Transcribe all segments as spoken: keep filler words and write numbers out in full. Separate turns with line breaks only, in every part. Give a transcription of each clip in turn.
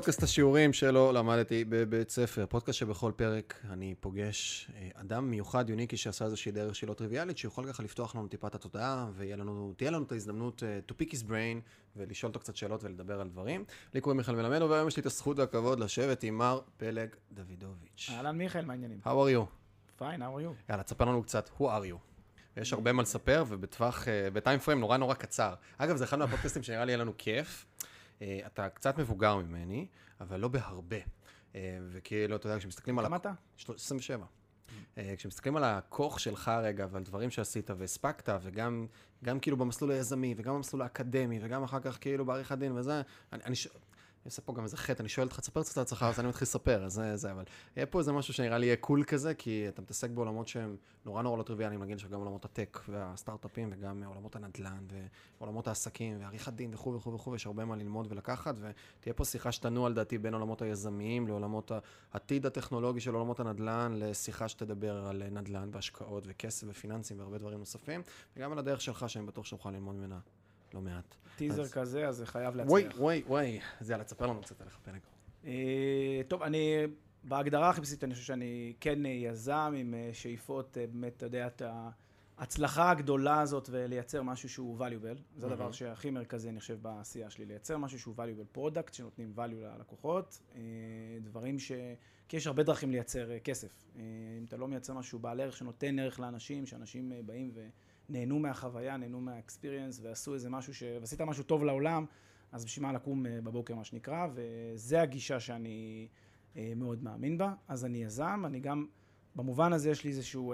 פודקאסט השיעורים שלו למדתי בבית ספר, פודקאסט שבכל פרק אני פוגש אדם מיוחד, יוניקי, שעשה איזושהי דרך שהיא לא טריוויאלית, שיכול ככה לפתוח לנו טיפת התודעה, ותהיה לנו, לנו את ההזדמנות to pick his brain, ולשאול אותו קצת שאלות ולדבר על דברים. לי קוראים מיכאל מלמד, והיום יש לי את הזכות והכבוד לשבת עם מר פלג דוידוביץ'.
אהלן מיכאל, מה העניינים?
How are you?
Fine, how are you?
יאללה, תספר לנו קצת, who are you? יש הרבה מה לספר, ובטווח, בטיים פריים נורא נורא קצר. אגב, זה אחד מהפודקאסטים שנראה לי יהיה לנו כיף. אתה קצת מבוגר ממני, אבל לא בהרבה. וכאילו, אתה יודע, כשמסתכלים על...
כמה אתה?
עשרים ושבע. כשמסתכלים על הכוח שלך רגע, ועל דברים שעשית והספקת, וגם גם כאילו במסלול היזמי, וגם במסלול האקדמי, וגם אחר כך כאילו בעריך הדין וזה, אני... אני אעשה פה גם איזה חטא, אני שואל אותך, תספר קצת הצלחה, אז אני מתחיל לספר, אז זה, זה, אבל יהיה פה איזה משהו שנראה לי יהיה קול כזה, כי אתה מתעסק בעולמות שהם נורא נורא לא טריוויאליים, נגיד שגם עולמות הטק והסטארט-אפים, וגם עולמות הנדל"ן, ועולמות העסקים, ועריך הדין וכו' וכו' וכו', יש הרבה מה ללמוד ולקחת, ותהיה פה שיחה שתנוע על דעתי בין עולמות היזמיים, לעולמות העתיד הטכנולוגי של עולמות הנדל"ן, לשיחה שתדבר על נדל"ן והשקעות וכסף ופיננסים והרבה דברים נוספים, וגם על הדרך שלך שאני בטוח שנוכל ללמוד ממנה לא מעט.
טיזר
אז...
כזה, אז זה חייב להצליח.
וואי, וואי, וואי. אז יאללה, תספר לנו קצת עליך, פלג.
אה, טוב, אני, בהגדרה הכי בסיסית, אני חושב שאני כן יזם עם שאיפות, באמת, אתה יודע, את ההצלחה הגדולה הזאת ולייצר משהו שהוא valuable. זה הדבר שהכי מרכזי, אני חושב, בעשייה שלי, לייצר משהו שהוא valuable product, שנותנים value ללקוחות, אה, דברים ש... כי יש הרבה דרכים לייצר כסף. אה, אם אתה לא מייצר משהו בעל ערך שנותן ערך לאנשים, שאנשים באים ו... נהנו מהחוויה, נהנו מהאקספיריאנס, ועשו איזה משהו ש... ועשית משהו טוב לעולם, אז בשביל מה לקום בבוקר, מה שנקרא, וזה הגישה שאני מאוד מאמין בה. אז אני יזם, אני גם, במובן הזה יש לי איזשהו,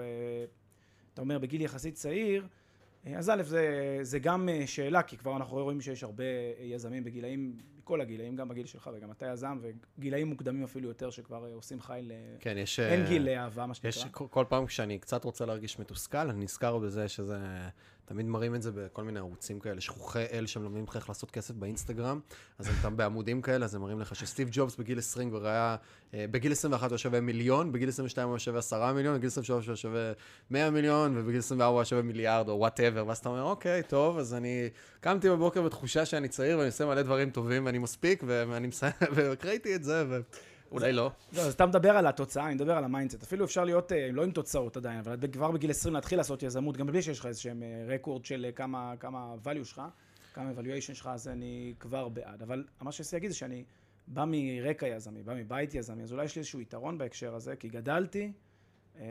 אתה אומר, בגיל יחסית צעיר, אז א', זה, זה גם שאלה, כי כבר אנחנו רואים שיש הרבה יזמים בגילאים, בכל הגילאים, גם בגיל שלך וגם אתה יזם, וגילאים מוקדמים אפילו יותר שכבר עושים חיל,
כן, יש,
אין גיל לאהבה, מה שנקרא.
יש כל פעם כשאני קצת רוצה להרגיש מתוסכל, אני נזכר בזה שזה, תמיד מראים את זה בכל מיני ערוצים כאלה, שכוחי אל שמלמדים לך איך לעשות כסף באינסטגרם, אז הם tam בעמודים כאלה, אז הם מראים לך שסטיב ג'ובס בגיל עשרים כבר היה, בגיל עשרים ואחת הוא שווה מיליון, בגיל עשרים ושתיים הוא שווה עשרה מיליון, בגיל עשרים ושלוש הוא שווה מאה מיליון, ובגיל עשרים וארבע הוא שווה מיליארד או whatever, ואז אתה אומר, אוקיי, טוב, אז אני קמתי בבוקר בתחושה שאני צעיר ואני עושה מלא דברים טובים ואני מספיק ואני מסיים, וקראתי את זה ואולי לא.
לא, אז אתה מדבר על התוצאה, אני מדבר על המיינדסט. אפילו אפשר להיות, לא עם תוצאות עדיין, אבל כבר בגיל עשרים להתחיל לעשות יזמות, גם בלי שיש לך איזשהם רקורד של כמה, כמה value שלך, כמה evaluation שלך, אז אני כבר בעד. אבל מה שאני אגיד זה שאני בא מרקע יזמי, בא מבית יזמי, אז אולי יש לי איזשהו יתרון בהקשר הזה, כי גדלתי אה,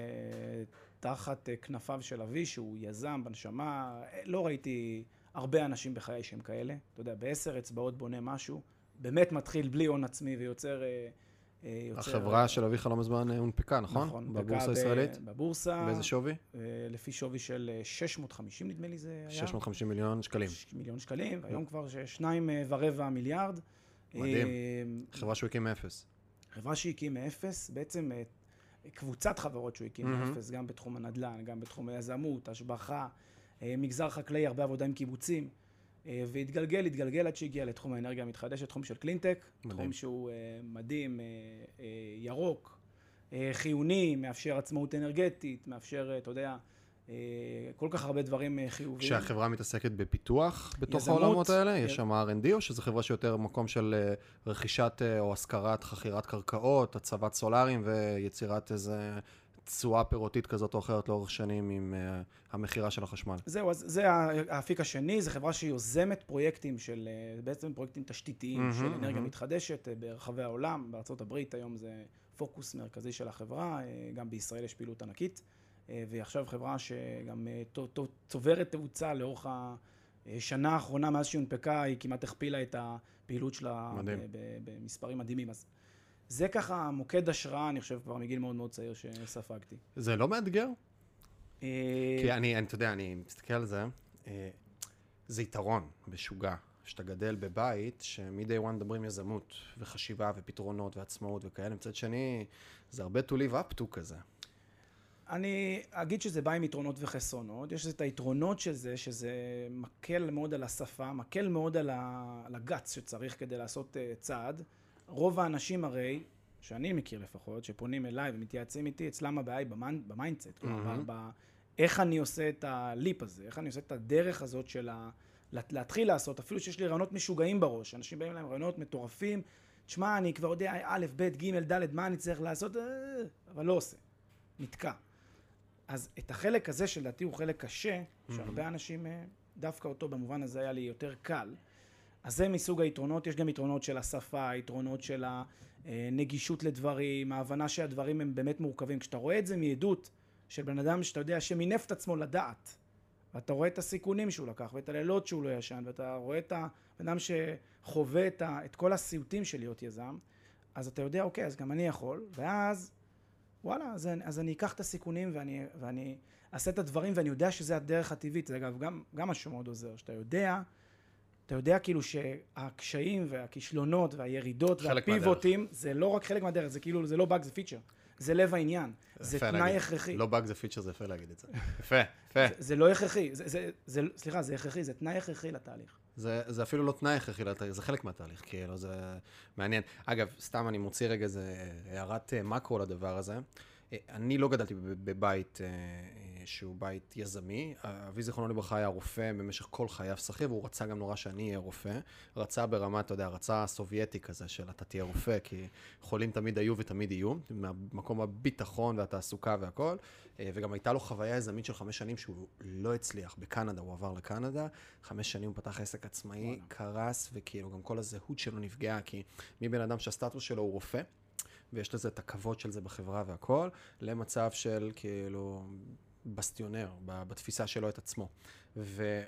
תחת כנפיו של אבי, שהוא יזם בנשמה, לא ראיתי הרבה אנשים בחיי שהם כאלה. אתה יודע, בעשר אצבעות בונה משהו, באמת מתחיל בלי הון עצמי ויוצר... יוצר...
החברה של אביך לא מזמן הונפקה, נכון?
נכון.
בבורסה הישראלית?
בבורסה.
באיזה שווי?
לפי שווי של שש מאות וחמישים, נדמה לי זה היה.
שש מאות וחמישים מיליון שקלים.
מיליון שקלים, והיום כבר שניים ורבע מיליארד.
מדהים. חברה שהוא הקים מאפס.
חברה שהקים מאפס, בעצם קבוצת חברות שהוא הקים מאפס, גם בתחום הנדל"ן, גם בתחום היזמות, השבחה, מגזר חקלאי, הרבה עבודה עם קיבוצים. והתגלגל, התגלגל עד שהגיע לתחום האנרגיה המתחדשת, תחום של קלינטק, תחום שהוא מדהים, ירוק, חיוני, מאפשר עצמאות אנרגטית, מאפשר, אתה יודע, כל כך הרבה דברים חיוביים.
כשהחברה מתעסקת בפיתוח בתוך העולמות האלה, יש שם אר אנד די, או שזה חברה שיותר מקום של רכישת או השכרת, חכירת קרקעות, הצבת סולארים ויצירת איזה... תשואה פירותית כזאת או אחרת לאורך שנים עם uh, המחירה של החשמל.
זהו, אז זה האפיק השני, זו חברה שיוזמת פרויקטים של, בעצם פרויקטים תשתיתיים mm-hmm, של אנרגיה mm-hmm. מתחדשת ברחבי העולם, בארצות הברית היום זה פוקוס מרכזי של החברה, גם בישראל יש פעילות ענקית, והיא עכשיו חברה שגם צוברת תאוצה לאורך השנה האחרונה, מאז שהיא הונפקה, היא כמעט הכפילה את הפעילות שלה במספרים מדהימים. אז זה ככה מוקד השראה, אני חושב, כבר מגיל מאוד מאוד צעיר שספגתי.
זה לא מאתגר? כי אני, אתה יודע, אני מסתכל על זה, זה יתרון בשוגע, שאתה גדל בבית, שמ-day one מדברים יזמות וחשיבה ופתרונות ועצמאות וכאלה, מצד שני, זה הרבה to live up to כזה.
אני אגיד שזה בא עם יתרונות וחסרונות, יש את היתרונות של זה, שזה מקל מאוד על השפה, מקל מאוד על הגץ שצריך כדי לעשות צעד, רוב האנשים הרי, שאני מכיר לפחות, שפונים אליי ומתייעצים איתי, אצלם הבעיה היא במיינדסט, כלומר, איך אני עושה את הליפ הזה, איך אני עושה את הדרך הזאת של להתחיל לעשות, אפילו שיש לי רעיונות משוגעים בראש, אנשים באים להם רעיונות מטורפים, תשמע, אני כבר יודע א', ב', ג', ד', מה אני צריך לעשות, אבל לא עושה. נתקע. אז את החלק הזה שלדעתי הוא חלק קשה, שהרבה אנשים, דווקא אותו במובן הזה היה לי יותר קל, אז זה מסוג היתרונות, יש גם יתרונות של השפה, יתרונות של הנגישות לדברים, ההבנה שהדברים הם באמת מורכבים. כשאתה רואה את זה מעדות של בן אדם שאתה יודע שמינף את עצמו לדעת, ואתה רואה את הסיכונים שהוא לקח, ואת הלילות שהוא לא ישן, ואתה רואה את הבן אדם שחווה את, ה, את כל הסיוטים של להיות יזם, אז אתה יודע, אוקיי, אז גם אני יכול, ואז, וואלה, אז, אז אני אקח את הסיכונים, ואני, ואני אעשה את הדברים, ואני יודע שזה הדרך הטבעית. זה אגב, גם, גם משהו מאוד עוזר, שאתה יודע, אתה יודע כאילו שהקשיים והכישלונות והירידות והפיבוטים, זה לא רק חלק מהדרך, זה כאילו, זה לא באג, זה פיצ'ר. זה לב העניין. זה תנאי הכרחי.
לא באג, זה פיצ'ר, זה יפה להגיד את זה. יפה, יפה.
זה לא הכרחי. סליחה, זה הכרחי, זה תנאי הכרחי לתהליך.
זה אפילו לא תנאי הכרחי לתהליך, זה חלק מהתהליך, כאילו, זה מעניין. אגב, סתם אני מוציא רגע איזה הערת מקרו לדבר הזה. אני לא גדלתי בבית שהוא בית יזמי. אבי זיכרונו לברכה היה רופא במשך כל חייו שכיר, והוא רצה גם נורא שאני אהיה רופא. רצה ברמה, אתה יודע, רצה סובייטי כזה של אתה תהיה רופא, כי חולים תמיד היו ותמיד יהיו, מהמקום הביטחון והתעסוקה והכל. וגם הייתה לו חוויה יזמית של חמש שנים שהוא לא הצליח. בקנדה, הוא עבר לקנדה, חמש שנים הוא פתח עסק עצמאי, קרס, וכאילו גם כל הזהות שלו נפגעה, כי מבן אדם שהסטטוס שלו הוא רופא, ויש לזה את הכבוד של זה בחברה והכל, למצב של כאילו בסטיונר, בתפיסה שלו את עצמו. ואחד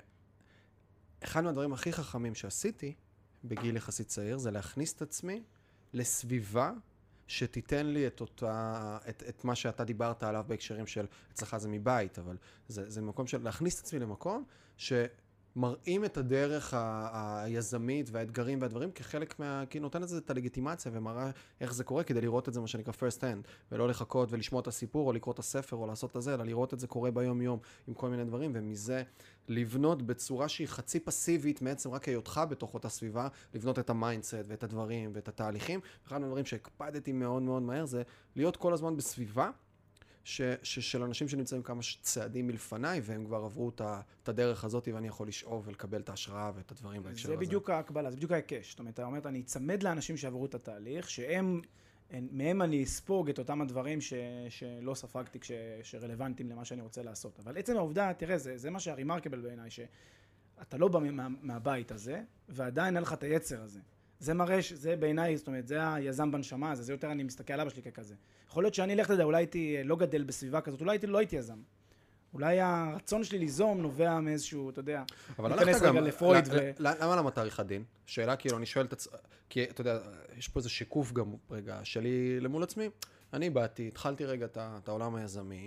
מהדברים הכי חכמים שעשיתי בגיל יחסית צעיר, זה להכניס את עצמי לסביבה שתיתן לי את אותה, את, את מה שאתה דיברת עליו בהקשרים של אצלך זה מבית, אבל זה, זה מקום של להכניס את עצמי למקום ש... מראים את הדרך ה- היזמית והאתגרים והדברים כחלק מה... כי נותן לזה את הלגיטימציה ומראה איך זה קורה כדי לראות את זה מה שנקרא first hand, ולא לחכות ולשמוע את הסיפור או לקרוא את הספר או לעשות את זה, אלא לראות את זה קורה ביום יום עם כל מיני דברים, ומזה לבנות בצורה שהיא חצי פסיבית מעצם רק היותך בתוך אותה סביבה, לבנות את המיינדסט ואת הדברים ואת התהליכים. אחד מהדברים שהקפדתי מאוד מאוד מהר זה להיות כל הזמן בסביבה, ש, ש, של אנשים שנמצאים כמה צעדים מלפניי, והם כבר עברו את הדרך הזאת, ואני יכול לשאוב ולקבל את ההשראה ואת הדברים בהקשר הזה.
זה בדיוק ההקבלה, זה בדיוק ההיקש. זאת אומרת, אתה אומר, אני אצמד לאנשים שעברו את התהליך, שהם, מהם אני אספוג את אותם הדברים ש, שלא ספגתי כש, שרלוונטיים למה שאני רוצה לעשות. אבל עצם העובדה, תראה, זה, זה מה שהרימרקבל בעיניי, שאתה לא בא מה, מהבית הזה, ועדיין אין לך את היצר הזה. זה מראה, זה בעיניי, זאת אומרת, זה היזם בנשמה הזה, זה יותר אני מסתכל על אבא שלי ככזה. יכול להיות שאני אלך לדע, אולי הייתי לא גדל בסביבה כזאת, אולי הייתי לא הייתי יזם. אולי הרצון שלי ליזום נובע מאיזשהו, אתה יודע,
להיכנס רגע לפרויד ו... למה למה אתה עריכת דין? שאלה כאילו, אני שואל את עצמי, כי אתה יודע, יש פה איזה שיקוף גם רגע שלי למול עצמי. אני באתי, התחלתי רגע את העולם היזמי,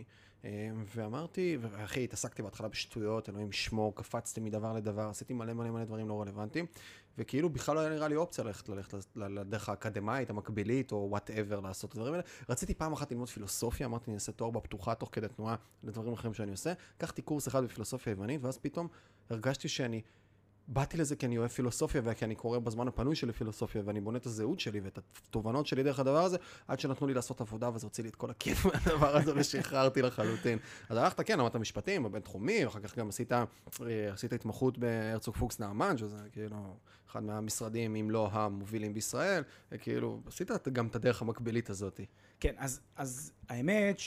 ואמרתי, ואחי, התעסקתי בהתחלה בשטויות, אלוהים שמור, קפצתי מדבר לדבר, עשיתי מלא מלא מלא דברים לא רלוונטיים, וכאילו בכלל לא היה נראה לי אופציה ללכת, ללכת לדרך האקדמית, המקבילית, או whatever, לעשות את הדברים האלה. רציתי פעם אחת ללמוד פילוסופיה, אמרתי, אני אעשה תואר בפתוחה, תוך כדי תנועה, לדברים אחרים שאני עושה. לקחתי קורס אחד בפילוסופיה יוונית, ואז פתאום הרגשתי שאני באתי לזה כי אני אוהב פילוסופיה, וכי אני קורא בזמן הפנוי שלי פילוסופיה, ואני בונה את הזהות שלי ואת התובנות שלי דרך הדבר הזה, עד שנתנו לי לעשות עבודה, וזה הוציא לי את כל הכיף מהדבר הזה, ושחררתי לחלוטין. אז הלכת, כן, למדת משפטים, בבין תחומי, ואחר כך גם עשית, עשית התמחות בהרצוג פוקס נעמן, שזה כאילו אחד מהמשרדים, אם לא המובילים בישראל, וכאילו, עשית גם את הדרך המקבילית הזאת.
כן, אז, אז האמת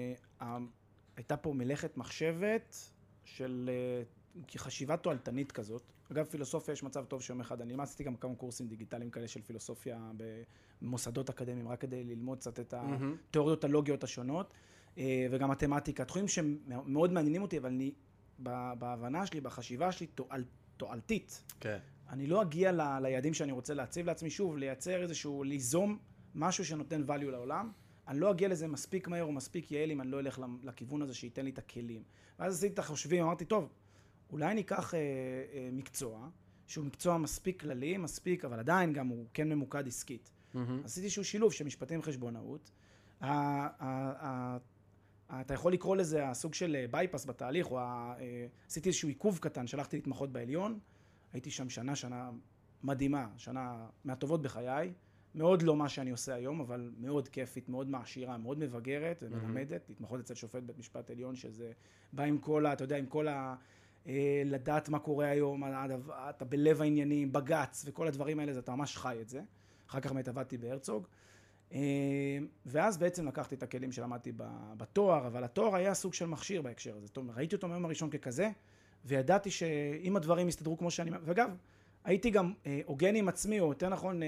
שהייתה פה מלאכת מחשבת של חשיבה תועלתנית כזאת. אגב, פילוסופיה יש מצב טוב שיום אחד. אני עשיתי גם כמה קורסים דיגיטליים כאלה של פילוסופיה במוסדות אקדמיים, רק כדי ללמוד קצת את התיאוריות הלוגיות השונות, וגם מתמטיקה. תחומים שמאוד מעניינים אותי, אבל אני, בהבנה שלי, בחשיבה שלי, תועל, תועלתית. כן. אני לא אגיע ל, ליעדים שאני רוצה להציב לעצמי, שוב, לייצר איזשהו, ליזום משהו שנותן value לעולם. אני לא אגיע לזה מספיק מהר או מספיק יעיל אם אני לא אלך לכיוון הזה שייתן לי את הכלים. ואז עשיתי את החושבים, אמרתי, טוב, אולי ניקח אה, אה, מקצוע, שהוא מקצוע מספיק כללי, מספיק, אבל עדיין גם הוא כן ממוקד עסקית. Mm-hmm. עשיתי שהוא שילוב של משפטים וחשבונאות. ה, ה, ה, ה, אתה יכול לקרוא לזה הסוג של בייפס בתהליך, או ה, אה, עשיתי איזשהו עיכוב קטן, שלחתי להתמחות בעליון, הייתי שם שנה, שנה מדהימה, שנה מהטובות בחיי, מאוד לא מה שאני עושה היום, אבל מאוד כיפית, מאוד מעשירה, מאוד מבגרת ומלמדת, mm-hmm. להתמחות אצל שופט בית משפט עליון, שזה בא עם כל ה, אתה יודע, עם כל ה... לדעת מה קורה היום, אתה בלב העניינים, בגץ וכל הדברים האלה, אתה ממש חי את זה. אחר כך באמת עבדתי בהרצוג. ואז בעצם לקחתי את הכלים שלמדתי בתואר, אבל התואר היה סוג של מכשיר בהקשר הזה. זאת אומרת, ראיתי אותו מהיום הראשון ככזה, וידעתי שאם הדברים יסתדרו כמו שאני... ואגב, הייתי גם הוגן עם עצמי, או יותר נכון,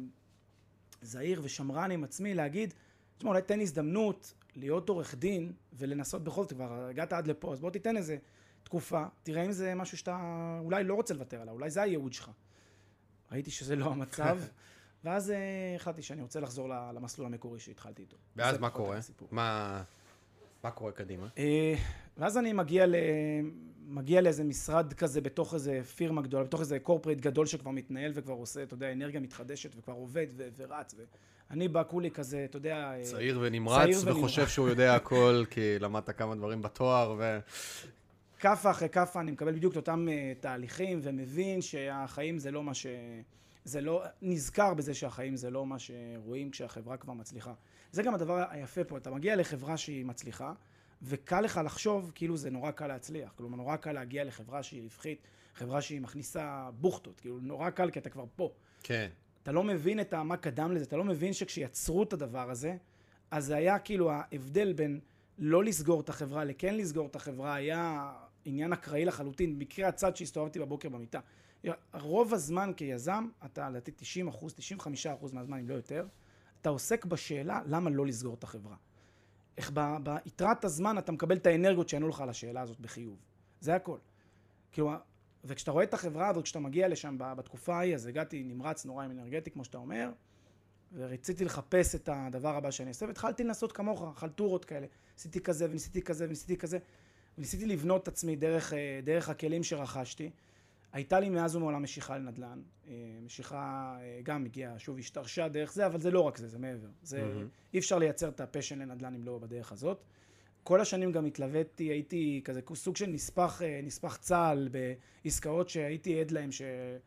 זהיר ושמרן עם עצמי, להגיד, תשמע, אולי תן הזדמנות להיות עורך דין, ולנסות בכל זאת, כבר הגעת עד לפה, אז בוא תיתן איזה תקופה, תראה אם זה משהו שאתה אולי לא רוצה לוותר עליו, אולי זה הייעוד שלך. ראיתי שזה לא המצב, ואז החלטתי שאני רוצה לחזור למסלול המקורי שהתחלתי איתו.
ואז מה קורה? מה... מה קורה קדימה?
ואז אני מגיע, ל... מגיע לאיזה משרד כזה בתוך איזה פירמה גדולה, בתוך איזה קורפרייט גדול שכבר מתנהל וכבר עושה, אתה יודע, אנרגיה מתחדשת וכבר עובד ו... ורץ. ואני בא כולי כזה, אתה יודע...
צעיר ונמרץ צעיר וחושב ונמרץ. שהוא יודע הכל, כי למדת כמה דברים בתואר ו...
כפה אחרי כפה אני מקבל בדיוק את אותם תהליכים ומבין שהחיים זה לא מה ש... זה לא... נזכר בזה שהחיים זה לא מה שרואים כשהחברה כבר מצליחה. זה גם הדבר היפה פה, אתה מגיע לחברה שהיא מצליחה, וקל לך לחשוב כאילו זה נורא קל להצליח, כלומר נורא קל להגיע לחברה שהיא רווחית, חברה שהיא מכניסה בוכטות, כאילו נורא קל כי אתה כבר פה.
כן.
אתה לא מבין את מה קדם לזה, אתה לא מבין שכשיצרו את הדבר הזה, אז זה היה כאילו ההבדל בין לא לסגור את החברה לכן לסגור את החברה, היה עניין אקראי לחלוטין, במקרה הצד שהסתובבתי בבוקר במיטה. רוב הזמן כיזם, אתה לתת תשעים אחוז, תשעים וחמישה אחוז מהזמן, אם לא יותר, אתה עוסק בשאלה למה לא לסגור את החברה. איך ביתרת הזמן אתה מקבל את האנרגיות שענו לך על השאלה הזאת בחיוב. זה הכל. כאילו, וכשאתה רואה את החברה הזאת, כשאתה מגיע לשם בתקופה ההיא, אז הגעתי נמרץ נורא עם אנרגטי, כמו שאתה אומר, ורציתי לחפש את הדבר הבא שאני אעשה, והתחלתי לנסות כמוך, חלטורות כאלה. ניסיתי כזה וניסיתי כזה וניסיתי כזה, וניסיתי לבנות את עצמי דרך, דרך הכלים שרכשתי. הייתה לי מאז ומעולם משיכה לנדל"ן, משיכה גם הגיעה, שוב השתרשה דרך זה, אבל זה לא רק זה, זה מעבר. זה, mm-hmm. אי אפשר לייצר את הפשן לנדל"ן אם לא בדרך הזאת. כל השנים גם התלוויתי, הייתי כזה סוג של נספח, נספח צה"ל בעסקאות שהייתי עד להם,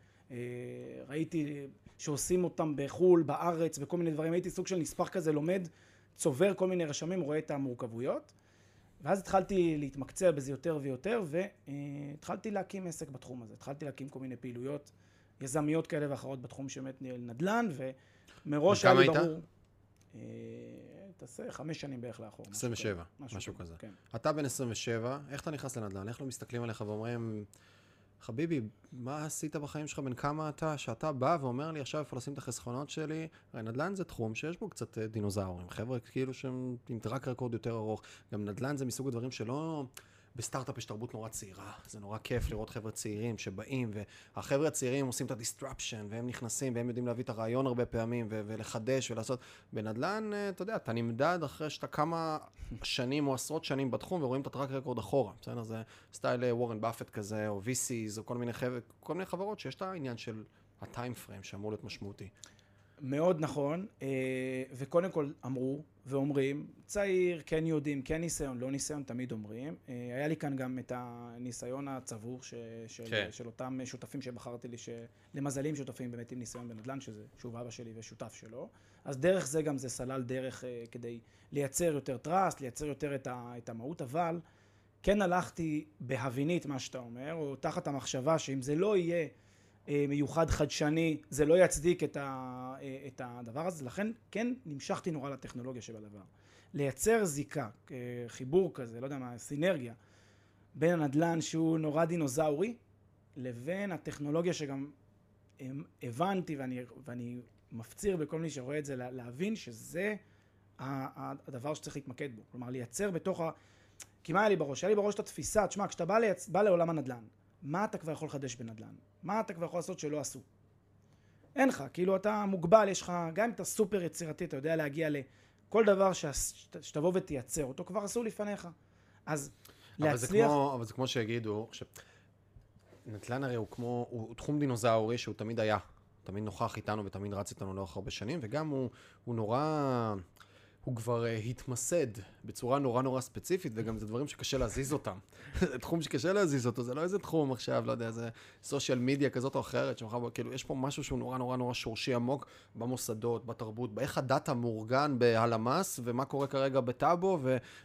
שראיתי שעושים אותם בחול, בארץ וכל מיני דברים. הייתי סוג של נספח כזה לומד, צובר כל מיני רשמים, רואה את המורכבויות. ואז התחלתי להתמקצע בזה יותר ויותר, והתחלתי להקים עסק בתחום הזה. התחלתי להקים כל מיני פעילויות יזמיות כאלה ואחרות בתחום שבאמת נדל"ן, ומראש היה לי ברור... תעשה חמש שנים בערך לאחור.
עשרים ושבע, משהו כזה. אתה בן עשרים ושבע, איך אתה נכנס לנדל"ן? איך לא מסתכלים עליך ואומרים, חביבי, מה עשית בחיים שלך? בין כמה אתה? שאתה בא ואומר לי, עכשיו איפה לשים את החסכונות שלי? נדל"ן זה תחום שיש בו קצת דינוזאורים. חבר'ה כאילו שהם עם טרק רקורד יותר ארוך. גם נדל"ן זה מסוג הדברים שלא... בסטארט-אפ יש תרבות נורא צעירה. זה נורא כיף לראות חבר'ה צעירים שבאים, והחבר'ה הצעירים עושים את הדיסטרפשן, והם נכנסים, והם יודעים להביא את הרעיון הרבה פעמים, ו- ולחדש ולעשות. בנדל"ן, אתה יודע, אתה נמדד אחרי שאתה כמה שנים או עשרות שנים בתחום, ורואים את הטרק רקורד אחורה. בסדר? זה סטייל וורן באפט כזה, או וי סי'ס, או כל מיני, חבר... כל מיני חברות שיש את העניין של הטיים פריים, שאמור להיות משמעותי.
מאוד נכון, וקודם כל אמרו ואומרים, צעיר, כן יודעים, כן ניסיון, לא ניסיון, תמיד אומרים. היה לי כאן גם את הניסיון הצבור ש, של, כן. של אותם שותפים שבחרתי לי, שלמזלים שותפים באמת עם ניסיון בנדל"ן, שזה שוב אבא שלי ושותף שלו. אז דרך זה גם זה סלל דרך כדי לייצר יותר טראסט, לייצר יותר את, ה, את המהות, אבל כן הלכתי בהבינית מה שאתה אומר, או תחת המחשבה שאם זה לא יהיה מיוחד חדשני, זה לא יצדיק את, ה, את הדבר הזה, לכן כן נמשכתי נורא לטכנולוגיה שבדבר. לייצר זיקה, חיבור כזה, לא יודע מה, סינרגיה, בין הנדל"ן שהוא נורא דינוזאורי, לבין הטכנולוגיה שגם הבנתי ואני, ואני מפציר בכל מי שרואה את זה, להבין שזה הדבר שצריך להתמקד בו. כלומר, לייצר בתוך ה... כי מה היה לי בראש? היה לי בראש את התפיסה, תשמע, כשאתה בא, ליצ... בא לעולם הנדל"ן, מה אתה כבר יכול לחדש בנדל"ן? מה אתה כבר יכול לעשות שלא עשו? אין לך, כאילו אתה מוגבל, יש לך, גם אם אתה סופר יצירתי, אתה יודע להגיע לכל דבר שתבוא ותייצר אותו, כבר עשו לפניך. אז
אבל
להצליח...
זה כמו, אבל זה כמו שיגידו, נדל"ן הרי הוא כמו, הוא תחום דינוזאורי שהוא תמיד היה, תמיד נוכח איתנו ותמיד רץ איתנו לאורך הרבה שנים, וגם הוא, הוא נורא... הוא כבר uh, התמסד בצורה נורא נורא ספציפית, וגם זה דברים שקשה להזיז אותם. זה תחום שקשה להזיז אותו, זה לא איזה תחום עכשיו, לא יודע, זה סושיאל מדיה כזאת או אחרת, שמחר, כאילו, יש פה משהו שהוא נורא נורא נורא שורשי עמוק במוסדות, בתרבות, באיך הדאטה מאורגן בהלמ"ס, ומה קורה כרגע בטאבו,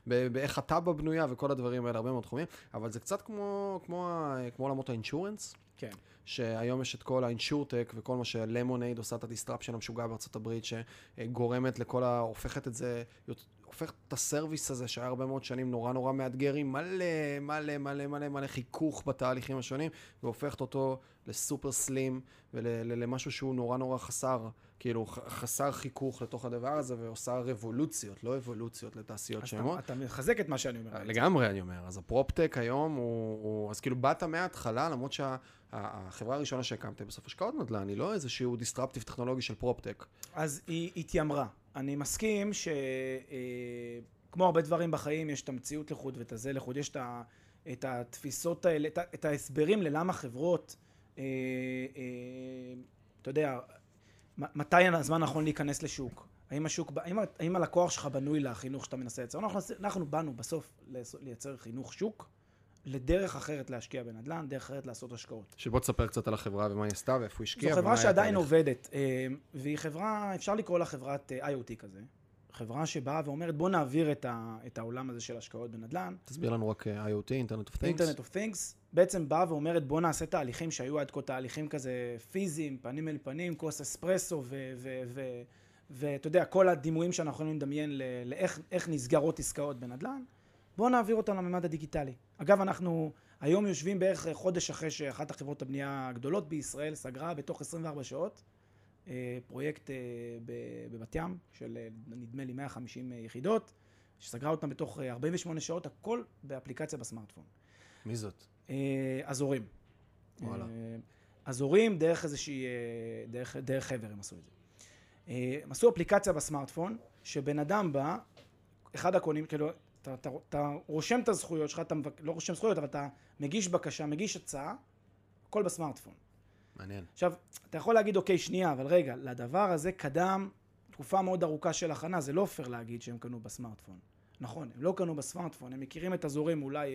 ובאיך הטאבו בנויה, וכל הדברים האלה, הרבה מאוד תחומים, אבל זה קצת כמו, כמו, כמו עולמות האינשורנס,
כן.
שהיום יש את כל האינשורטק וכל מה שלמונייד עושה את הדיסטרפשן המשוגע בארצות הברית, שגורמת לכל ה... הופכת את זה, הופכת את הסרוויס הזה שהיה הרבה מאוד שנים נורא נורא מאתגרים, מלא, מלא, מלא, מלא, מלא חיכוך בתהליכים השונים, והופכת אותו לסופר סלים ולמשהו שהוא נורא נורא חסר, כאילו חסר חיכוך לתוך הדבר הזה, ועושה רבולוציות, לא אבולוציות לתעשיות שלמות.
אתה מחזק את מה שאני אומר.
לגמרי אני אומר. אז הפרופטק היום הוא, הוא אז כאילו באת מההתחלה, למרות שהחברה הראשונה שהקמתי בסוף השקעות נדל"ן, היא לא איזשהו דיסטרפטיב טכנולוגי של פרופטק.
אז היא התיימרה. אני מסכים שכמו הרבה דברים בחיים, יש את המציאות לחוד ואת הזה לחוד, יש את התפיסות האלה, את ההסברים ללמה חברות, אתה יודע, מתי הזמן נכון להיכנס לשוק? האם השוק, האם, האם הלקוח שלך בנוי לחינוך שאתה מנסה לייצר? אנחנו, אנחנו באנו בסוף לייצר חינוך שוק, לדרך אחרת להשקיע בנדל"ן, דרך אחרת לעשות השקעות.
שבוא תספר קצת על החברה ומה היא עשתה ואיפה היא השקיעה.
זו חברה שעדיין עובדת, והיא חברה, אפשר לקרוא לה חברת איי או טי כזה. חברה שבאה ואומרת, בוא נעביר את, ה, את העולם הזה של השקעות בנדל"ן.
תסביר לנו רק איי או טי, Internet of Things.
Internet of Things. בעצם באה ואומרת, בוא נעשה תהליכים שהיו עד כה תהליכים כזה פיזיים, פנים אל פנים, כוס אספרסו, ואתה יודע, כל הדימויים שאנחנו יכולים לדמיין לאיך איך נסגרות עסקאות בנדל"ן, בוא נעביר אותם לממד הדיגיטלי. אגב, אנחנו היום יושבים בערך חודש אחרי שאחת החברות הבנייה הגדולות בישראל סגרה בתוך עשרים וארבע שעות, פרויקט בבת ים של נדמה לי מאה וחמישים יחידות, שסגרה אותם בתוך ארבעים ושמונה שעות, הכל באפליקציה בסמארטפון.
מי זאת?
אזורים.
וואלה.
אזורים דרך איזושהי, דרך, דרך חבר הם עשו את זה. הם עשו אפליקציה בסמארטפון, שבן אדם בא, אחד הקונים, כאילו, אתה, אתה, אתה רושם את הזכויות שלך, אתה לא רושם זכויות, אבל אתה מגיש בקשה, מגיש הצעה, הכל בסמארטפון.
מעניין.
עכשיו, אתה יכול להגיד, אוקיי, שנייה, אבל רגע, לדבר הזה קדם תקופה מאוד ארוכה של הכנה, זה לא פייר להגיד שהם קנו בסמארטפון. נכון, הם לא קנו בסמארטפון, הם מכירים את אזורים אולי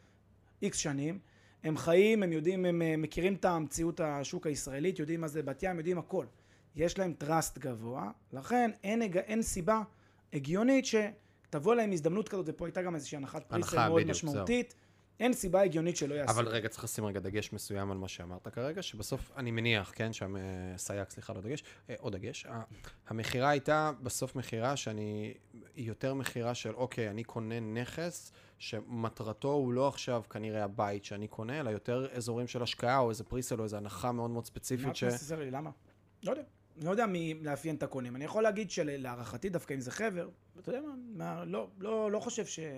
איקס שנים, הם חיים, הם יודעים, הם מכירים את המציאות השוק הישראלית, יודעים מה זה בת ים, יודעים הכל. יש להם טראסט גבוה, לכן אין, אין סיבה הגיונית שתבוא להם הזדמנות כזאת, ופה הייתה גם איזושהי הנחת פריסה מאוד בדיוק, משמעותית, זהו. אין סיבה הגיונית שלא יעשו.
אבל רגע, צריך לשים רגע דגש מסוים על מה שאמרת כרגע, שבסוף אני מניח, כן, שם סייק, סליחה, לא דגש, או דגש, המחירה הייתה בסוף מחירה שאני, היא יותר מחירה של, אוקיי, אני קונה נכס, שמטרתו הוא לא עכשיו כנראה הבית שאני קונה, אלא יותר אזורים של השקעה, או איזה פריסל, או איזה הנחה מאוד מאוד ספציפית ש...
למה? לא יודע. אני לא יודע מי לאפיין את הקונים. אני יכול להגיד שלהערכתי דווקא אם זה חבר, אתה יודע מה, לא, לא, לא חושב ש...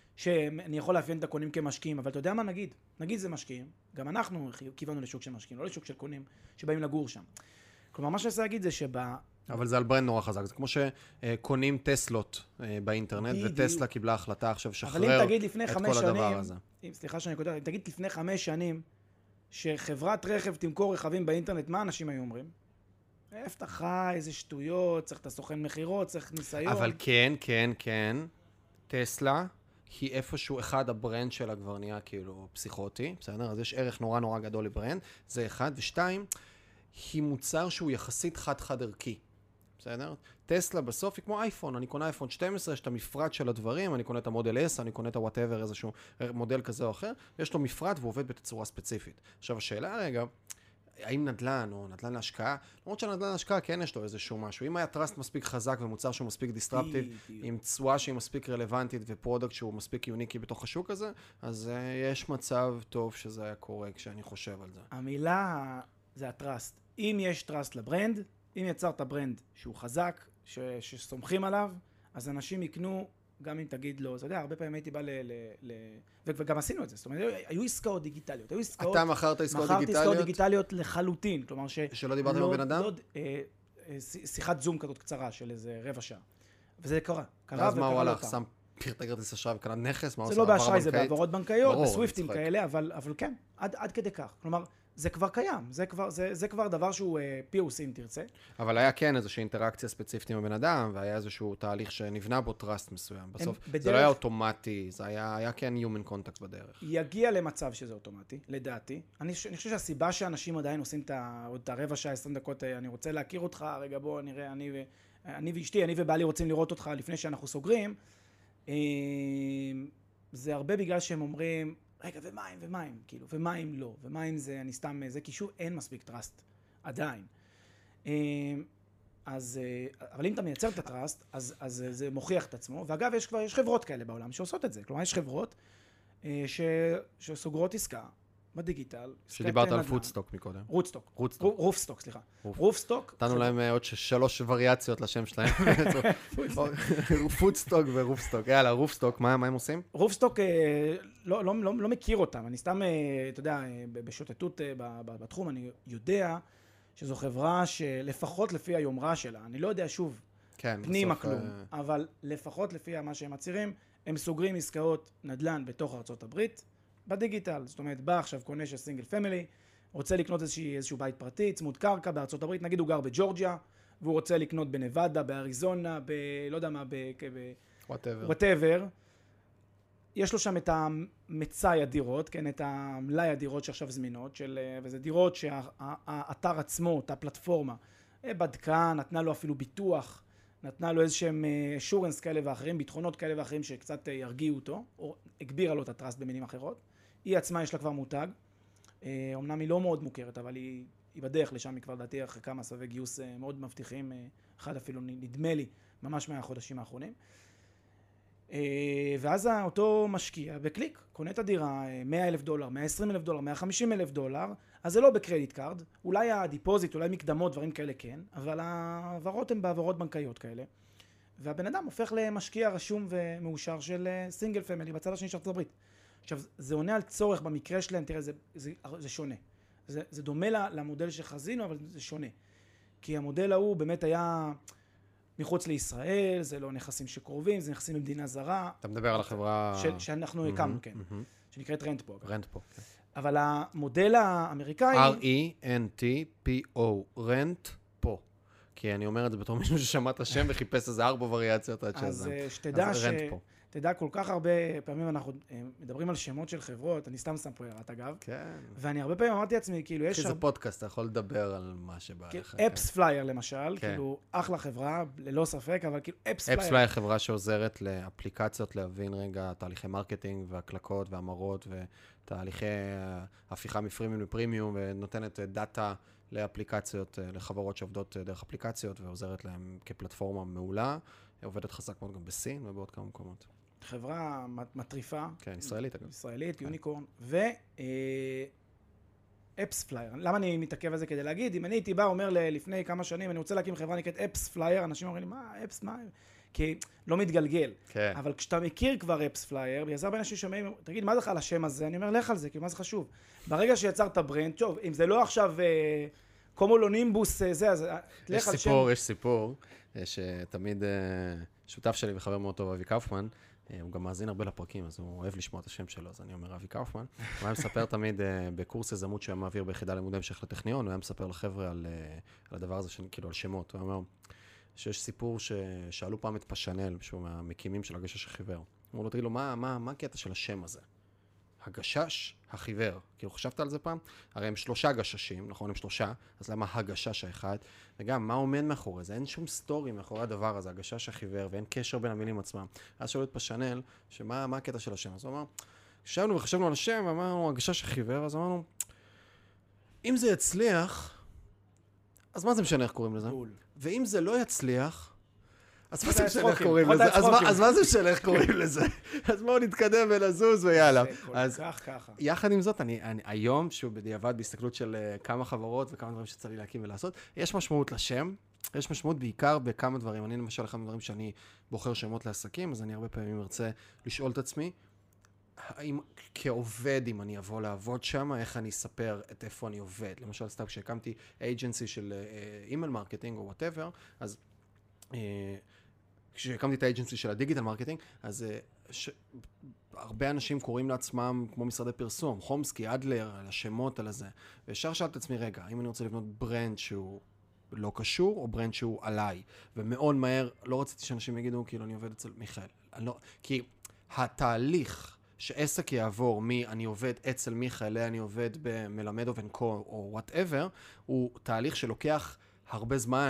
שאני יכול לאפיין את הקונים כמשקיעים, אבל אתה יודע מה נגיד? נגיד זה משקיעים, גם אנחנו כיוונו לשוק של משקיעים, לא לשוק של קונים שבאים לגור שם. כלומר, מה שאני רוצה להגיד זה שבה...
אבל זה על ברנד נורא חזק, זה כמו שקונים טסלות באינטרנט, וטסלה קיבלה החלטה עכשיו שחרר את כל הדבר הזה.
סליחה שאני קודם, אם תגיד לפני חמש שנים שחברת רכב תמכור רכבים באינטרנט, מה אנשים היו אומרים? איפה אתה חי, איזה שטויות, צריך את הסוכן מחירות, צריך ניסיון.
אבל כן, כן, כן, טסלה היא איפשהו אחד הברנד שלה כבר נהיה כאילו פסיכוטי, בסדר? אז יש ערך נורא נורא גדול לברנד, זה אחד, ושתיים, היא מוצר שהוא יחסית חד-חד ערכי, בסדר? טסלה בסוף היא כמו אייפון, אני קונה אייפון שתים עשרה, יש את המפרט של הדברים, אני קונה את המודל S, אני קונה את ה-whatever, איזשהו מודל כזה או אחר, יש לו מפרט והוא עובד בתצורה ספציפית. עכשיו השאלה רגע, האם נדל"ן או נדל"ן להשקעה, למרות שנדל"ן להשקעה כן יש לו איזשהו משהו, אם היה טראסט מספיק חזק ומוצר שהוא מספיק דיסטרפטיב, עם צורה שהיא מספיק רלוונטית ופרודקט שהוא מספיק יוניקי בתוך השוק הזה, אז uh, יש מצב טוב שזה היה קורה כשאני חושב על זה.
המילה זה הטראסט. אם יש טראסט לברנד, אם יצרת ברנד שהוא חזק, ש- שסומכים עליו, אז אנשים יקנו, גם אם תגיד לו, אתה יודע, הרבה פעמים הייתי בא ל... ל, ל וגם עשינו את זה, זאת אומרת, היו עסקאות דיגיטליות, היו עסקאות...
אתה מכרת עסקאות דיגיטליות?
מכרתי עסקאות דיגיטליות לחלוטין, כלומר ש...
שלא דיברת עם הבן אדם?
לא, אה, אה, שיחת זום כזאת קצרה של איזה רבע שעה. וזה קרה, קרה
ואז מה הוא הלך? שם פרטי כרטיס אשראי וקנה נכס?
זה לא באשראי, זה בעברות בנקאיות, בסוויפטים כאלה, אבל, אבל כן, עד, עד כדי כך. כלומר, זה כבר קיים, זה כבר, זה, זה כבר דבר שהוא פי או סי אם תרצה.
אבל היה כן איזושהי אינטראקציה ספציפית עם הבן אדם, והיה איזשהו תהליך שנבנה בו טראסט מסוים. בסוף בדרך, זה לא היה אוטומטי, זה היה, היה כן human contact בדרך.
יגיע למצב שזה אוטומטי, לדעתי. אני, אני חושב שהסיבה שאנשים עדיין עושים את, עוד את הרבע שעה, עשרים דקות, אני רוצה להכיר אותך, רגע בוא נראה, אני, ו, אני ואשתי, אני ובעלי רוצים לראות אותך לפני שאנחנו סוגרים, זה הרבה בגלל שהם אומרים, רגע, ומה אם, ומה אם, כאילו, ומה אם לא, ומה אם זה, אני סתם, זה, כי שוב, אין מספיק טראסט, עדיין. אז, אבל אם אתה מייצר את הטראסט, אז, אז זה מוכיח את עצמו, ואגב, יש כבר, יש חברות כאלה בעולם שעושות את זה, כלומר, יש חברות ש, שסוגרות עסקה בדיגיטל.
שדיברת על פודסטוק מקודם.
רוטסטוק.
רוטסטוק.
רופסטוק, סליחה. רופסטוק.
נתנו להם עוד שלוש וריאציות לשם שלהם. פודסטוק ורופסטוק. יאללה, רופסטוק, מה הם עושים?
רופסטוק, לא, לא, לא, לא מכיר אותם. אני סתם, אתה יודע, בשוטטות בתחום, אני יודע שזו חברה שלפחות לפי היומרה שלה, אני לא יודע שוב, פנימה כלום, אבל לפחות לפי מה שהם מצירים, הם סוגרים עסקאות נדל"ן בתוך ארצות הברית, בדיגיטל. זאת אומרת, בא עכשיו קונה של סינגל פמילי, רוצה לקנות איזשהו, איזשהו בית פרטי, צמוד קרקע בארצות הברית, נגיד הוא גר בג'ורג'יה, והוא רוצה לקנות בנבדה, באריזונה, ב... לא יודע מה, ב...
whatever.
whatever. יש לו שם את המצאי הדירות, כן, את המלאי הדירות שעכשיו זמינות, של... וזה דירות שהאתר עצמו, אותה פלטפורמה, בדקה, נתנה לו אפילו ביטוח, נתנה לו איזשהם אשורנס כאלה ואחרים, ביטחונות כאלה ואחרים שקצת ירגיעו אותו, או הגבירה לו את הטראסט במילים אחרות. היא עצמה יש לה כבר מותג, אמנם היא לא מאוד מוכרת, אבל היא, היא בדרך לשם, היא כבר דעתי אחרי כמה סבבי גיוס מאוד מבטיחים, אחד אפילו נדמה לי, ממש מהחודשים האחרונים. ואז אותו משקיע בקליק, קונה את הדירה מאה אלף דולר, מאה ועשרים אלף דולר, מאה וחמישים אלף דולר, אז זה לא בקרדיט קארד, אולי הדיפוזיט, אולי מקדמות, דברים כאלה כן, אבל העברות הן בעברות בנקאיות כאלה. והבן אדם הופך למשקיע רשום ומאושר של סינגל פמילי בצד השני של ארצות הברית. עכשיו, זה עונה על צורך במקרה שלהם, תראה, זה, זה, זה שונה. זה, זה דומה למודל שחזינו, אבל זה שונה. כי המודל ההוא באמת היה מחוץ לישראל, זה לא נכסים שקרובים, זה נכסים במדינה זרה.
אתה מדבר על החברה...
של, שאנחנו הקמנו, כן. שנקראת רנטפו.
רנטפו, כן.
אבל המודל האמריקאי...
R-E-N-T-P-O, רנטפו. כי אני אומר את זה בתור מישהו ששמע את השם וחיפש איזה ארבע וריאציות עד שזה.
אז שתדע ש... תדע, כל כך הרבה פעמים אנחנו מדברים על שמות של חברות, אני סתם שם פה ירת אגב. כן. ואני הרבה פעמים אמרתי לעצמי, כאילו יש...
כי זה פודקאסט, אתה יכול לדבר על מה שבא לך.
אפס פלייר למשל, כאילו אחלה חברה, ללא ספק, אבל כאילו אפס פלייר.
אפס פלייר חברה שעוזרת לאפליקציות להבין רגע תהליכי מרקטינג והקלקות והמרות ותהליכי הפיכה מפרימיום לפרימיום, ונותנת דאטה לאפליקציות, לחברות שעובדות דרך אפליקציות, ועוזרת להם כפלטפורמה מעולה. עובדת חזק מאוד גם בסין ובעוד כמה מקומות.
חברה מטריפה.
כן, ישראלית אגב.
ישראלית, יוניקורן. ו... אפס פלייר. למה אני מתעכב על זה כדי להגיד? אם אני הייתי בא, אומר לפני כמה שנים, אני רוצה להקים חברה נקראת אפס פלייר, אנשים אומרים לי, מה, אפס, מה? כי לא מתגלגל. כן. אבל כשאתה מכיר כבר אפס פלייר, ויעזר בין אנשים שומעים, תגיד, מה זה לך על השם הזה? אני אומר, לך על זה, כי מה זה חשוב? ברגע שיצרת ברנד, טוב, אם זה לא עכשיו קומולונימבוס, זה, אז לך על שם.
יש סיפור, יש סיפור, שתמיד שותף שלי וחבר מאוד טוב, אבי קאופמן, הוא גם מאזין הרבה לפרקים, אז הוא אוהב לשמוע את השם שלו, אז אני אומר אבי קאופמן. הוא היה מספר תמיד בקורס יזמות שהוא מעביר ביחידה לימודי המשך לטכניון, הוא היה מספר לחבר'ה על, על הדבר הזה, כאילו על שמות. הוא אומר שיש סיפור ששאלו פעם את פשנל, שהוא מהמקימים של הגשש החיוור. הוא לא תגיד לו, מה, מה, מה הקטע של השם הזה? הגשש החיוור. כאילו, חשבת על זה פעם? הרי הם שלושה גששים, נכון? הם שלושה, אז למה הגשש האחד? וגם, מה עומד מאחורי זה? אין שום סטורי מאחורי הדבר הזה, הגשש החיוור, ואין קשר בין המילים עצמם. אז שאלו את פשנל, שמה מה הקטע של השם? אז הוא אמר, חשבנו וחשבנו על השם, ואמרנו, הגשש החיוור, אז אמרנו, אם זה יצליח, אז מה זה משנה איך קוראים לזה? ואם זה לא יצליח, אז מה זה משנה איך קוראים לזה? אז מה זה משנה איך קוראים לזה? אז בואו נתקדם ולזוז ויאללה.
אז ככה.
יחד עם זאת, אני היום, שהוא בדיעבד בהסתכלות של כמה חברות וכמה דברים שצריך לי להקים ולעשות, יש משמעות לשם, יש משמעות בעיקר בכמה דברים. אני למשל, אחד הדברים שאני בוחר שמות לעסקים, אז אני הרבה פעמים ארצה לשאול את עצמי, האם כעובד, אם אני אבוא לעבוד שם, איך אני אספר את איפה אני עובד. למשל, סתם כשהקמתי אייג'נסי של אימייל מרקטינג או whatever, אז כשהקמתי את האג'נסי של הדיגיטל מרקטינג, אז ש... הרבה אנשים קוראים לעצמם כמו משרדי פרסום, חומסקי, אדלר, על השמות, על הזה. וישר שאלת את עצמי, רגע, האם אני רוצה לבנות ברנד שהוא לא קשור, או ברנד שהוא עליי? ומאוד מהר, לא רציתי שאנשים יגידו, כאילו, אני עובד אצל מיכאל. לא... כי התהליך שעסק יעבור מי אני עובד אצל מיכאל, אני עובד במלמד אובן קו, או whatever, הוא תהליך שלוקח הרבה זמן,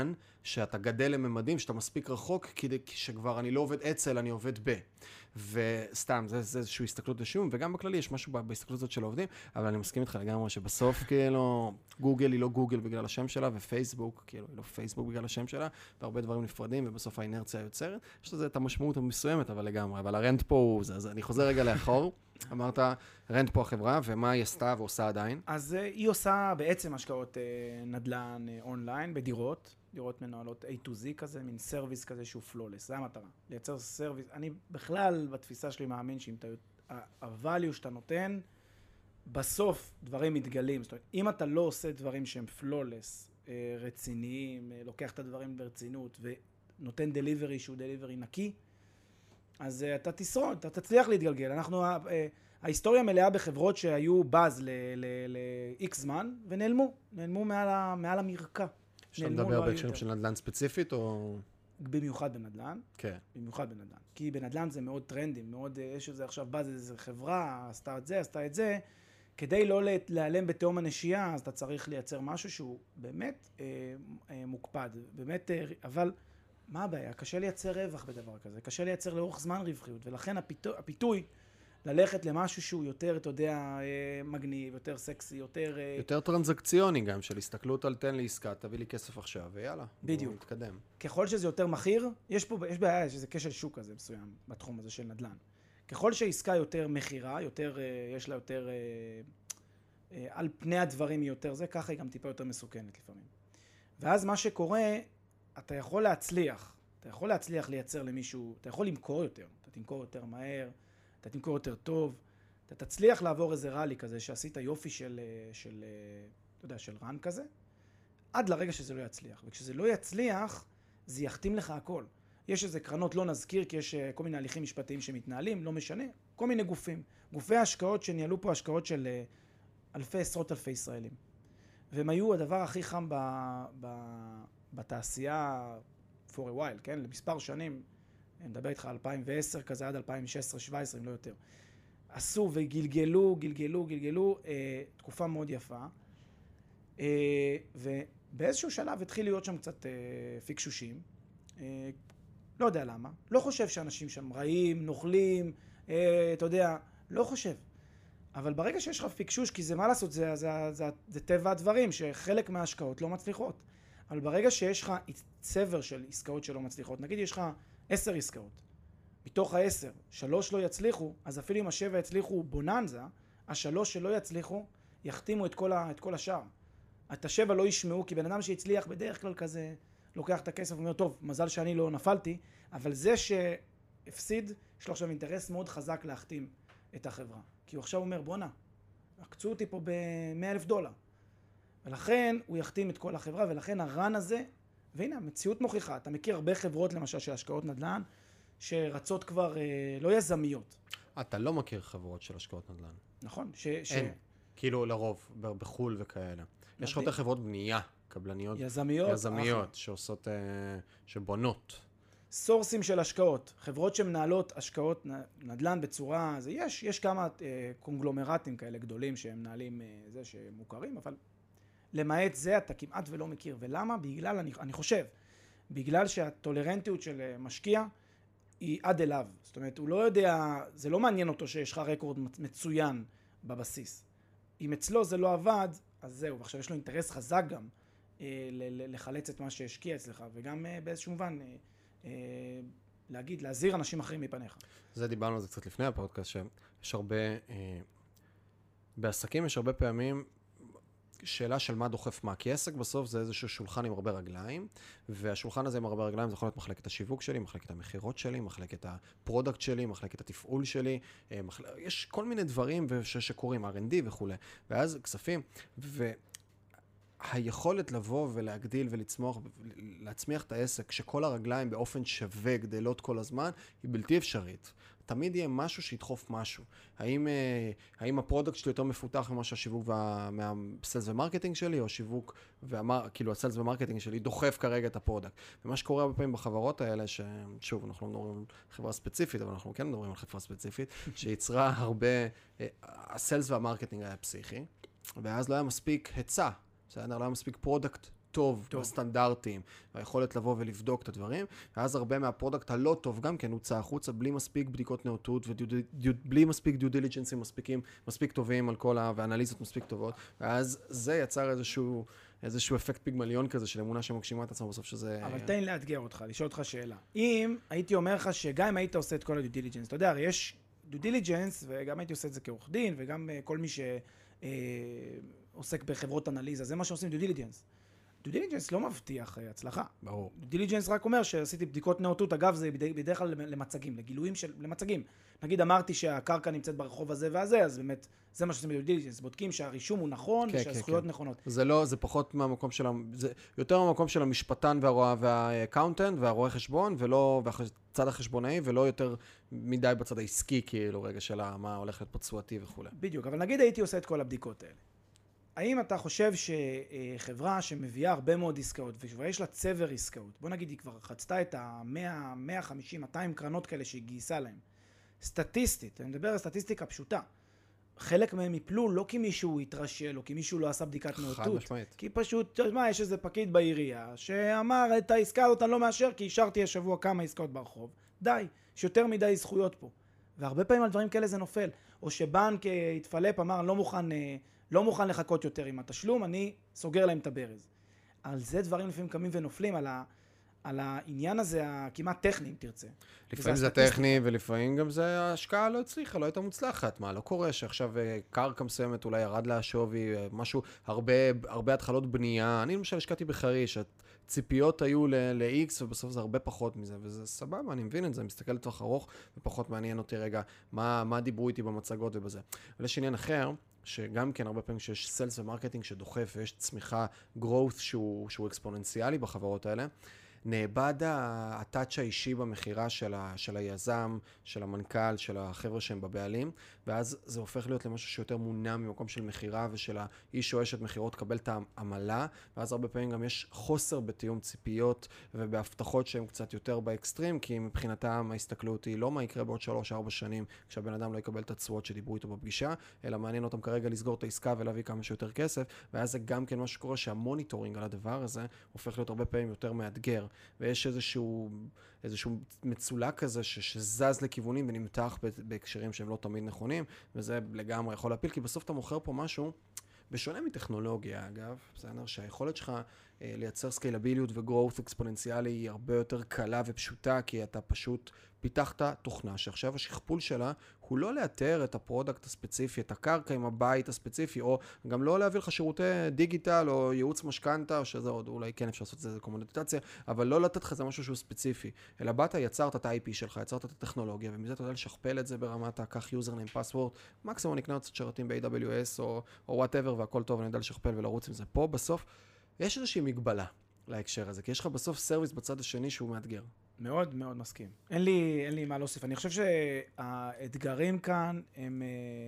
שאתה גדל לממדים, שאתה מספיק רחוק, כדי שכבר אני לא עובד אצל, אני עובד ב. וסתם, זה, זה איזושהי הסתכלות לשום, וגם בכללי יש משהו בהסתכלות הזאת של העובדים, אבל אני מסכים איתך לגמרי שבסוף, כאילו, גוגל היא לא גוגל בגלל השם שלה, ופייסבוק, כאילו, היא לא פייסבוק בגלל השם שלה, והרבה דברים נפרדים, ובסוף האינרציה יוצרת. יש לזה את המשמעות המסוימת, אבל לגמרי, אבל הרנט פה הוא זה, אז אני חוזר רגע לאחור. אמרת, רנט פה החברה, ומה היא עשתה ועושה עדיין?
אז היא עושה בעצם השקעות נדל"ן אונליין בדירות, דירות מנהלות A to Z כזה, מין סרוויס כזה שהוא פלולס, זה המטרה, לייצר סרוויס. אני בכלל בתפיסה שלי מאמין שאם אתה, ה-value שאתה נותן, בסוף דברים מתגלים. זאת אומרת, אם אתה לא עושה דברים שהם פלולס, רציניים, לוקח את הדברים ברצינות ונותן דליברי שהוא דליברי נקי, אז אתה תשרוד, אתה תצליח להתגלגל. אנחנו, ההיסטוריה מלאה בחברות שהיו באז ל-X זמן ונעלמו, נעלמו מעל המרקע.
שאתה מדבר בהקשרים של נדל"ן ספציפית או...
במיוחד בנדל"ן.
כן.
במיוחד בנדל"ן. כי בנדל"ן זה מאוד טרנדי, מאוד, יש איזה עכשיו באז איזה חברה, עשתה את זה, עשתה את זה. כדי לא להיעלם בתהום הנשייה, אז אתה צריך לייצר משהו שהוא באמת אה, אה, מוקפד, באמת, אה, אבל מה הבעיה? קשה לייצר רווח בדבר כזה, קשה לייצר לאורך זמן רווחיות, ולכן הפיתוי, הפיתוי ללכת למשהו שהוא יותר, אתה יודע, אה, מגניב, יותר סקסי, יותר... אה,
יותר טרנזקציוני גם, של הסתכלות על תן לי עסקה, תביא לי כסף עכשיו, ויאללה.
בדיוק.
נתקדם.
ככל שזה יותר מחיר, יש פה, יש בעיה, יש איזה כשל שוק כזה מסוים בתחום הזה של נדל"ן. ככל שהעסקה יותר מחירה, יותר, יש לה יותר, על פני הדברים היא יותר זה, ככה היא גם טיפה יותר מסוכנת לפעמים. ואז מה שקורה, אתה יכול להצליח, אתה יכול להצליח לייצר למישהו, אתה יכול למכור יותר, אתה תמכור יותר מהר, אתה תמכור יותר טוב, אתה תצליח לעבור איזה רלי כזה, שעשית יופי של, של, אתה יודע, של רן כזה, עד לרגע שזה לא יצליח. וכשזה לא יצליח, זה יחתים לך הכל. יש איזה קרנות, לא נזכיר, כי יש כל מיני הליכים משפטיים שמתנהלים, לא משנה, כל מיני גופים. גופי ההשקעות שניהלו פה השקעות של אלפי, עשרות אלפי ישראלים. והם היו הדבר הכי חם ב, ב, בתעשייה for a while, כן? למספר שנים, אני מדבר איתך אלפיים ועשר כזה, עד אלפיים ושש עשרה שבע עשרה, אם לא יותר. עשו וגלגלו, גלגלו, גלגלו, אה, תקופה מאוד יפה. אה, ובאיזשהו שלב התחיל להיות שם קצת אה, פיקשושים. אה, לא יודע למה, לא חושב שאנשים שם רעים, נוכלים, אה, אתה יודע, לא חושב. אבל ברגע שיש לך פיקשוש, כי זה מה לעשות, זה, זה, זה, זה, זה טבע הדברים, שחלק מההשקעות לא מצליחות. אבל ברגע שיש לך צבר של עסקאות שלא מצליחות, נגיד יש לך עשר עסקאות, מתוך העשר, שלוש לא יצליחו, אז אפילו אם השבע יצליחו בוננזה, השלוש שלא יצליחו, יחתימו את כל, ה, את כל השאר. את השבע לא ישמעו, כי בן אדם שהצליח בדרך כלל כזה, לוקח את הכסף ואומר, טוב, מזל שאני לא נפלתי, אבל זה שהפסיד, יש לו עכשיו אינטרס מאוד חזק להחתים את החברה. כי הוא עכשיו אומר, בוא נע, הקצו אותי פה ב-מאה אלף דולר. ולכן הוא יחתים את כל החברה, ולכן הרן הזה, והנה, המציאות מוכיחה, אתה מכיר הרבה חברות, למשל, של השקעות נדל"ן, שרצות כבר אה, לא יזמיות.
אתה לא מכיר חברות של השקעות נדל"ן.
נכון. ש,
אין,
ש...
כאילו לרוב, בחול וכאלה. יש לך יותר חברות בנייה, קבלניות.
יזמיות.
יזמיות, אחלה. שעושות, אה, שבונות.
סורסים של השקעות, חברות שמנהלות השקעות נדל"ן בצורה, זה יש, יש כמה אה, קונגלומרטים כאלה גדולים שהם מנהלים אה, זה שמוכרים, אבל למעט זה אתה כמעט ולא מכיר. ולמה? בגלל, אני, אני חושב, בגלל שהטולרנטיות של משקיע היא עד אליו. זאת אומרת, הוא לא יודע, זה לא מעניין אותו שיש לך רקורד מצוין בבסיס. אם אצלו זה לא עבד, אז זהו. ועכשיו יש לו אינטרס חזק גם אה, לחלץ את מה שהשקיע אצלך, וגם אה, באיזשהו מובן אה, אה, להגיד, להזהיר אנשים אחרים מפניך.
זה דיברנו על זה קצת לפני הפודקאסט, שיש הרבה, אה, בעסקים יש הרבה פעמים, שאלה של מה דוחף מה, כי עסק בסוף זה איזשהו שולחן עם הרבה רגליים, והשולחן הזה עם הרבה רגליים זה יכול להיות מחלקת השיווק שלי, מחלקת המחירות שלי, מחלקת הפרודקט שלי, מחלקת התפעול שלי, מחל... יש כל מיני דברים ש... שקורים, אר אנד די וכו'. ואז כספים, והיכולת לבוא ולהגדיל ולצמוח, להצמיח את העסק, שכל הרגליים באופן שווה גדלות כל הזמן, היא בלתי אפשרית. תמיד יהיה משהו שידחוף משהו. האם, האם הפרודקט שלי יותר מפותח ממה שהשיווק מהסלס ומרקטינג שלי, או שיווק, והמר, כאילו הסלס ומרקטינג שלי דוחף כרגע את הפרודקט. ומה שקורה הרבה פעמים בחברות האלה, ששוב, אנחנו לא מדברים על חברה ספציפית, אבל אנחנו כן מדברים על חברה ספציפית, שיצרה הרבה, הסלס והמרקטינג היה פסיכי, ואז לא היה מספיק היצע, בסדר, לא היה מספיק פרודקט טוב,
טוב.
בסטנדרטים, והיכולת לבוא ולבדוק את הדברים, ואז הרבה מהפרודקט הלא טוב גם כן הוצא החוצה, בלי מספיק בדיקות נאותות, ובלי מספיק דיו דיליג'נסים מספיקים, מספיק טובים על כל ה... ואנליזות מספיק טובות, ואז זה יצר איזשהו, איזשהו אפקט פיגמליון כזה של אמונה שמגשימה את עצמו בסוף שזה...
אבל תן לי לאתגר אותך, לשאול אותך שאלה. אם הייתי אומר לך שגם אם היית עושה את כל הדיו דיליג'נס, אתה יודע, הרי יש דיו דיליג'נס, וגם הייתי עושה את זה כעורך דין, וגם כל מי שעוסק בחברות אנליזה, זה מה שעושים דיו דיליג'נס. דיו דיליג'נס לא מבטיח הצלחה.
ברור.
דיו דיליג'נס רק אומר שעשיתי בדיקות נאותות, אגב, זה בדרך כלל למצגים, לגילויים של, למצגים. נגיד, אמרתי שהקרקע נמצאת ברחוב הזה והזה, אז באמת, זה מה שעושים בדיו דיליג'נס, בודקים שהרישום הוא נכון,
כן,
ושהזכויות
כן,
נכונות.
זה לא, זה פחות מהמקום של, זה יותר מהמקום של המשפטן והרואה והאקאונטנט והרואה חשבון, ולא, והצד החשבונאי, ולא יותר מדי בצד העסקי, כאילו, רגע של מה הולך להיות פצועתי וכו'.
בדיוק, אבל נגיד הייתי עושה את כל הבדיקות האלה. האם אתה חושב שחברה שמביאה הרבה מאוד עסקאות, וכבר יש לה צבר עסקאות, בוא נגיד היא כבר חצתה את ה-מאה, מאה וחמישים, מאתיים קרנות כאלה שהיא גייסה להם, סטטיסטית, אני מדבר על סטטיסטיקה פשוטה, חלק מהם יפלו לא כי מישהו התרשל, או כי מישהו לא עשה בדיקת נאותות, כי פשוט, מה, יש איזה פקיד בעירייה, שאמר את העסקה הזאת אני לא מאשר, כי אישרתי השבוע כמה עסקאות ברחוב, די, יש יותר מדי זכויות פה, והרבה פעמים על דברים כאלה זה נופל, או שבנק התפלפ, אמר, אני לא מוכן, לא מוכן לחכות יותר עם התשלום, אני סוגר להם את הברז. על זה דברים לפעמים קמים ונופלים, על, ה, על העניין הזה הכמעט טכני, אם תרצה.
לפעמים זה טכני, ולפעמים גם זה ההשקעה לא הצליחה, לא הייתה מוצלחת. מה, לא קורה שעכשיו קרקע מסוימת אולי ירד לה שווי, משהו, הרבה, הרבה התחלות בנייה. אני למשל השקעתי בחריש, הציפיות היו ל-X, ובסוף זה הרבה פחות מזה, וזה סבבה, אני מבין את זה, אני מסתכל לטווח ארוך, ופחות מעניין אותי רגע, מה, מה דיברו איתי במצגות ובזה. אבל יש עניין אחר, שגם כן הרבה פעמים שיש סיילס ומרקטינג שדוחף ויש צמיחה, growth שהוא, שהוא אקספוננציאלי בחברות האלה, נאבד הטאץ' האישי במחירה של, ה, של היזם, של המנכ"ל, של החבר'ה שהם בבעלים, ואז זה הופך להיות למשהו שיותר מונע ממקום של מחירה ושל האיש או אשת מחירות קבל את העמלה, ואז הרבה פעמים גם יש חוסר בתיאום ציפיות ובהבטחות שהן קצת יותר באקסטרים, כי מבחינתם ההסתכלות היא לא מה יקרה בעוד שלוש ארבע שנים כשהבן אדם לא יקבל את התשואות שדיברו איתו בפגישה, אלא מעניין אותם כרגע לסגור את העסקה ולהביא כמה שיותר כסף, ואז זה גם כן מה שקורה שהמוניטורינג על הדבר הזה הופך להיות הרבה פעמים יותר מאתגר. ויש איזשהו, איזשהו מצולה כזה ש, שזז לכיוונים ונמתח בהקשרים שהם לא תמיד נכונים, וזה לגמרי יכול להפיל, כי בסוף אתה מוכר פה משהו, בשונה מטכנולוגיה אגב, בסדר, שהיכולת שלך אה, לייצר סקיילביליות וגרורת אקספוננציאלי היא הרבה יותר קלה ופשוטה, כי אתה פשוט פיתחת תוכנה, שעכשיו השכפול שלה הוא לא לאתר את הפרודקט הספציפי, את הקרקע עם הבית הספציפי, או גם לא להביא לך שירותי דיגיטל או ייעוץ משכנתה, או שזה עוד אולי כן אפשר לעשות את זה קומודיטציה, אבל לא לתת לך זה משהו שהוא ספציפי, אלא באת, יצרת את ה-איי פי שלך, יצרת את הטכנולוגיה, ומזה אתה יודע לשכפל את זה ברמת כך username, password, מקסימום נקנה עוד שרתים ב-איי דאבליו אס או, או whatever, והכל טוב, אני יודע לשכפל ולרוץ עם זה. פה בסוף יש איזושהי מגבלה להקשר הזה, כי יש לך בסוף סרוויס בצד השני שהוא מאתגר.
מאוד מאוד מסכים. אין לי, אין לי מה להוסיף. אני חושב שהאתגרים כאן הם,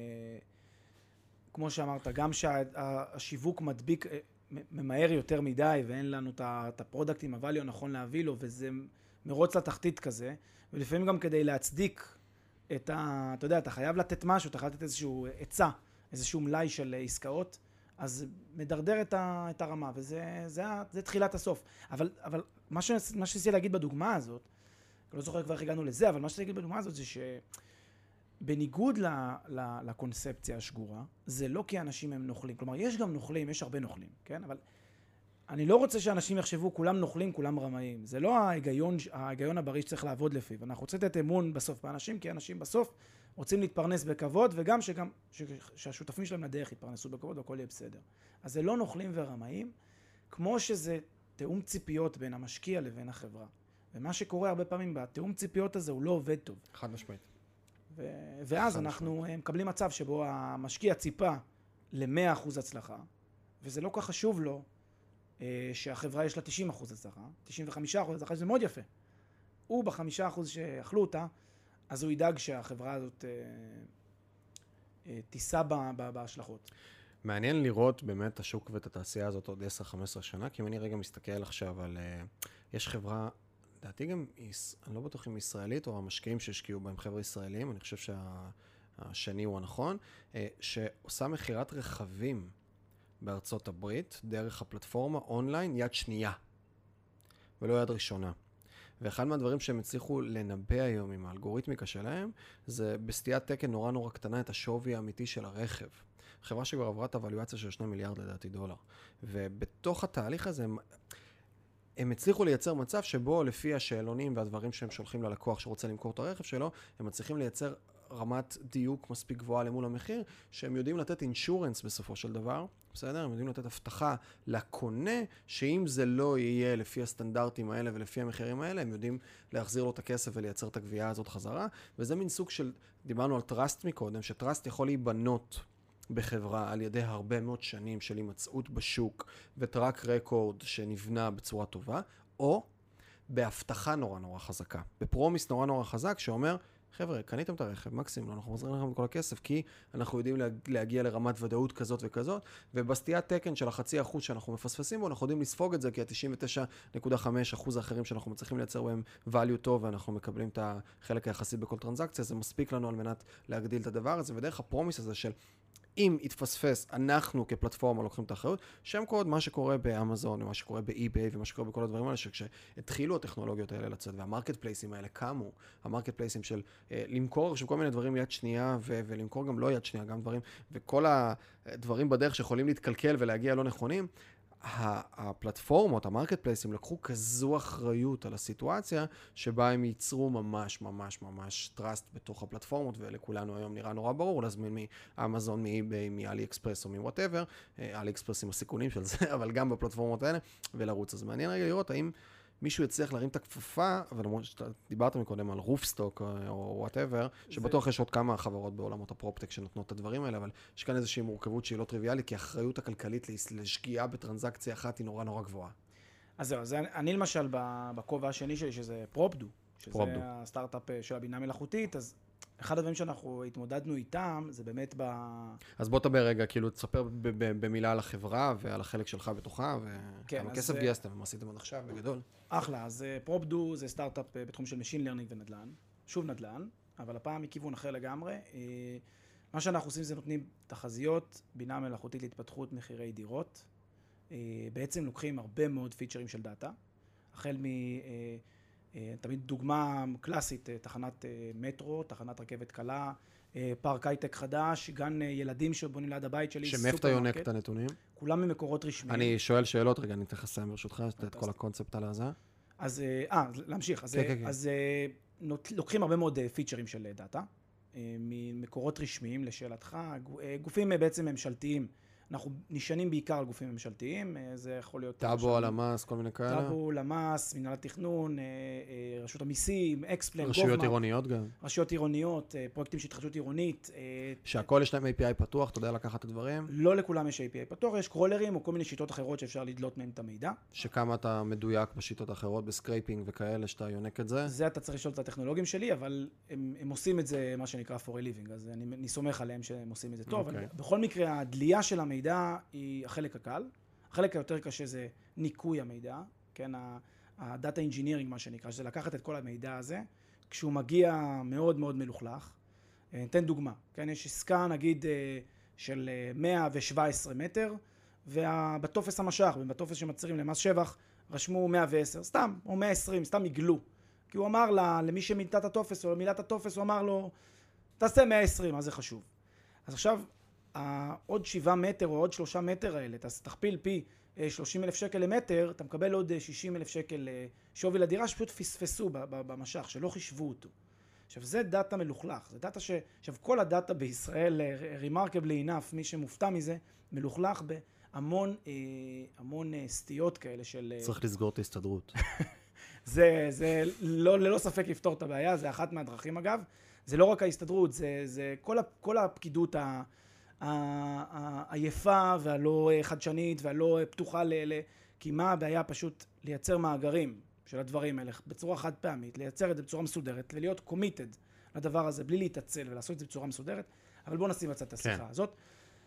כמו שאמרת, גם שהשיווק מדביק, ממהר יותר מדי, ואין לנו את הפרודקטים, הvalue הנכון להביא לו, וזה מרוץ לתחתית כזה, ולפעמים גם כדי להצדיק את ה... אתה יודע, אתה חייב לתת משהו, אתה חייב לתת איזשהו עצה, איזשהו מלאי של עסקאות, אז מדרדר את, ה, את הרמה, וזה זה, זה תחילת הסוף. אבל, אבל מה שניסיתי להגיד בדוגמה הזאת, אני לא זוכר כבר איך הגענו לזה, אבל מה שניסיתי להגיד בדוגמה הזאת זה שבניגוד ל, ל, לקונספציה השגורה, זה לא כי אנשים הם נוכלים. כלומר, יש גם נוכלים, יש הרבה נוכלים, כן? אבל אני לא רוצה שאנשים יחשבו כולם נוכלים, כולם רמאים. זה לא ההיגיון, ההיגיון הבריא שצריך לעבוד לפיו. אנחנו רוצים לתת אמון בסוף באנשים, כי אנשים בסוף רוצים להתפרנס בכבוד, וגם שגם, שהשותפים שלהם לדרך יתפרנסו בכבוד, והכל יהיה בסדר. אז זה לא נוכלים ורמאים, כמו שזה תאום ציפיות בין המשקיע לבין החברה. ומה שקורה הרבה פעמים בתאום ציפיות הזה הוא לא עובד טוב.
חד משמעית.
ו- ואז אנחנו משמעית. מקבלים מצב שבו המשקיע ציפה ל-מאה אחוז הצלחה, וזה לא כך חשוב לו שהחברה יש לה תשעים אחוז הצלחה, תשעים וחמישה אחוז הצלחה, שזה מאוד יפה. הוא ב-חמישה אחוז שאכלו אותה, אז הוא ידאג שהחברה הזאת אה, אה, תיסע ב- ב- בהשלכות.
מעניין לראות באמת השוק ואת התעשייה הזאת עוד עשר חמש עשרה שנה, כי אם אני רגע מסתכל עכשיו על... Uh, יש חברה, דעתי גם, אני לא בטוח אם ישראלית או המשקיעים שהשקיעו בהם חבר'ה ישראלים, אני חושב שהשני הוא הנכון, uh, שעושה מחירת רכבים בארצות הברית, דרך הפלטפורמה אונליין, יד שנייה, ולא יד ראשונה. ואחד מהדברים שהם הצליחו לנבא היום עם האלגוריתמיקה שלהם, זה בסטיית תקן נורא נורא קטנה את השווי האמיתי של הרכב. חברה שכבר עברה את הוואלואציה של שני מיליארד לדעתי דולר. ובתוך התהליך הזה, הם, הם הצליחו לייצר מצב שבו לפי השאלונים והדברים שהם שולחים ללקוח שרוצה למכור את הרכב שלו, הם מצליחים לייצר רמת דיוק מספיק גבוהה למול המחיר, שהם יודעים לתת אינשורנס בסופו של דבר, בסדר? הם יודעים לתת הבטחה לקונה, שאם זה לא יהיה לפי הסטנדרטים האלה ולפי המחירים האלה, הם יודעים להחזיר לו את הכסף ולייצר את הגבייה הזאת חזרה, וזה מין סוג של, דיברנו על טראסט מקודם, שטראסט יכול להיבנות בחברה על ידי הרבה מאוד שנים של הימצאות בשוק וטראק רקורד שנבנה בצורה טובה, או בהבטחה נורא נורא חזקה, בפרומיס נורא נורא חזק שאומר, חבר'ה, קניתם את הרכב, מקסימום, אנחנו מחזירים לכם את כל הכסף, כי אנחנו יודעים להגיע לרמת ודאות כזאת וכזאת, ובסטיית תקן של החצי אחוז שאנחנו מפספסים בו, אנחנו יודעים לספוג את זה, כי ה-תשעים ותשע נקודה חמש אחוז האחרים שאנחנו מצליחים לייצר בהם value טוב, ואנחנו מקבלים את החלק היחסי בכל טרנזקציה, זה מספיק לנו על מנת להגדיל את הדבר הזה, ודרך הפרומיס הזה של אם יתפספס, אנחנו כפלטפורמה לוקחים את האחריות, שם קוד מה שקורה באמזון, ומה שקורה באי-ביי, ומה שקורה בכל הדברים האלה, שכשהתחילו הטכנולוגיות האלה לצאת, והמרקט פלייסים האלה קמו, המרקט פלייסים של אה, למכור שכל מיני דברים יד שנייה, ו- ולמכור גם לא יד שנייה, גם דברים, וכל הדברים בדרך שיכולים להתקלקל ולהגיע לא נכונים, הפלטפורמות, המרקט פלייסים, לקחו כזו אחריות על הסיטואציה, שבה הם ייצרו ממש ממש ממש טראסט בתוך הפלטפורמות, ולכולנו היום נראה נורא ברור, להזמין מאמזון, מאי-ביי, מאלי אקספרס או מוואטאבר, אלי אקספרס עם הסיכונים של זה, אבל גם בפלטפורמות האלה, ולרוץ. אז מעניין רגע לראות האם מישהו יצליח להרים את הכפפה, ולמרות שדיברת מקודם על רופסטוק או וואטאבר, שבטוח יש עוד כמה חברות בעולמות הפרופטק שנותנות את הדברים האלה, אבל יש כאן איזושהי מורכבות שהיא לא טריוויאלית, כי האחריות הכלכלית לשגיאה בטרנזקציה אחת היא נורא נורא גבוהה.
אז זהו, אני למשל בכובע השני שלי, שזה פרופדו, שזה הסטארט-אפ של הבינה מלאכותית, אז אחד הדברים שאנחנו התמודדנו איתם, זה באמת ב...
אז בוא תדבר רגע, כאילו, תספר במילה על החברה ועל החלק שלך בתוכה, וכמה כסף גייסתם, ומה עשיתם עד עכשיו, בגדול.
אחלה, אז פרופדו זה סטארט-אפ בתחום של Machine Learning ונדל"ן, שוב נדל"ן, אבל הפעם מכיוון אחר לגמרי. מה שאנחנו עושים זה נותנים תחזיות, בינה מלאכותית להתפתחות מחירי דירות. בעצם לוקחים הרבה מאוד פיצ'רים של דאטה, החל מ... תמיד דוגמה קלאסית, תחנת מטרו, תחנת רכבת קלה, פארק הייטק חדש, גן ילדים שבונים ליד הבית שלי,
שמאיפה אתה יונק את הנתונים?
כולם ממקורות רשמיים.
אני שואל שאלות, רגע, אני תכף לסיים ברשותך, את כל הקונספט על הזה.
אז, אה, להמשיך. אז, אז לוקחים הרבה מאוד פיצ'רים של דאטה, ממקורות רשמיים לשאלתך, גופים בעצם ממשלתיים, אנחנו נשענים בעיקר על גופים ממשלתיים, זה יכול להיות...
טאבו, למאס, כל מיני כאלה?
טאבו, למאס, מנהל התכנון, רשות המיסים, אקספלן,
רשויות גובמה, עירוניות גם.
רשויות עירוניות, פרויקטים של התחדשות עירונית.
שהכל יש להם איי פי איי פתוח, אתה יודע לקחת את הדברים?
לא לכולם יש איי פי איי פתוח, יש קרולרים או כל מיני שיטות אחרות שאפשר לדלות מהם את המידע.
שכמה אתה מדויק בשיטות אחרות, בסקרייפינג וכאלה, שאתה יונק את זה?
זה אתה צריך לשאול את הטכנולוגים שלי, אבל הם, הם עושים את זה, מה שנקרא for a living, אז אני, אני סומך עליהם שהם עושים את זה טוב. Okay. בכל מקרה, הדלייה של המידע היא החלק הקל. החלק היותר קשה זה ניקוי המידע, כן, ה-data engineering, מה שנקרא, שזה לקחת את כל המידע הזה, כשהוא מגיע מאוד מאוד מלוכלך. ניתן דוגמה, כן, יש עסקה, נגיד, של מאה ושבע עשרה מטר, ובטופס המשך, ובטופס שמצהירים למס שבח, רשמו מאה ועשר, סתם, או מאה ועשרים, סתם יגלו. כי הוא אמר לה, למי שמילתה את הטופס, או מילת הטופס, הוא אמר לו, תעשה מאה ועשרים, מה זה חשוב? אז עכשיו, עוד שבעה מטר או עוד שלושה מטר האלה, תכפיל פי שלושים אלף שקל למטר, אתה מקבל עוד שישים אלף שקל שווי לדירה, שפשוט פספסו במשך, שלא חישבו אותו. עכשיו, זה דאטה מלוכלך, זה דאטה ש... עכשיו, כל הדאטה בישראל, remarkably enough, מי שמופתע מזה, מלוכלך בהמון המון סטיות כאלה של...
צריך לסגור את ההסתדרות.
זה, זה לא, ללא ספק לפתור את הבעיה, זה אחת מהדרכים אגב. זה לא רק ההסתדרות, זה, זה כל, ה, כל הפקידות ה, ה, ה, היפה והלא חדשנית והלא פתוחה ל... ל כי מה הבעיה? פשוט לייצר מאגרים של הדברים האלה בצורה חד פעמית, לייצר את זה בצורה מסודרת ולהיות committed לדבר הזה בלי להתעצל ולעשות את זה בצורה מסודרת, אבל בואו נשים בצד את השיחה כן. הזאת.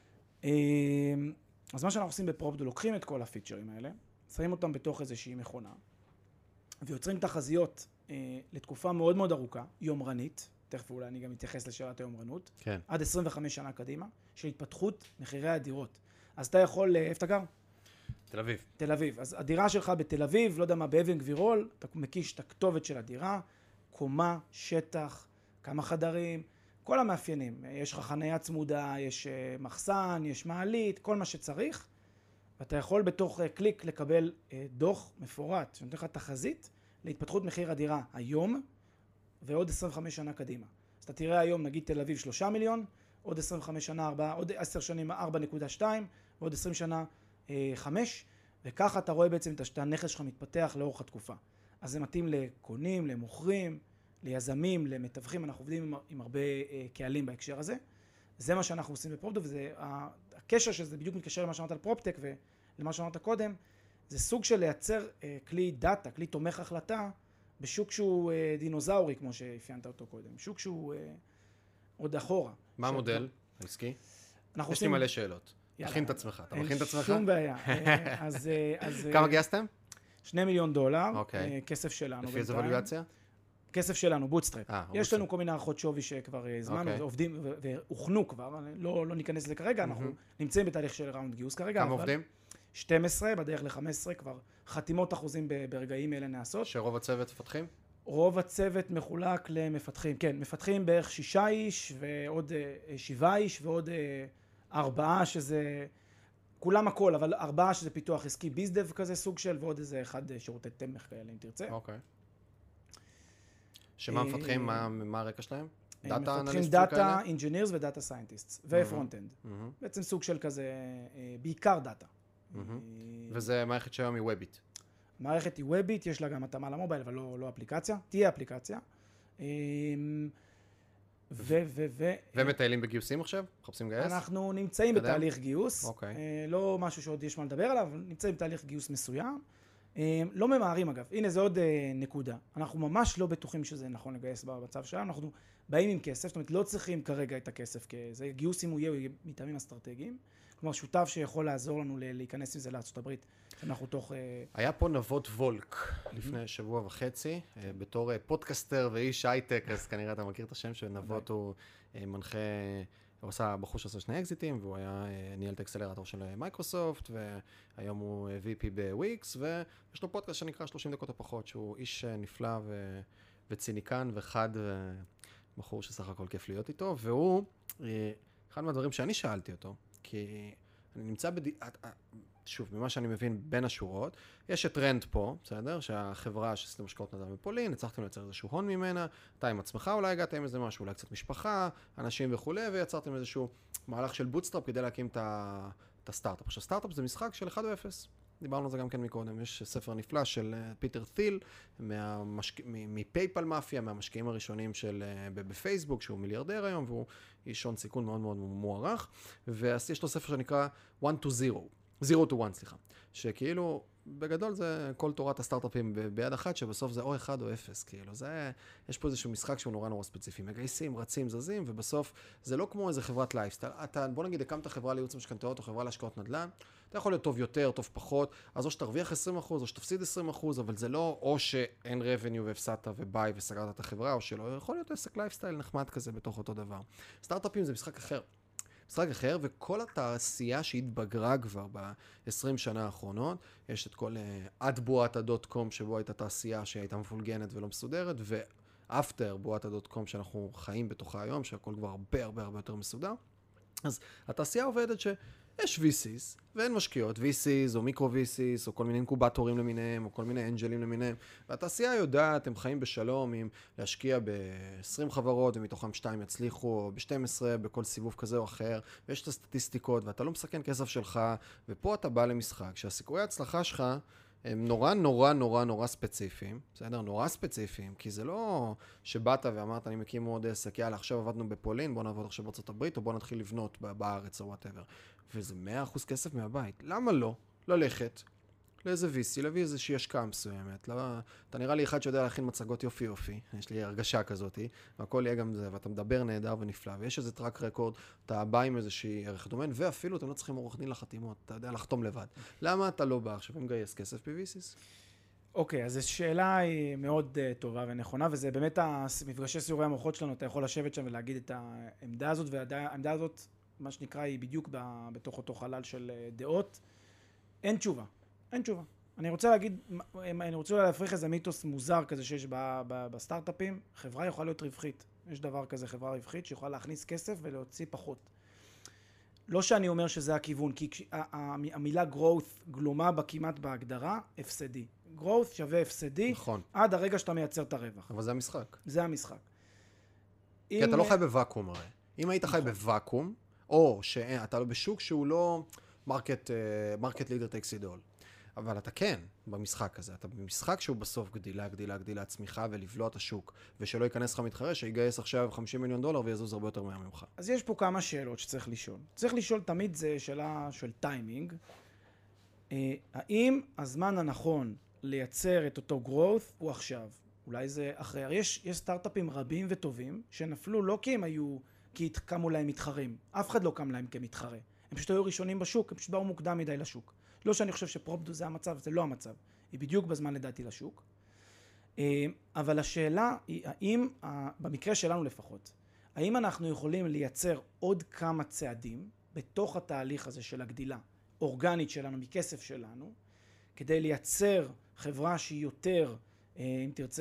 אז מה שאנחנו עושים בפרופדו, לוקחים את כל הפיצ'רים האלה, שמים אותם בתוך איזושהי מכונה, ויוצרים תחזיות אה, לתקופה מאוד מאוד ארוכה, יומרנית, תכף אולי אני גם מתייחס לשאלת היומרנות, כן. עד עשרים וחמש שנה קדימה, של התפתחות מחירי הדירות. אז אתה יכול, איפה אתה גר?
תל אביב.
תל אביב. אז הדירה שלך בתל אביב, לא יודע מה, באבן גבירול, אתה מקיש את הכתובת של הדירה, קומה, שטח, כמה חדרים, כל המאפיינים. יש לך חניה צמודה, יש מחסן, יש מעלית, כל מה שצריך. ואתה יכול בתוך קליק לקבל דוח מפורט, שנותן לך תחזית להתפתחות מחיר הדירה היום, ועוד עשרים וחמש שנה קדימה. אז אתה תראה היום, נגיד תל אביב שלושה מיליון, עוד עשרים וחמש שנה, ארבע, עוד עשר שנים ארבע נקודה שתיים, ועוד עשרים שנה חמש, וככה אתה רואה בעצם את הנכס שלך מתפתח לאורך התקופה. אז זה מתאים לקונים, למוכרים, ליזמים, למתווכים, אנחנו עובדים עם, עם הרבה uh, קהלים בהקשר הזה. זה מה שאנחנו עושים בפרופטו, וזה, הקשר שזה בדיוק מתקשר למה שאמרת על פרופטק ולמה שאמרת קודם, זה סוג של לייצר uh, כלי דאטה, כלי תומך החלטה, בשוק שהוא uh, דינוזאורי, כמו שאפיינת אותו קודם, שוק שהוא uh, עוד אחורה.
מה המודל העסקי? יש
עושים...
לי מלא שאלות. תכין את עצמך, אתה מכין את עצמך?
שום בעיה. אז, אז,
כמה גייסתם?
שני מיליון דולר,
אוקיי.
כסף שלנו.
לפי איזה וליואציה?
כסף שלנו, בוטסטראפ.
אה,
יש לנו כל מיני הערכות שווי שכבר הזמנו,
אוקיי.
עובדים והוכנו כבר, לא, לא ניכנס לזה כרגע, אנחנו נמצאים בתהליך של ראונד גיוס כרגע.
כמה עובדים?
שתים עשרה, בדרך ל-חמש עשרה, כבר חתימות אחוזים ברגעים אלה נעשות.
שרוב הצוות מפתחים?
רוב הצוות מחולק למפתחים, כן, מפתחים בערך שישה איש, ועוד שבעה איש, ועוד ארבעה שזה... כולם הכל, אבל ארבעה שזה פיתוח עסקי ביזדב כזה סוג של, ועוד איזה אחד שירותי תמך כאלה, אם תרצה.
אוקיי. שמה מפתחים? מה הרקע שלהם?
דאטה אנליסטים כאלה? מפתחים דאטה אינג'ינירס ודאטה סיינטיסטס, ופרונט-אנד. בעצם סוג של כזה, בעיקר דאטה.
וזה מערכת שהיום היא וובית.
מערכת היא וובית, יש לה גם התאמה למובייל, אבל לא אפליקציה. תהיה אפליקציה. ו... ו... ו...
ומטיילים בגיוסים עכשיו? מחפשים גייס?
אנחנו נמצאים בתהליך גיוס.
אוקיי.
לא משהו שעוד יש מה לדבר עליו, אבל נמצאים בתהליך גיוס מסוים. לא ממהרים אגב. הנה זה עוד נקודה. אנחנו ממש לא בטוחים שזה נכון לגייס במצב שלנו. אנחנו באים עם כסף, זאת אומרת לא צריכים כרגע את הכסף כזה. גיוס אם הוא יהיה, הוא יהיה מטעמים אסטרטגיים. כלומר שותף שיכול לעזור לנו להיכנס עם זה לארצות הברית. אנחנו תוך...
היה פה נבות וולק לפני שבוע וחצי, בתור פודקאסטר ואיש הייטק, אז כנראה אתה מכיר את השם שנבות הוא מנחה, הוא עושה, בחור שעושה שני אקזיטים, והוא היה ניהל את האקסלרטור של מייקרוסופט, והיום הוא וי פי בוויקס, ויש לו פודקאסט שנקרא שלושים דקות הפחות, שהוא איש נפלא ו... וציניקן וחד, בחור שסך הכל כיף להיות איתו, והוא, אחד מהדברים שאני שאלתי אותו, כי אני נמצא בד... שוב, ממה שאני מבין בין השורות, יש את טרנד פה, בסדר? שהחברה שעשיתם השקעות נדל"ן בפולין, הצלחתם לייצר איזשהו הון ממנה, אתה עם עצמך אולי הגעת עם איזה משהו, אולי קצת משפחה, אנשים וכו', ויצרתם איזשהו מהלך של בוטסטראפ כדי להקים את הסטארט-אפ. עכשיו, סטארט-אפ זה משחק של אחד או אפס. דיברנו על זה גם כן מקודם. יש ספר נפלא של פיטר thiel, מהמשק... מפייפל מאפיה, מהמשקיעים הראשונים של... בפייסבוק, שהוא מיליארדר היום, והוא איש הון סיכון מאוד מאוד מוערך, ויש לו ספר שנקרא one to zero. zero to one, סליחה. שכאילו, בגדול זה כל תורת הסטארט-אפים ביד אחת, שבסוף זה או אחד או אפס, כאילו. זה, יש פה איזשהו משחק שהוא נורא נורא ספציפי. מגייסים, רצים, זזים, ובסוף זה לא כמו איזה חברת לייפסטייל. אתה, בוא נגיד, הקמת חברה לייעוץ משכנתאות או חברה להשקעות נדל"ן, אתה יכול להיות טוב יותר, טוב פחות, אז או שתרוויח עשרים אחוז או שתפסיד עשרים אחוז, אבל זה לא או שאין revenue והפסדת וביי וסגרת את החברה, או שלא. יכול להיות עסק לייפסטייל נחמד כזה בתוך אותו דבר. סטארט-אפים זה משחק אחר. משחק אחר, וכל התעשייה שהתבגרה כבר ב-עשרים שנה האחרונות, יש את כל עד בועת הדוט קום, שבו הייתה תעשייה שהייתה מפולגנת ולא מסודרת, ואפטר בועת הדוט קום שאנחנו חיים בתוכה היום, שהכל כבר הרבה הרבה הרבה יותר מסודר. אז התעשייה עובדת שיש וי סי'ס ואין משקיעות, וי סי'ס או מיקרו-וי סי'ס או כל מיני אינקובטורים למיניהם או כל מיני אנג'לים למיניהם, והתעשייה יודעת, הם חיים בשלום עם להשקיע ב-עשרים חברות ומתוכם שתיים יצליחו, או ב-שתים עשרה בכל סיבוב כזה או אחר, ויש את הסטטיסטיקות ואתה לא מסכן כסף שלך, ופה אתה בא למשחק שהסיכויי ההצלחה שלך הם נורא נורא נורא נורא ספציפיים, בסדר? נורא ספציפיים, כי זה לא שבאת ואמרת, אני מקים עוד עסק, יאללה, עכשיו עבדנו בפולין, בוא נעבוד עכשיו בארצות הברית, או בוא נתחיל לבנות בארץ או whatever. וזה מאה אחוז כסף מהבית. למה לא? ללכת לאיזה וי סי, להביא איזושהי השקעה מסוימת. לא, אתה נראה לי אחד שיודע להכין מצגות יופי יופי, יש לי הרגשה כזאת, והכל יהיה גם זה, ואתה מדבר נהדר ונפלא, ויש איזה טרק רקורד, אתה בא עם איזושהי ערך דומיין, ואפילו אתם לא צריכים עורך דין לחתימות, אתה יודע לחתום לבד. למה אתה לא בא עכשיו ומגייס כסף ב-וי סי'ס?
אוקיי, אז השאלה היא מאוד uh, טובה ונכונה, וזה באמת המפגשי סיורי המוחות שלנו, אתה יכול לשבת שם ולהגיד את העמדה הזאת, והעמדה הזאת מה שנקרא, היא בדיוק ב, בתוך אותו חלל של דעות. אין תשובה, אין תשובה. אני רוצה להגיד, אני רוצה להפריך איזה מיתוס מוזר כזה שיש ב, ב, בסטארט-אפים. חברה יכולה להיות רווחית. יש דבר כזה, חברה רווחית, שיכולה להכניס כסף ולהוציא פחות. לא שאני אומר שזה הכיוון, כי המילה growth גלומה בכמעט בהגדרה, הפסדי. growth שווה הפסדי,
נכון.
עד הרגע שאתה מייצר את הרווח.
אבל זה המשחק.
זה המשחק.
כי אתה לא חי בוואקום הרי. אם היית חי בוואקום, או שאתה לא בשוק שהוא לא market, market leader takes it all. אבל אתה כן במשחק הזה. אתה במשחק שהוא בסוף גדילה, גדילה, גדילה, צמיחה ולבלוע את השוק. ושלא ייכנס לך מתחרה, שיגייס עכשיו חמישים מיליון דולר ויזוז הרבה יותר מהר ממך.
אז יש פה כמה שאלות שצריך לשאול. צריך לשאול תמיד זה שאלה של טיימינג. אה, האם הזמן הנכון לייצר את אותו growth הוא עכשיו? אולי זה אחרי. יש, יש סטארט-אפים רבים וטובים שנפלו לא כי הם היו, כי קמו להם מתחרים. אף אחד לא קם להם כמתחרה. הם פשוט היו ראשונים בשוק, הם פשוט באו מוקדם מדי לשוק. לא שאני חושב שפרופדו זה המצב, זה לא המצב. היא בדיוק בזמן לדעתי לשוק. אבל השאלה היא, האם, במקרה שלנו לפחות, האם אנחנו יכולים לייצר עוד כמה צעדים בתוך התהליך הזה של הגדילה, אורגנית שלנו, מכסף שלנו, כדי לייצר חברה שהיא יותר, אם תרצה,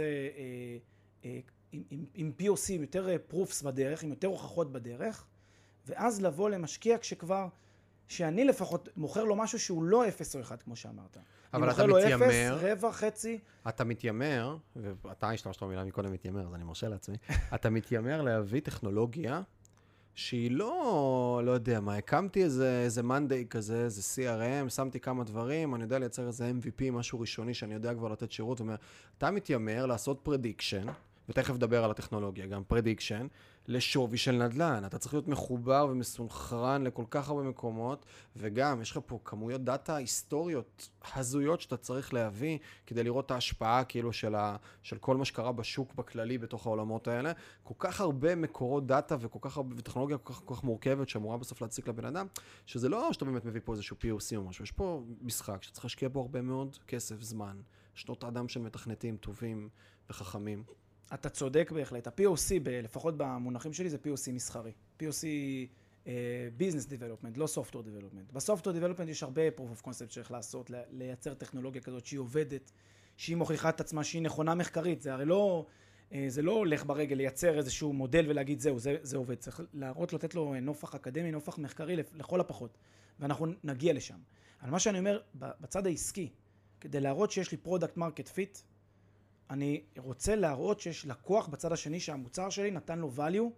עם, עם, עם פי או סי, יותר פרופס בדרך, עם יותר הוכחות בדרך, ואז לבוא למשקיע כשכבר, שאני לפחות מוכר לו משהו שהוא לא אפס או אחד, כמו שאמרת.
אבל אתה מתיימר...
אני מוכר לו אפס, רבע, חצי.
אתה מתיימר, ואתה השתמשת במילה מקודם מתיימר, אז אני מרשה לעצמי, אתה מתיימר להביא טכנולוגיה שהיא לא, לא יודע מה, הקמתי איזה, איזה Monday כזה, איזה סי אר אם, שמתי כמה דברים, אני יודע לייצר איזה אם וי פי, משהו ראשוני שאני יודע כבר לתת שירות, ואומר, אתה מתיימר לעשות prediction, ותכף נדבר על הטכנולוגיה, גם prediction, לשווי של נדל"ן. אתה צריך להיות מחובר ומסונכרן לכל כך הרבה מקומות, וגם יש לך פה כמויות דאטה היסטוריות הזויות שאתה צריך להביא, כדי לראות את ההשפעה כאילו של, ה, של כל מה שקרה בשוק בכללי בתוך העולמות האלה. כל כך הרבה מקורות דאטה וכל כך הרבה, וטכנולוגיה כל כך, כל כך מורכבת, שאמורה בסוף להציק לבן אדם, שזה לא שאתה באמת מביא פה איזשהו פי או סי או משהו. יש פה משחק שצריך להשקיע בו הרבה מאוד כסף, זמן, שנות אדם של מתכנתים טובים וחכמים.
אתה צודק בהחלט. ה-פי או סי, לפחות במונחים שלי, זה פי או סי מסחרי. פי או סי uh, Business Development, לא Software Development. ב-Software Development יש הרבה Proof of Concept שצריך לעשות, לייצר טכנולוגיה כזאת שהיא עובדת, שהיא מוכיחה את עצמה, שהיא נכונה מחקרית. זה הרי לא, uh, זה לא הולך ברגל לייצר איזשהו מודל ולהגיד זהו, זה, זה עובד. צריך להראות, לתת לו נופח אקדמי, נופח מחקרי לכל הפחות. ואנחנו נגיע לשם. אבל מה שאני אומר, בצד העסקי, כדי להראות שיש לי Product Market Fit, אני רוצה להראות שיש לקוח בצד השני שהמוצר שלי נתן לו value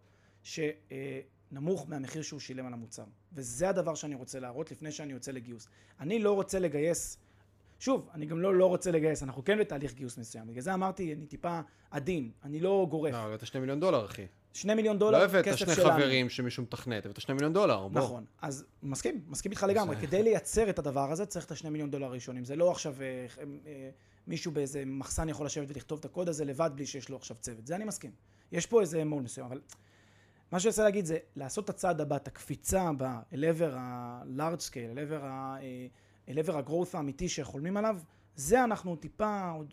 שנמוך מהמחיר שהוא שילם על המוצר. וזה הדבר שאני רוצה להראות לפני שאני יוצא לגיוס. אני לא רוצה לגייס, שוב, אני גם לא לא רוצה לגייס, אנחנו כן בתהליך גיוס מסוים. בגלל זה אמרתי, אני טיפה עדין, אני לא גורף.
לא, הבאת שני מיליון דולר, אחי.
שני מיליון דולר, כסף שלנו.
לא הבאת שני חברים שמישהו מתכנת, הבאת שני מיליון דולר.
נכון, אז מסכים, מסכים איתך לגמרי. כדי לייצר את הדבר הזה צריך את השני מיליון דולר הראשונים. זה לא עכשיו מישהו באיזה מחסן יכול לשבת ולכתוב את הקוד הזה לבד בלי שיש לו עכשיו צוות. זה אני מסכים. יש פה איזה מול מסוים, אבל מה שאני רוצה להגיד זה לעשות את הצעד הבא, את הקפיצה הבאה אל עבר ה-large scale, אל עבר ה- אל עבר ה-growth האמיתי שחולמים עליו, זה אנחנו טיפה עוד,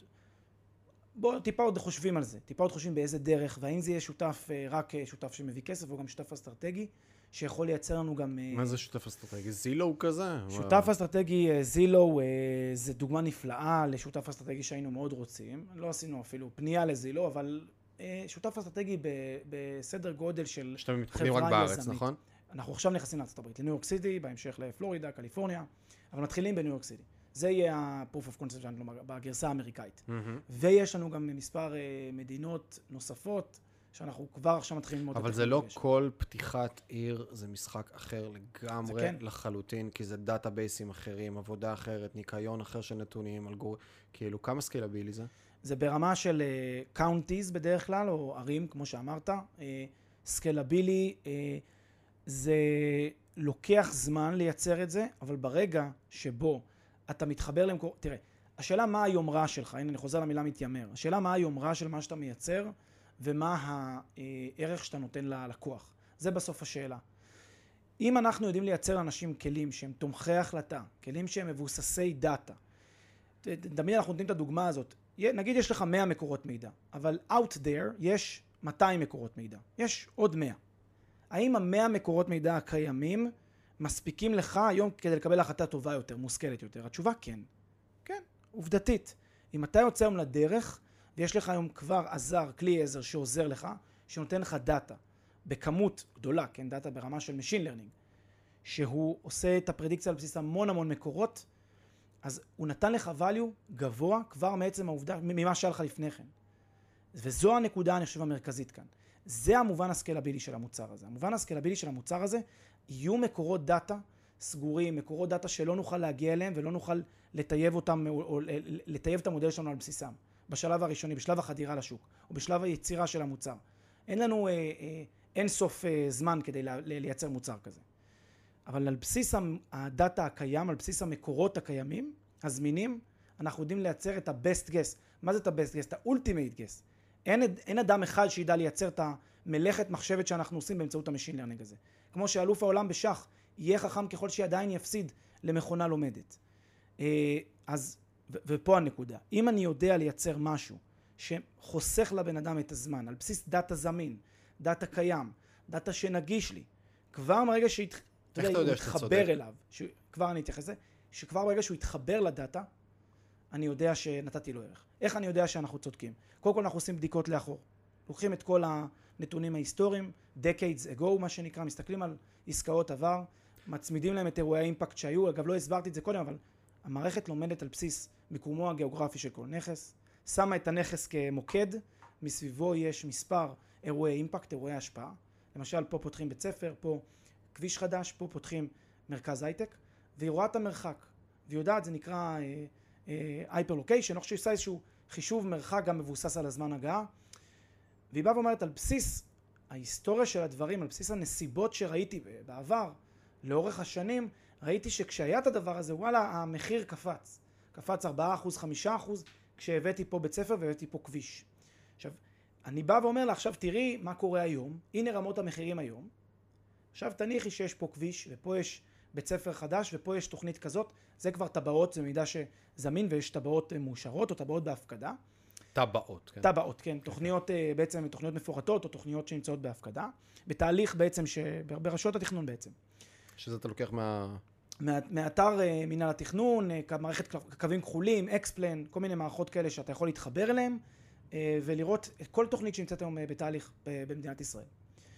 בואו טיפה עוד חושבים על זה, טיפה עוד חושבים באיזה דרך, והאם זה יהיה שותף, רק שותף שמביא כסף, או גם שותף אסטרטגי, שיכול לייצר לנו גם...
מה זה שותף אסטרטגי? זילו כזה?
שותף אסטרטגי, זילו, זה דוגמה נפלאה לשותף אסטרטגי שהיינו מאוד רוצים. לא עשינו אפילו פנייה לזילו, אבל שותף אסטרטגי בסדר גודל של חברה יזמית.
שאתם מתחילים רק בארץ, נכון?
אנחנו עכשיו נכנסים לארצות הברית, לניו יורק סיטי, בהמשך לפלורידה, קליפורניה, אבל מתחילים בניו יורק סיטי. זה יהיה ה-proof of concept שלנו בגרסה האמריקאית. ויש לנו גם מספר מדינות נוספות, שאנחנו כבר עכשיו מתחילים ללמוד.
אבל זה לא כל פתיחת עיר, זה משחק אחר לגמרי לחלוטין, כי זה דאטאבייסים אחרים, עבודה אחרת, ניקיון אחר של נתונים, אלגור... כאילו, כמה סקיילבילי זה?
זה ברמה של קאונטיז בדרך כלל, או ערים, כמו שאמרת. סקיילבילי, זה לוקח זמן לייצר את זה, אבל ברגע שבו אתה מתחבר למקור... תראה, השאלה מה היומרה שלך, הנה אני חוזר למילה מתיימר, השאלה מה היומרה של מה שאתה מייצר, ומה הערך שאתה נותן ללקוח. זה בסוף השאלה. אם אנחנו יודעים לייצר לאנשים כלים שהם תומכי החלטה, כלים שהם מבוססי דאטה, תמיד אנחנו נותנים את הדוגמה הזאת, נגיד יש לך מאה מקורות מידע, אבל out there יש מאתיים מקורות מידע, יש עוד מאה. האם המאה מקורות מידע הקיימים מספיקים לך היום כדי לקבל החלטה טובה יותר, מושכלת יותר? התשובה כן. כן, עובדתית. אם אתה יוצא היום לדרך, ויש לך היום כבר עזר, כלי עזר שעוזר לך, שנותן לך דאטה, בכמות גדולה, כן, דאטה ברמה של Machine Learning, שהוא עושה את הפרדיקציה על בסיס המון המון מקורות, אז הוא נתן לך value גבוה כבר מעצם העובדה, ממה שהיה לך לפני כן. וזו הנקודה, אני חושב, המרכזית כאן. זה המובן הסקלבילי של המוצר הזה. המובן הסקלבילי של המוצר הזה, יהיו מקורות דאטה סגורים, מקורות דאטה שלא נוכל להגיע אליהם, ולא נוכל לטייב אותם, או, או לטייב את המודל שלנו על בסיסם. בשלב הראשוני, בשלב החדירה לשוק, או בשלב היצירה של המוצר. אין לנו אה, אה, אין סוף אה, זמן כדי לה, לייצר מוצר כזה. אבל על בסיס הדאטה הקיים, על בסיס המקורות הקיימים, הזמינים, אנחנו יודעים לייצר את ה-best guess. מה זה את ה-best guess? את ה-ultimate guess. אין, אין אדם אחד שידע לייצר את המלאכת מחשבת שאנחנו עושים באמצעות המשין לרנינג הזה. כמו שאלוף העולם בשח יהיה חכם ככל שעדיין יפסיד למכונה לומדת. אז, ו- ופה הנקודה. אם אני יודע לייצר משהו שחוסך לבן אדם את הזמן, על בסיס דאטה זמין, דאטה קיים, דאטה שנגיש לי, כבר מרגע שהת... אתה יודע, הוא יתחבר אליו, ש... כבר אני אתייחס לזה, שכבר ברגע שהוא יתחבר לדאטה, אני יודע שנתתי לו ערך. איך אני יודע שאנחנו צודקים? קודם כל אנחנו עושים בדיקות לאחור. לוקחים את כל הנתונים ההיסטוריים, decades ago מה שנקרא, מסתכלים על עסקאות עבר, מצמידים להם את אירועי האימפקט שהיו, אגב לא הסברתי את זה קודם, אבל המערכת לומדת על בסיס מיקומו הגיאוגרפי של כל נכס, שמה את הנכס כמוקד, מסביבו יש מספר אירועי אימפקט, אירועי השפעה. למשל פה פותחים בית ספר, פה כביש חדש, פה פותחים מרכז הייטק, והיא רואה את המרחק, והיא יודעת, זה נקרא הייפר לוקיישן, אני חושב שעושה איזשהו חישוב מרחק גם מבוסס על הזמן הגעה, והיא באה ואומרת על בסיס ההיסטוריה של הדברים, על בסיס הנסיבות שראיתי בעבר, לאורך השנים, ראיתי שכשהיה את הדבר הזה, וואלה, המחיר קפץ. קפץ ארבעה אחוז, חמישה אחוז, כשהבאתי פה בית ספר והבאתי פה כביש. עכשיו, אני בא ואומר לה, עכשיו תראי מה קורה היום, הנה רמות המחירים היום, עכשיו תניחי שיש פה כביש, ופה יש בית ספר חדש, ופה יש תוכנית כזאת, זה כבר טבעות, זה מידע שזמין, ויש טבעות מאושרות, או טבעות בהפקדה.
טבעות, כן.
טבעות, כן. תוכניות, בעצם, תוכניות מפורטות, או תוכניות שנמצאות בהפקדה, בתהליך בעצם, ברשויות התכנון בעצם.
שזה אתה לוקח מה...
מה, מאתר מנהל התכנון, מערכת קווים כחולים, אקספלן, כל מיני מערכות כאלה שאתה יכול להתחבר אליהם, ולראות כל תוכנית שנמצאת היום בתהליך במדינת ישראל.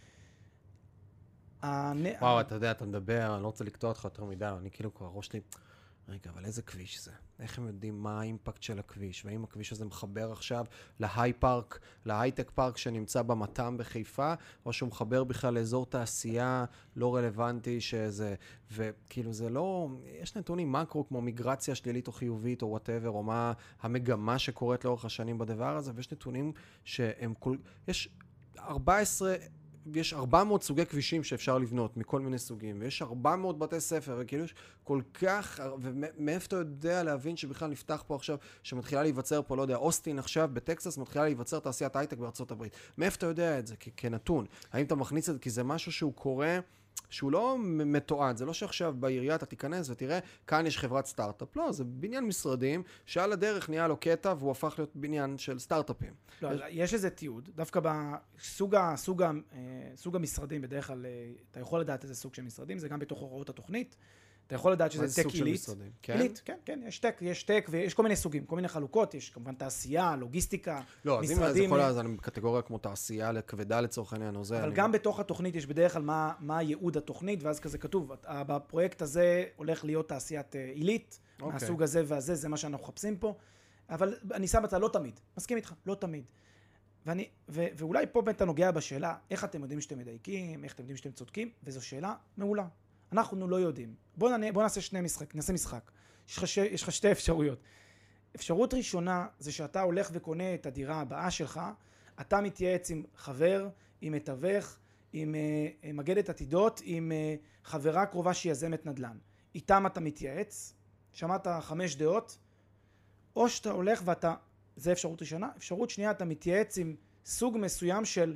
וואו, אתה יודע, אתה מדבר, אני לא רוצה לקטוע אותך יותר מדי, אני כאילו כבר ראש לי, רגע, אבל איזה כביש זה? איך הם יודעים מה האימפקט של הכביש? והאם הכביש הזה מחבר עכשיו להיי פארק, להייטק פארק שנמצא במת"ם בחיפה, או שהוא מחבר בכלל לאזור תעשייה לא רלוונטי שזה, וכאילו זה לא, יש נתונים מקרו כמו מיגרציה שלילית או חיובית או whatever, או מה המגמה שקורית לאורך השנים בדבר הזה, ויש נתונים שהם כל, יש ארבע עשרה יש ארבע מאות סוגי כבישים שאפשר לבנות מכל מיני סוגים, ויש ארבע מאות בתי ספר, וכאילו יש כל כך, ומאיפה אתה יודע להבין שבכלל נפתח פה עכשיו, שמתחילה להיווצר פה, לא יודע, אוסטין עכשיו בטקסס, מתחילה להיווצר תעשיית הייטק בארצות הברית. מאיפה אתה יודע את זה כ- כנתון? האם אתה מכניס את זה? כי זה משהו שהוא קורה, שהוא לא מתועד, זה לא שעכשיו בעירייה אתה תיכנס ותראה, כאן יש חברת סטארט-אפ, לא, זה בניין משרדים, שעל הדרך נהיה לו קטע, והוא הפך להיות בניין של סטארט-אפים.
לא, יש איזה תיעוד, דווקא בסוג סוג, סוג המשרדים, בדרך כלל, אתה יכול לדעת איזה סוג של משרדים, זה גם בתוך הוראות התוכנית, אתה יכול לדעת שזה טק עילית. עילית, כן, כן, יש טק, יש טק, ויש כל מיני סוגים, כל מיני חלוקות, יש כמובן תעשייה, לוגיסטיקה,
לא, משרדים. לא, אז אם זה יכול לעזור, אני בקטגוריה כמו תעשייה לכבדה לצורך העניין, או זה.
אבל גם בתוך התוכנית יש בדרך כלל מה, מה הייעוד התוכנית, ואז כזה כתוב, בפרויקט הזה הולך להיות תעשיית עילית, מהסוג הזה והזה, זה מה שאנחנו מחפשים פה, אבל אני שם בצד, לא תמיד, מסכים איתך, לא תמיד. ואני, ו, ואולי פה באמת אתה נוגע בשאלה, איך אתם יודעים שאתם מדייקים, איך אתם יודעים שאתם צודקים, וזו שאלה מעולה. אנחנו לא יודעים. בוא, נע, בוא נעשה שני משחק, נעשה משחק. יש לך, ש, יש לך שתי אפשרויות. אפשרות ראשונה זה שאתה הולך וקונה את הדירה הבאה שלך, אתה מתייעץ עם חבר, עם מתווך, עם uh, מגדת עתידות, עם uh, חברה קרובה שיזמת נדל"ן. איתם אתה מתייעץ, שמעת חמש דעות, או שאתה הולך ואתה, זה אפשרות ראשונה, אפשרות שנייה אתה מתייעץ עם סוג מסוים של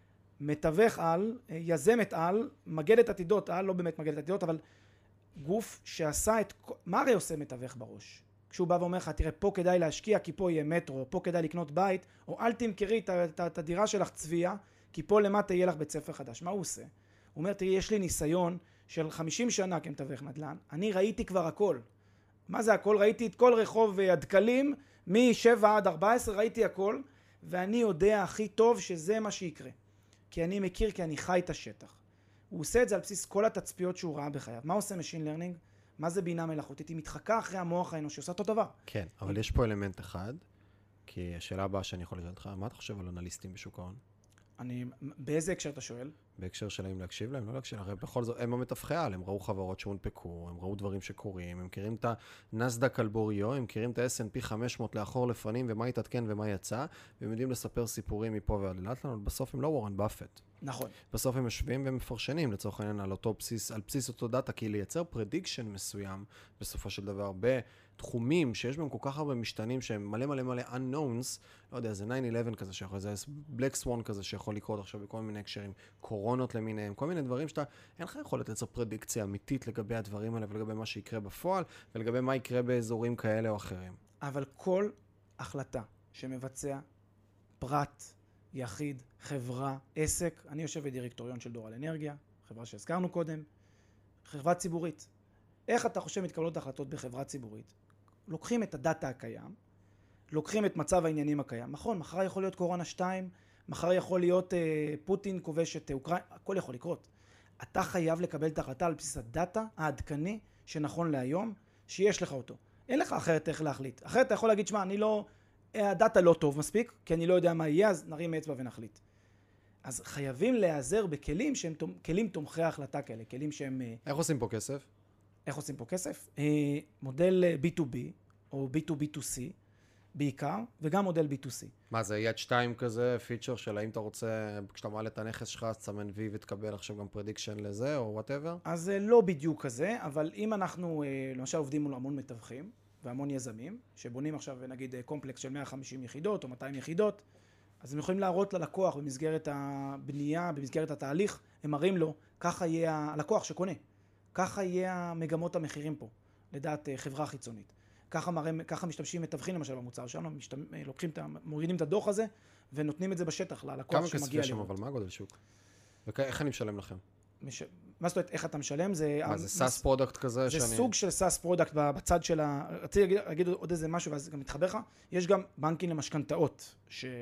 מתווך על, יזמת על, מגדת עתידות על, לא באמת מגדת עתידות, אבל גוף שעשה את, מה הרי עושה מתווך בראש? כשהוא בא ואומר לך, תראה, פה כדאי להשקיע, כי פה יהיה מטרו, פה כדאי לקנות בית, או אל תמכרי את, את, את הדירה שלך צביעה, כי פה למטה יהיה לך בית ספר חדש. מה הוא עושה? הוא אומר, תראי, יש לי ניסיון של חמישים שנה כמתווך נדל"ן, אני ראיתי כבר הכל. מה זה הכל? ראיתי את כל רחוב הדקלים, מ-שבע עד ארבע עשרה ראיתי הכל, ואני יודע הכי טוב שזה מה שיקרה. כי אני מכיר, כי אני חי את השטח. הוא עושה את זה על בסיס כל התצפיות שהוא ראה בחייו. מה עושה Machine Learning? מה זה בינה מלאכותית? היא מתחקה אחרי המוח האנושי, עושה אותו דבר.
כן, אבל יש פה אלמנט אחד, כי השאלה הבאה שאני יכול לשאול אותך, מה אתה חושב על אנליסטים בשוק ההון?
אני, באיזה הקשר אתה שואל?
בהקשר שלהם להקשיב להם, לא להקשיב, הרי בכל זאת, הם המתווכי על, הם ראו חברות שהונפקו, הם ראו דברים שקורים, הם מכירים את הנסדק על בוריו, הם מכירים את ה-אס אנד פי חמש מאות לאחור לפנים, ומה התעדכן ומה יצא, והם יודעים לספר סיפורים מפה ועד אילת לנו, בסוף הם לא וורן באפט.
נכון.
בסוף הם יושבים והם מפרשנים, לצורך העניין, על אותו בסיס, על בסיס אותו דאטה, כי לייצר prediction מסוים, בסופו של דבר, בתחומים שיש בהם כל כך הרבה משתנים שהם מלא מלא מלא unknowns, לא יודע, זה נין אלבן כזה שיכול, זה Black Swan כזה שיכול לקרות עכשיו בכל מיני הקשרים, קורונות למיניהם, כל מיני דברים שאתה, אין לך יכולת לייצר פרדיקציה אמיתית לגבי הדברים האלה ולגבי מה שיקרה בפועל, ולגבי מה יקרה באזורים כאלה או אחרים.
אבל כל החלטה שמבצע פרט, יחיד, חברה, עסק, אני יושב בדירקטוריון של דור על אנרגיה, חברה שהזכרנו קודם, חברה ציבורית. איך אתה חושב מתקבלות החלטות בחברה ציבורית? לוקחים את הדאטה הקיים, לוקחים את מצב העניינים הקיים. נכון, מחר יכול להיות קורונה שתיים, מחר יכול להיות אה, פוטין כובש את אוקראינה, הכל יכול לקרות. אתה חייב לקבל את ההחלטה על בסיס הדאטה העדכני שנכון להיום, שיש לך אותו. אין לך אחרת איך להחליט. אחרת אתה יכול להגיד, שמה, אני לא, הדאטה לא טוב מספיק, כי אני לא יודע מה יהיה, אז נרים אצבע ונחליט. אז חייבים להיעזר בכלים שהם כלים תומכי ההחלטה כאלה, כלים שהם...
איך עושים פה כסף?
איך עושים פה כסף? מודל בי טו בי או בי טו בי טו סי בעיקר, וגם מודל בי טו סי.
מה זה, יד שתיים כזה, פיצ'ר של האם אתה רוצה, כשאתה מעלה את הנכס שלך, אז תסמן וי ותקבל עכשיו גם פרדיקשן לזה, או whatever?
אז זה לא בדיוק כזה, אבל אם אנחנו למשל עובדים מול המון מתווכים, והמון יזמים, שבונים עכשיו נגיד קומפלקס של מאה וחמישים יחידות או מאתיים יחידות, אז הם יכולים להראות ללקוח במסגרת הבנייה, במסגרת התהליך, הם מראים לו, ככה יהיה הלקוח שקונה, ככה יהיה המגמות המחירים פה, לדעת חברה חיצונית. ככה, מראים, ככה משתמשים מתווכים למשל במוצר שלנו, משתמ... לוקחים את, מורידים את הדוח הזה, ונותנים את זה בשטח ללקוח שמגיע לראות.
כמה כסף יש שם, אבל מה הגודל שוק? ואיך אני משלם לכם?
מש... מה זאת אומרת, איך אתה משלם? זה...
מה, זה סאס פרודקט כזה?
זה
שאני...
סוג של סאס פרודקט בצד של ה... רציתי להגיד, להגיד עוד איזה משהו, ואז גם מתחבר לך. יש גם בנקים למשכנתאות,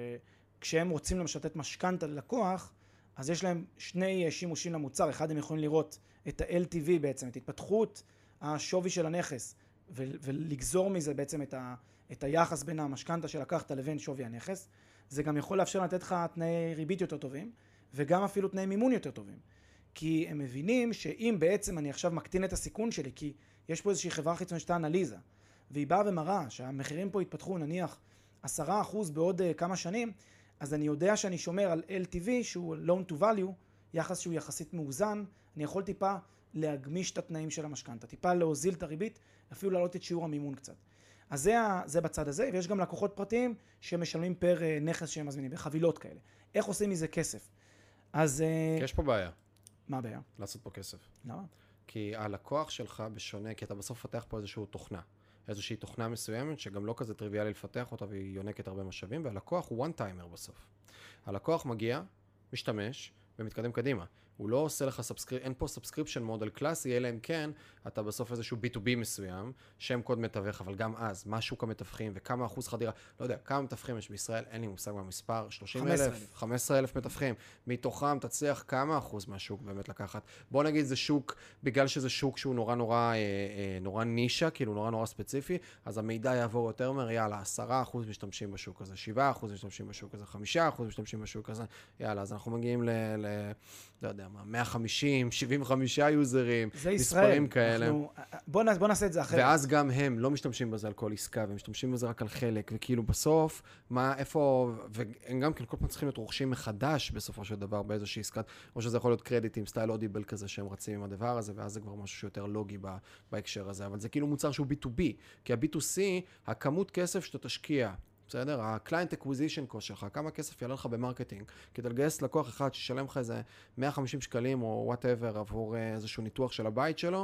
שכשהם רוצים למשל לתת משכנתה ללקוח, אז יש להם שני שימושים למוצר. אחד, הם יכולים לראות את ה-אל טי וי בעצם, את התפתחות השווי של הנכס, ו- ולגזור מזה בעצם את, ה- את היחס בין המשכנתה שלקחת לבין שווי הנכס. זה גם יכול לאפשר לתת לך תנאי ריבית יותר טובים, וגם אפילו תנאי מימון יותר טובים. כי הם מבינים שאם בעצם אני עכשיו מקטין את הסיכון שלי, כי יש פה איזושהי חברה חיצונית שאתה אנליזה, והיא באה ומראה שהמחירים פה יתפתחו נניח עשרה אחוז בעוד uh, כמה שנים, אז אני יודע שאני שומר על אל טי וי שהוא loan to value, יחס שהוא יחסית מאוזן, אני יכול טיפה להגמיש את התנאים של המשכנתה, טיפה להוזיל את הריבית, אפילו להעלות את שיעור המימון קצת. אז זה, זה בצד הזה, ויש גם לקוחות פרטיים שמשלמים פר uh, נכס שהם מזמינים, בחבילות כאלה. איך עושים מזה כסף? אז... Uh,
יש פה בעיה.
מה הבעיה?
לעשות פה כסף.
למה?
כי הלקוח שלך בשונה, כי אתה בסוף פתח פה איזושהי תוכנה. איזושהי תוכנה מסוימת שגם לא כזה טריוויאלי לפתח אותה והיא יונקת הרבה משאבים, והלקוח הוא one timer בסוף. הלקוח מגיע, משתמש ומתקדם קדימה. הוא לא עושה לך סאבסקריפשן, אין פה סאבסקריפשן מודל קלאסי, אלא אם כן, אתה בסוף איזשהו בי טו בי מסוים, שם קוד מתווך, אבל גם אז, מה שוק המתווכים וכמה אחוז חדירה, לא יודע, כמה מתווכים יש בישראל, אין לי מושג מהמספר, שלושים אלף, חמישה עשר אלף מתווכים, מתוכם תצליח כמה אחוז מהשוק באמת לקחת. בוא נגיד זה שוק, בגלל שזה שוק שהוא נורא נורא, אה, אה, נורא נישה, כאילו נורא נורא ספציפי, אז המידע יעבור יותר מהר, יאללה, עשרה אחוז משתמשים בשוק הזה, שבעה אחוז משתמשים בשוק הזה, חמישה אחוז משתמשים בשוק הזה, יאללה, אז אנחנו מגיעים ל, ל, לא יודע מה, מאה וחמישים, שבעים וחמישה יוזרים, מספרים כאלה.
אנחנו, בוא, בוא נעשה את זה אחרת.
ואז גם הם לא משתמשים בזה על כל עסקה, והם משתמשים בזה רק על חלק, וכאילו בסוף, מה, איפה, והם גם כן כל פעם צריכים להיות רוכשים מחדש בסופו של דבר באיזושהי עסקת, או שזה יכול להיות קרדיטים, סטייל אודיבל כזה שהם רצים עם הדבר הזה, ואז זה כבר משהו שיותר לוגי בהקשר הזה, אבל זה כאילו מוצר שהוא בי טו בי, כי ה-בי טו סי, הכמות כסף שאתה תשקיע, בסדר? ה-client acquisition cost שלך, כמה כסף יעלה לך במרקטינג, כדי לגייס לקוח אחד שישלם לך איזה מאה וחמישים שקלים או whatever עבור איזשהו ניתוח של הבית שלו,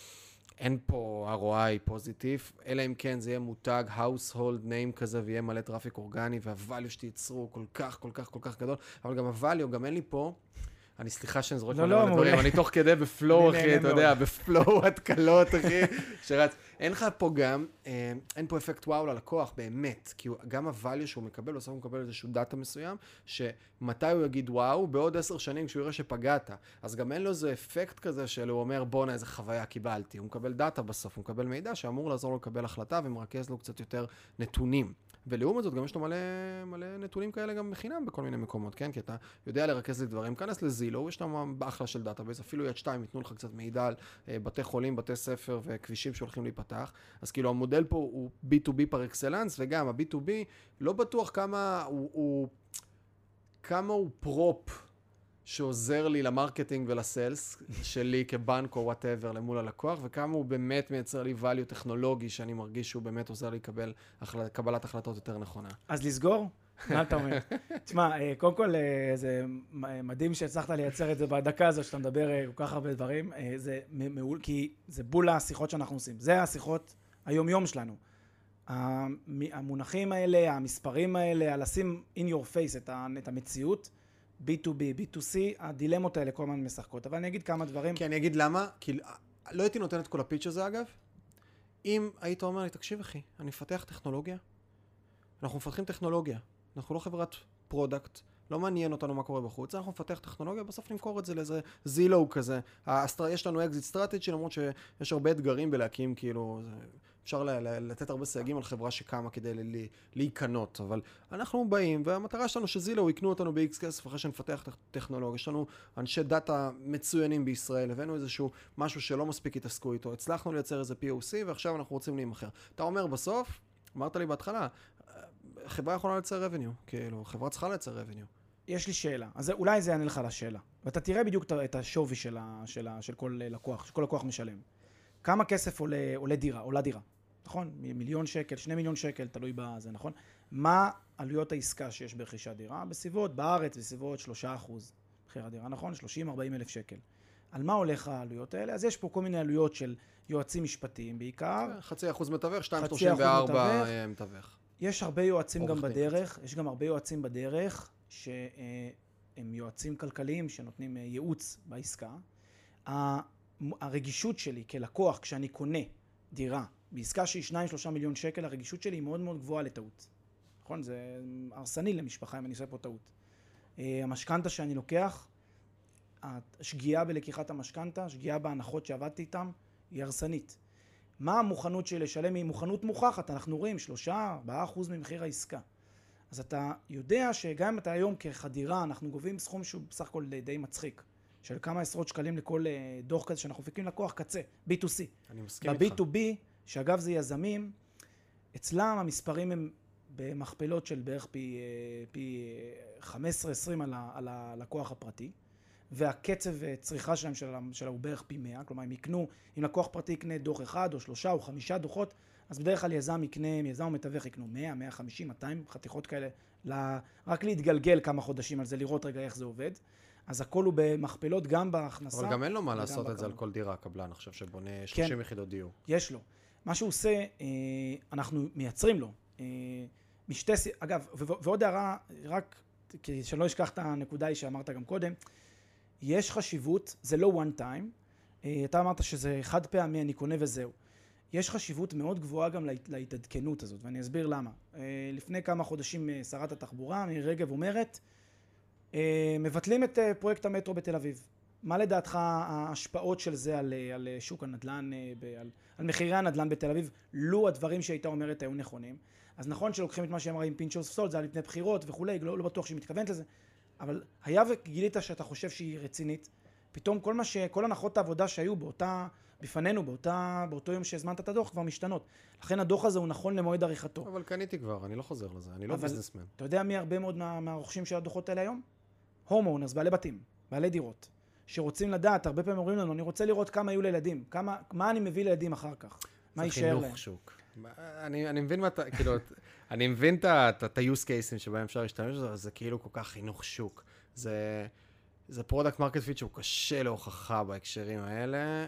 אין פה אר או איי פוזיטיב, אלא אם כן זה יהיה מותג household name כזה ויהיה מלא טראפיק אורגני, וה-value שתייצרו כל כך, כל כך, כל כך גדול, אבל גם ה-value, גם אין לי פה, אני סליחה שאני זורק
לא,
מלא
לא,
מלא דברים,
מעולה.
אני תוך כדי בפלואו,
אני
אחי,
נהנה
אתה יודע, בפלואו התקלות, אחי, שרץ. אין לך פה גם, אה, אין פה אפקט וואו ללקוח, באמת, כי הוא- גם הvalue שהוא מקבל, בסוף הוא מקבל איזשהו דאטה מסוים, שמתי הוא יגיד וואו, בעוד עשר שנים כשהוא יראה שפגעת. אז גם אין לו איזה אפקט כזה של הוא אומר, בואנה, איזה חוויה קיבלתי. הוא מקבל דאטה בסוף, הוא מקבל מידע שאמור לעזור לו לקבל החלטה ומרכז לו קצת יותר נתונים. ולעומת זאת, גם יש לו מלא, מלא נתונים כאלה גם בחינם בכל מיני מקומות, כן? כי אתה יודע לרכז לי דברים. כנס לזילו, יש שם אחלה של דאטאבייס, אפילו יד שתיים ייתנו לך קצת מידע על אה, בתי חולים, בתי ספר וכבישים שהולכים להיפתח. אז כאילו המודל פה הוא בי טו בי פר אקסלנס, וגם ה-בי טו בי לא בטוח כמה הוא, הוא, כמה הוא פרופ שעוזר לי למרקטינג ולסלס שלי כבנק או whatever למול הלקוח, וכמה הוא באמת מייצר לי value טכנולוגי שאני מרגיש שהוא באמת עוזר לי לקבל החל... קבלת החלטות יותר נכונה.
אז לסגור? מה אתה אומר? תשמע, קודם כל זה מדהים שהצלחת לייצר את זה בדקה הזו שאתה מדבר כל כך הרבה דברים. זה מעול, כי זה בול השיחות שאנחנו עושים. זה השיחות היום-יום שלנו. המונחים האלה, המספרים האלה, לשים in your face את המציאות, בי טו בי, בי טו סי, הדילמות האלה כל הזמן משחקות. אבל אני אגיד כמה דברים.
כי אני אגיד למה, כי לא הייתי נותן את כל הפיץ' הזה אגב, אם היית אומר לי, תקשיב אחי, אני מפתח טכנולוגיה, אנחנו מפתחים טכנולוגיה, אנחנו לא חברת פרודקט, לא מעניין אותנו מה קורה בחוץ, אנחנו מפתח טכנולוגיה, בסוף נמכור את זה לאיזה זילו כזה. יש לנו אקזיט סטרטג'י, למרות שיש הרבה אתגרים בלהקים, כאילו, אפשר לתת הרבה סייגים על חברה שקמה כדי להיכנות, אבל אנחנו באים, והמטרה שלנו שזילו יקנו אותנו ב-X כסף אחרי שנפתח טכנולוגיה. יש לנו אנשי דאטה מצוינים בישראל, הבאנו איזשהו משהו שלא מספיק התעסקו איתו, הצלחנו לייצר איזה פי או סי, ועכשיו אנחנו רוצים להימכר. אתה אומר בסוף, אמרת לי בהתחלה, חברה יכולה לייצר revenue, כאילו, חברה צריכה לייצר revenue.
יש לי שאלה, אז אולי זה יענה לך לשאלה, ואתה תראה בדיוק את השווי של, ה, של, ה, של כל לקוח, שכל לקוח משלם. כמה כסף עולה, עולה דירה, עולה דירה, נכון? מיליון שקל, שני מיליון שקל, תלוי בזה, נכון? מה עלויות העסקה שיש ברכישת דירה? בסביבות, בארץ, בסביבות שלושה אחוז מחיר הדירה, נכון? שלושים ארבעים אלף שקל. על מה הולך העלויות האלה? אז יש פה כל מיני עלויות של יועצים משפטיים בעיקר.
חצי אחוז מתווך, שתיים נקודה שלושים וארבע מתווך.
יש הרבה יועצים גם בדרך, יש גם הרבה יועצים בדרך שהם יועצים כלכליים שנותנים ייעוץ בעסקה. הרגישות שלי כלקוח, כשאני קונה דירה בעסקה שהיא שניים שלושה מיליון שקל, הרגישות שלי היא מאוד מאוד גבוהה לטעות. נכון? זה הרסני למשפחה אם אני עושה פה טעות. המשכנתה שאני לוקח, השגיאה בלקיחת המשכנתה, השגיאה בהנחות שעבדתי איתם, היא הרסנית. מה המוכנות שלי לשלם? היא מוכנות מוכחת, אנחנו רואים שלושה, ארבעה אחוז ממחיר העסקה. אז אתה יודע שגם אם אתה היום כחדירה, אנחנו גובים סכום שהוא בסך הכל די מצחיק, של כמה עשרות שקלים לכל דוח כזה שאנחנו מפיקים לקוח קצה, בי טו סי.
אני מסכים איתך.
ב-בי טו בי, שאגב זה יזמים, אצלם המספרים הם במכפלות של בערך פי, פי חמש עשרה עשרים על, ה, על הלקוח הפרטי, והקצב צריכה שלהם שלה הוא בערך פי מאה, כלומר אם יקנו, אם לקוח פרטי יקנה דוח אחד או שלושה או חמישה דוחות, אז בדרך כלל יזם יקנה, יזם או מתווך יקנו מאה, מאה וחמישים, מאתיים חתיכות כאלה, רק להתגלגל כמה חודשים על זה, לראות רגע איך זה עובד. אז הכל הוא במכפלות גם בהכנסה.
אבל גם אין לו מה לעשות את זה על כל דירה, קבלן, עכשיו שבונה שלושים יחידות דיור.
יש לו. מה שהוא עושה, אנחנו מייצרים לו. משתי, אגב, ועוד הערה, רק כי שלא אשכח את הנקודה היא שאמרת גם קודם, יש חשיבות, זה לא one time, אתה אמרת שזה חד פעמי, אני קונה וזהו. יש חשיבות מאוד גבוהה גם להתעדכנות הזאת, ואני אסביר למה. לפני כמה חודשים שרת התחבורה, מירי רגב אומרת, מבטלים את פרויקט המטרו בתל אביב. מה לדעתך ההשפעות של זה על, על שוק הנדל"ן, על, על מחירי הנדל"ן בתל אביב, לו הדברים שהייתה אומרת היו נכונים? אז נכון שלוקחים את מה שאמרה עם פינץ' אוף סולט, זה היה לפני בחירות וכולי, לא, לא בטוח שהיא מתכוונת לזה, אבל היה וגילית שאתה חושב שהיא רצינית, פתאום כל מה ש... כל הנחות העבודה שהיו באותה, בפנינו, באותה, באותו יום שהזמנת את הדוח כבר משתנות. לכן הדוח הזה הוא נכון למועד עריכתו.
אבל קניתי כבר, אני לא חוזר לזה, אני לא ביזנסמן.
אתה יודע מי הרבה מאוד מה, מהרוכשים של הדוחות האלה היום? הומאונרס, בעלי בתים, בעלי דירות, שרוצים לדעת, הרבה פעמים אומרים לנו, אני רוצה לראות כמה יהיו לילדים, כמה, מה אני מביא לילדים אחר כך, מה יישאר להם.
זה חינוך שוק. אני, אני מבין מה אתה, כאילו, אני מבין את ה-use cases שבהם אפשר להשתמש בזה, אבל זה כאילו כל כך חינוך שוק. זה, זה product market fit שהוא קשה להוכחה בהקשרים האלה.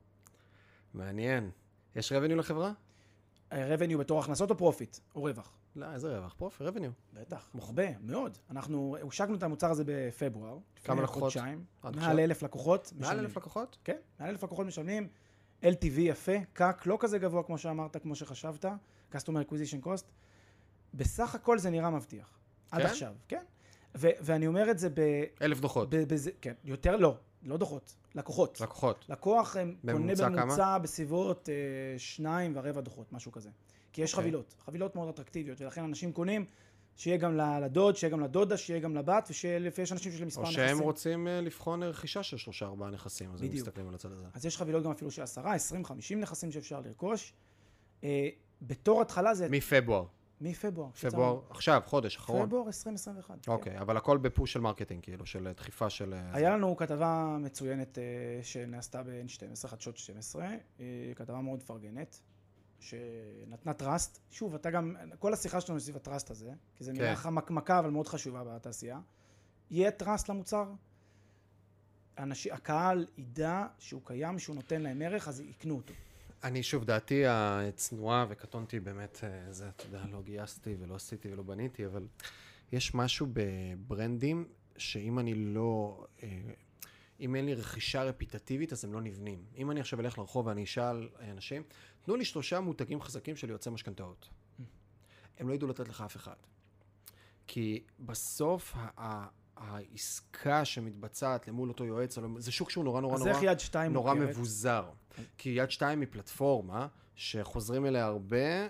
מעניין. יש revenue לחברה?
revenue בתור הכנסות או profit? או רווח?
לא, איזה רווח? פרופיט, רבניו.
בטח, הרבה, מאוד. אנחנו הושקנו את המוצר הזה בפברואר.
כמה לקוחות?
חודשיים. מעל אלף לקוחות.
מעל אלף לקוחות?
כן, מעל אלף לקוחות משלמים. אל טי וי יפה, קאק לא כזה גבוה כמו שאמרת, כמו שחשבת. Customer Acquisition Cost. בסך הכל זה נראה מבטיח. עד עכשיו, כן. ואני אומר את זה ב...
אלף דוחות.
כן, יותר לא. לא דוחות, לקוחות.
לקוחות.
לקוח קונה בממוצע בסביבות שניים ורבע דוחות, משהו כזה. כי יש חבילות, חבילות מאוד אטרקטיביות, ולכן אנשים קונים שיהיה גם לדוד, שיהיה גם לדודה, שיהיה גם לבת, ויש אנשים שיש להם מספר נכסים.
או שהם רוצים לבחון רכישה של שלושה ארבעה נכסים, אז הם מסתכלים על הצד הזה.
אז יש חבילות גם אפילו של עשרה, עשרים, חמישים נכסים שאפשר לרכוש. בתור התחלה זה...
מפברואר.
מפברואר.
פברואר, עכשיו, חודש אחרון.
פברואר עשרים עשרים ואחת.
אוקיי, אבל הכל בפוש של מרקטינג, כאילו, של דחיפה של...
היה לנו כתבה מצוינת שנעשתה ב-אן שתים עשרה, חדשות שתים עשרה, כתבה מאוד פרגנת, שנתנה טראסט. שוב, אתה גם, כל השיחה שלנו סביב הטראסט הזה, כי זה נראה לך מקמקה, אבל מאוד חשובה בתעשייה. יהיה טראסט למוצר, הקהל ידע שהוא קיים, שהוא נותן להם ערך, אז יקנו אותו.
אני שוב, דעתי הצנועה וקטונתי באמת, זה, אתה יודע, לא גייסתי ולא עשיתי ולא בניתי, אבל יש משהו בברנדים שאם אני לא, אם אין לי רכישה רפיטטיבית, אז הם לא נבנים. אם אני עכשיו אלך לרחוב ואני אשאל אנשים, תנו לי שלושה מותגים חזקים של יועצי משכנתאות. הם לא ידעו לתת לך אף אחד. כי בסוף העסקה שמתבצעת למול אותו יועץ, זה שוק שהוא נורא נורא נורא, נורא מבוזר. כי יד שתיים היא פלטפורמה שחוזרים אליה הרבה,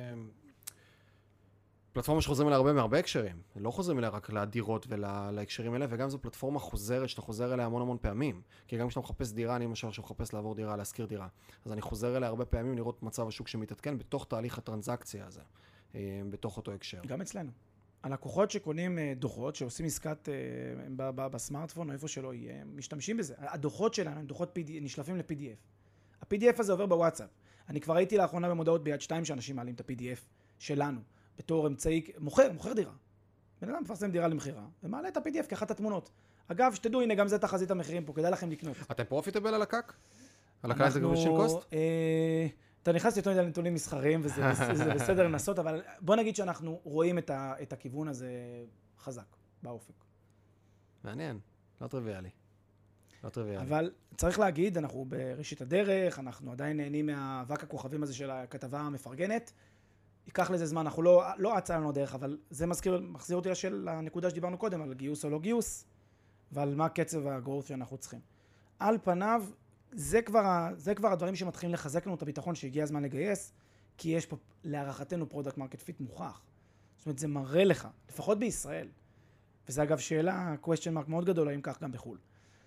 פלטפורמה שחוזרים אליה הרבה מהרבה הקשרים. לא חוזרים אליה רק לדירות ולהקשרים האלה, וגם זו פלטפורמה חוזרת שאתה חוזר אליה המון המון פעמים. כי גם כשאתה מחפש דירה, אני למשל שמחפש לעבור דירה, להשכיר דירה. אז אני חוזר אליה הרבה פעמים לראות מצב השוק שמתעדכן בתוך תהליך הטרנזקציה הזה, בתוך אותו הקשר.
גם אצלנו. הלקוחות שקונים דוחות, שעושים עסקת בסמארטפון או איפה שלא יהיה, משתמשים בזה. הדוחות שלנו הם דוחות נשלפים ל-פי די אף. ה-פי די אף הזה עובר בוואטסאפ. אני כבר ראיתי לאחרונה במודעות ביד שתיים שאנשים מעלים את ה-פי די אף שלנו, בתור אמצעי, מוכר, מוכר דירה. בן אדם מפרסם דירה למחירה, ומעלה את ה-פי די אף כאחת התמונות. אגב, שתדעו, הנה גם זה תחזית המחירים פה, כדאי לכם לקנות.
אתם פרופיטבל על הקאק? על הקאק זה גרושים קוסט?
אתה נכנס יותר מדי לנתונים מסחריים, וזה בסדר לנסות, אבל בוא נגיד שאנחנו רואים את הכיוון הזה חזק, באופק.
מעניין, לא טריוויאלי. לא טריוויאלי.
אבל צריך להגיד, אנחנו בראשית הדרך, אנחנו עדיין נהנים מהאבק הכוכבים הזה של הכתבה המפרגנת. ייקח לזה זמן, אנחנו לא, לא עצה לנו דרך, אבל זה מזכיר, מחזיר אותי לשל הנקודה שדיברנו קודם, על גיוס או לא גיוס, ועל מה קצב הגרואות שאנחנו צריכים. על פניו, זה כבר, זה כבר הדברים שמתחילים לחזק לנו את הביטחון שהגיע הזמן לגייס, כי יש פה להערכתנו פרודקט מרקט פיט מוכח. זאת אומרת, זה מראה לך, לפחות בישראל, וזה אגב שאלה, question mark מאוד גדול, האם כך גם בחול,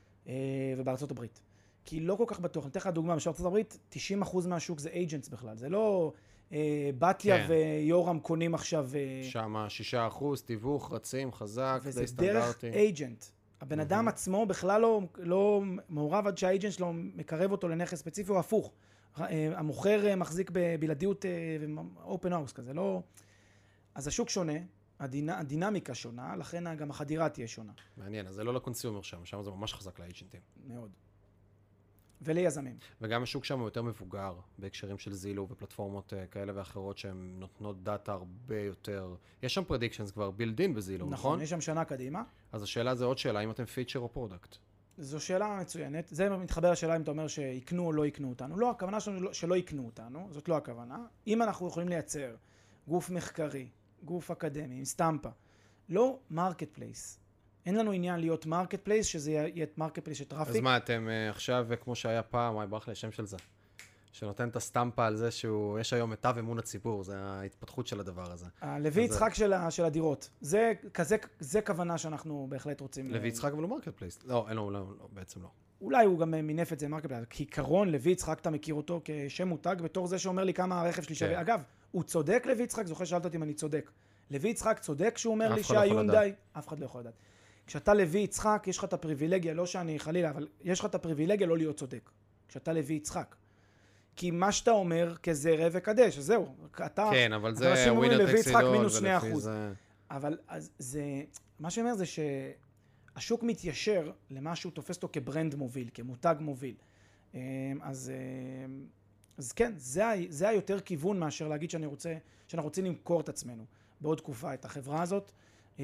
ובארצות הברית. כי לא כל כך בטוח, אני אתן לך דוגמה, בארצות הברית, תשעים אחוז מהשוק זה agents בכלל, זה לא בתיה ויורם קונים עכשיו...
שם שישה אחוז, תיווך, רצים, חזק,
די סטנדרטי. וזה דרך agent. הבן אדם עצמו בכלל לא, לא מעורב עד שהאג'נט שלו מקרב אותו לנכס ספציפי או הפוך. המוכר מחזיק בבלעדיות אופן האוס כזה, לא... אז השוק שונה, הדינ... הדינמיקה שונה, לכן גם החדירה תהיה שונה.
מעניין, אז זה לא לקונסיומר שם, שם זה ממש חזק לאג'נטים.
מאוד. וליזמים.
וגם השוק שם הוא יותר מבוגר, בהקשרים של זילו ופלטפורמות כאלה ואחרות שהן נותנות דאטה הרבה יותר... יש שם predictions כבר build-in בזילו, נכון?
נכון, יש שם שנה קדימה.
אז השאלה זה עוד שאלה, אם אתם פיצ'ר או פרודקט?
זו שאלה מצוינת. זה מתחבר לשאלה אם אתה אומר שיקנו או לא יקנו אותנו. לא, הכוונה שלנו שלא יקנו אותנו, זאת לא הכוונה. אם אנחנו יכולים לייצר גוף מחקרי, גוף אקדמי, עם סטמפה, לא מרקט פלייס. אין לנו עניין להיות מרקט פלייס, שזה יהיה מרקט פלייס של טראפיק.
אז מה, אתם עכשיו, כמו שהיה פעם, וואי, ברח לי השם של זה, שנותן את הסטמפה על זה שיש היום מיטב אמון הציבור, זה ההתפתחות של הדבר הזה.
לוי יצחק של הדירות. זה כזה, זה כוונה שאנחנו בהחלט רוצים...
לוי יצחק אבל הוא מרקט פלייס. לא, אין לו, בעצם לא.
אולי הוא גם מינף את זה מרקט פלייס. כעיקרון, לוי יצחק, אתה מכיר אותו כשם מותג, בתור זה שאומר לי כמה הרכב שלי שווה. אגב, הוא צודק לוי יצחק, זוכר שאלת אותי אם אני צודק. לוי יצחק צודק שהוא אומר לי שהיונדאי, אף אחד לא יכול לדעת. כשאתה לוי יצחק, יש לך את הפריבילגיה, לא שאני חלילה, אבל יש לך את הפריבילגיה לא להיות צודק. כשאתה לוי יצחק. כי מה שאתה אומר כזה ראה וקדש, אז זהו. אתה,
כן, אבל זה ווינר טקסידול, ולפי זה...
אבל אז זה, מה שאומר זה שהשוק מתיישר למה שהוא תופס אותו כברנד מוביל, כמותג מוביל. אז, אז כן, זה, זה היותר כיוון מאשר להגיד שאני רוצה, שאנחנו רוצים למכור את עצמנו. בעוד תקופה את החברה הזאת, כי,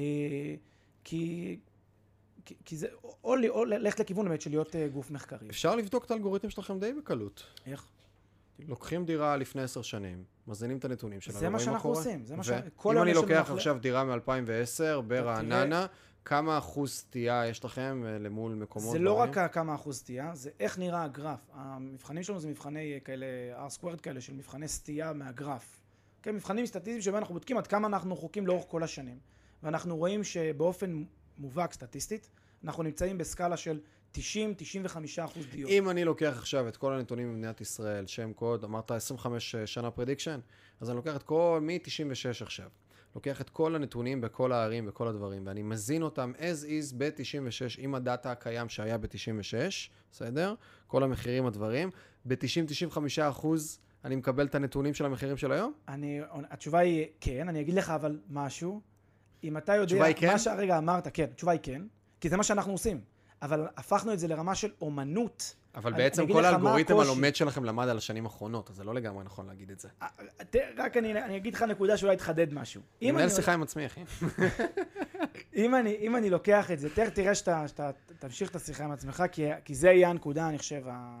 כי, כי זה, או, או ללכת לכיוון באמת של להיות גוף מחקרי.
אפשר לבדוק את האלגוריתם שלכם די בקלות.
איך?
לוקחים דירה לפני עשר שנים, מזינים את הנתונים שלה.
זה מה שאנחנו עושים. זה מה ש...
אם אני לוקח עכשיו דירה מ-אלפיים ועשר ברעננה, כמה אחוז סטייה יש לכם למול מקומות?
זה לא רק כמה אחוז סטייה, זה איך נראה הגרף. המבחנים שלנו זה מבחני כאלה, R-squared כאלה, של מבחני סטייה מהגרף. כן, מבחנים סטטיסטיים שבהם אנחנו בודקים עד כמה אנחנו חוקים לאורך כל השנים. ואנחנו רואים שבאופן מובהק סטטיסטית, אנחנו נמצאים בסקאלה של תשעים עד תשעים וחמישה אחוז דיוק.
אם אני לוקח עכשיו את כל הנתונים במדינת ישראל, שם קוד, אמרת עשרים וחמש שנה prediction, אז אני לוקח את כל, מ-תשעים ושש עכשיו. לוקח את כל הנתונים בכל הערים, בכל הדברים, ואני מזין אותם as is ב-תשעים ושש עם הדאטה הקיים שהיה ב-תשעים ושש, בסדר? כל המחירים, הדברים. ב-תשעים עד תשעים וחמישה אחוז אני מקבל את הנתונים של המחירים של היום?
אני, התשובה היא כן, אני אגיד לך אבל משהו. אם אתה יודע...
התשובה היא כן?
מה שהרגע אמרת, כן, התשובה היא כן, כי זה מה שאנחנו עושים. אבל הפכנו את זה לרמה של אומנות.
אבל בעצם כל האלגוריתם הלומד שלכם למד על השנים האחרונות, אז זה לא לגמרי נכון להגיד את זה.
רק אני, אני אגיד לך נקודה שאולי תחדד משהו.
אני מנהל שיחה עם עצמי, אחי.
אם אני, אם אני לוקח את זה, תראה, תראה שאתה, שאתה תמשיך את השיחה עם עצמך, כי, כי זה יהיה הנקודה, אני חושב, ה...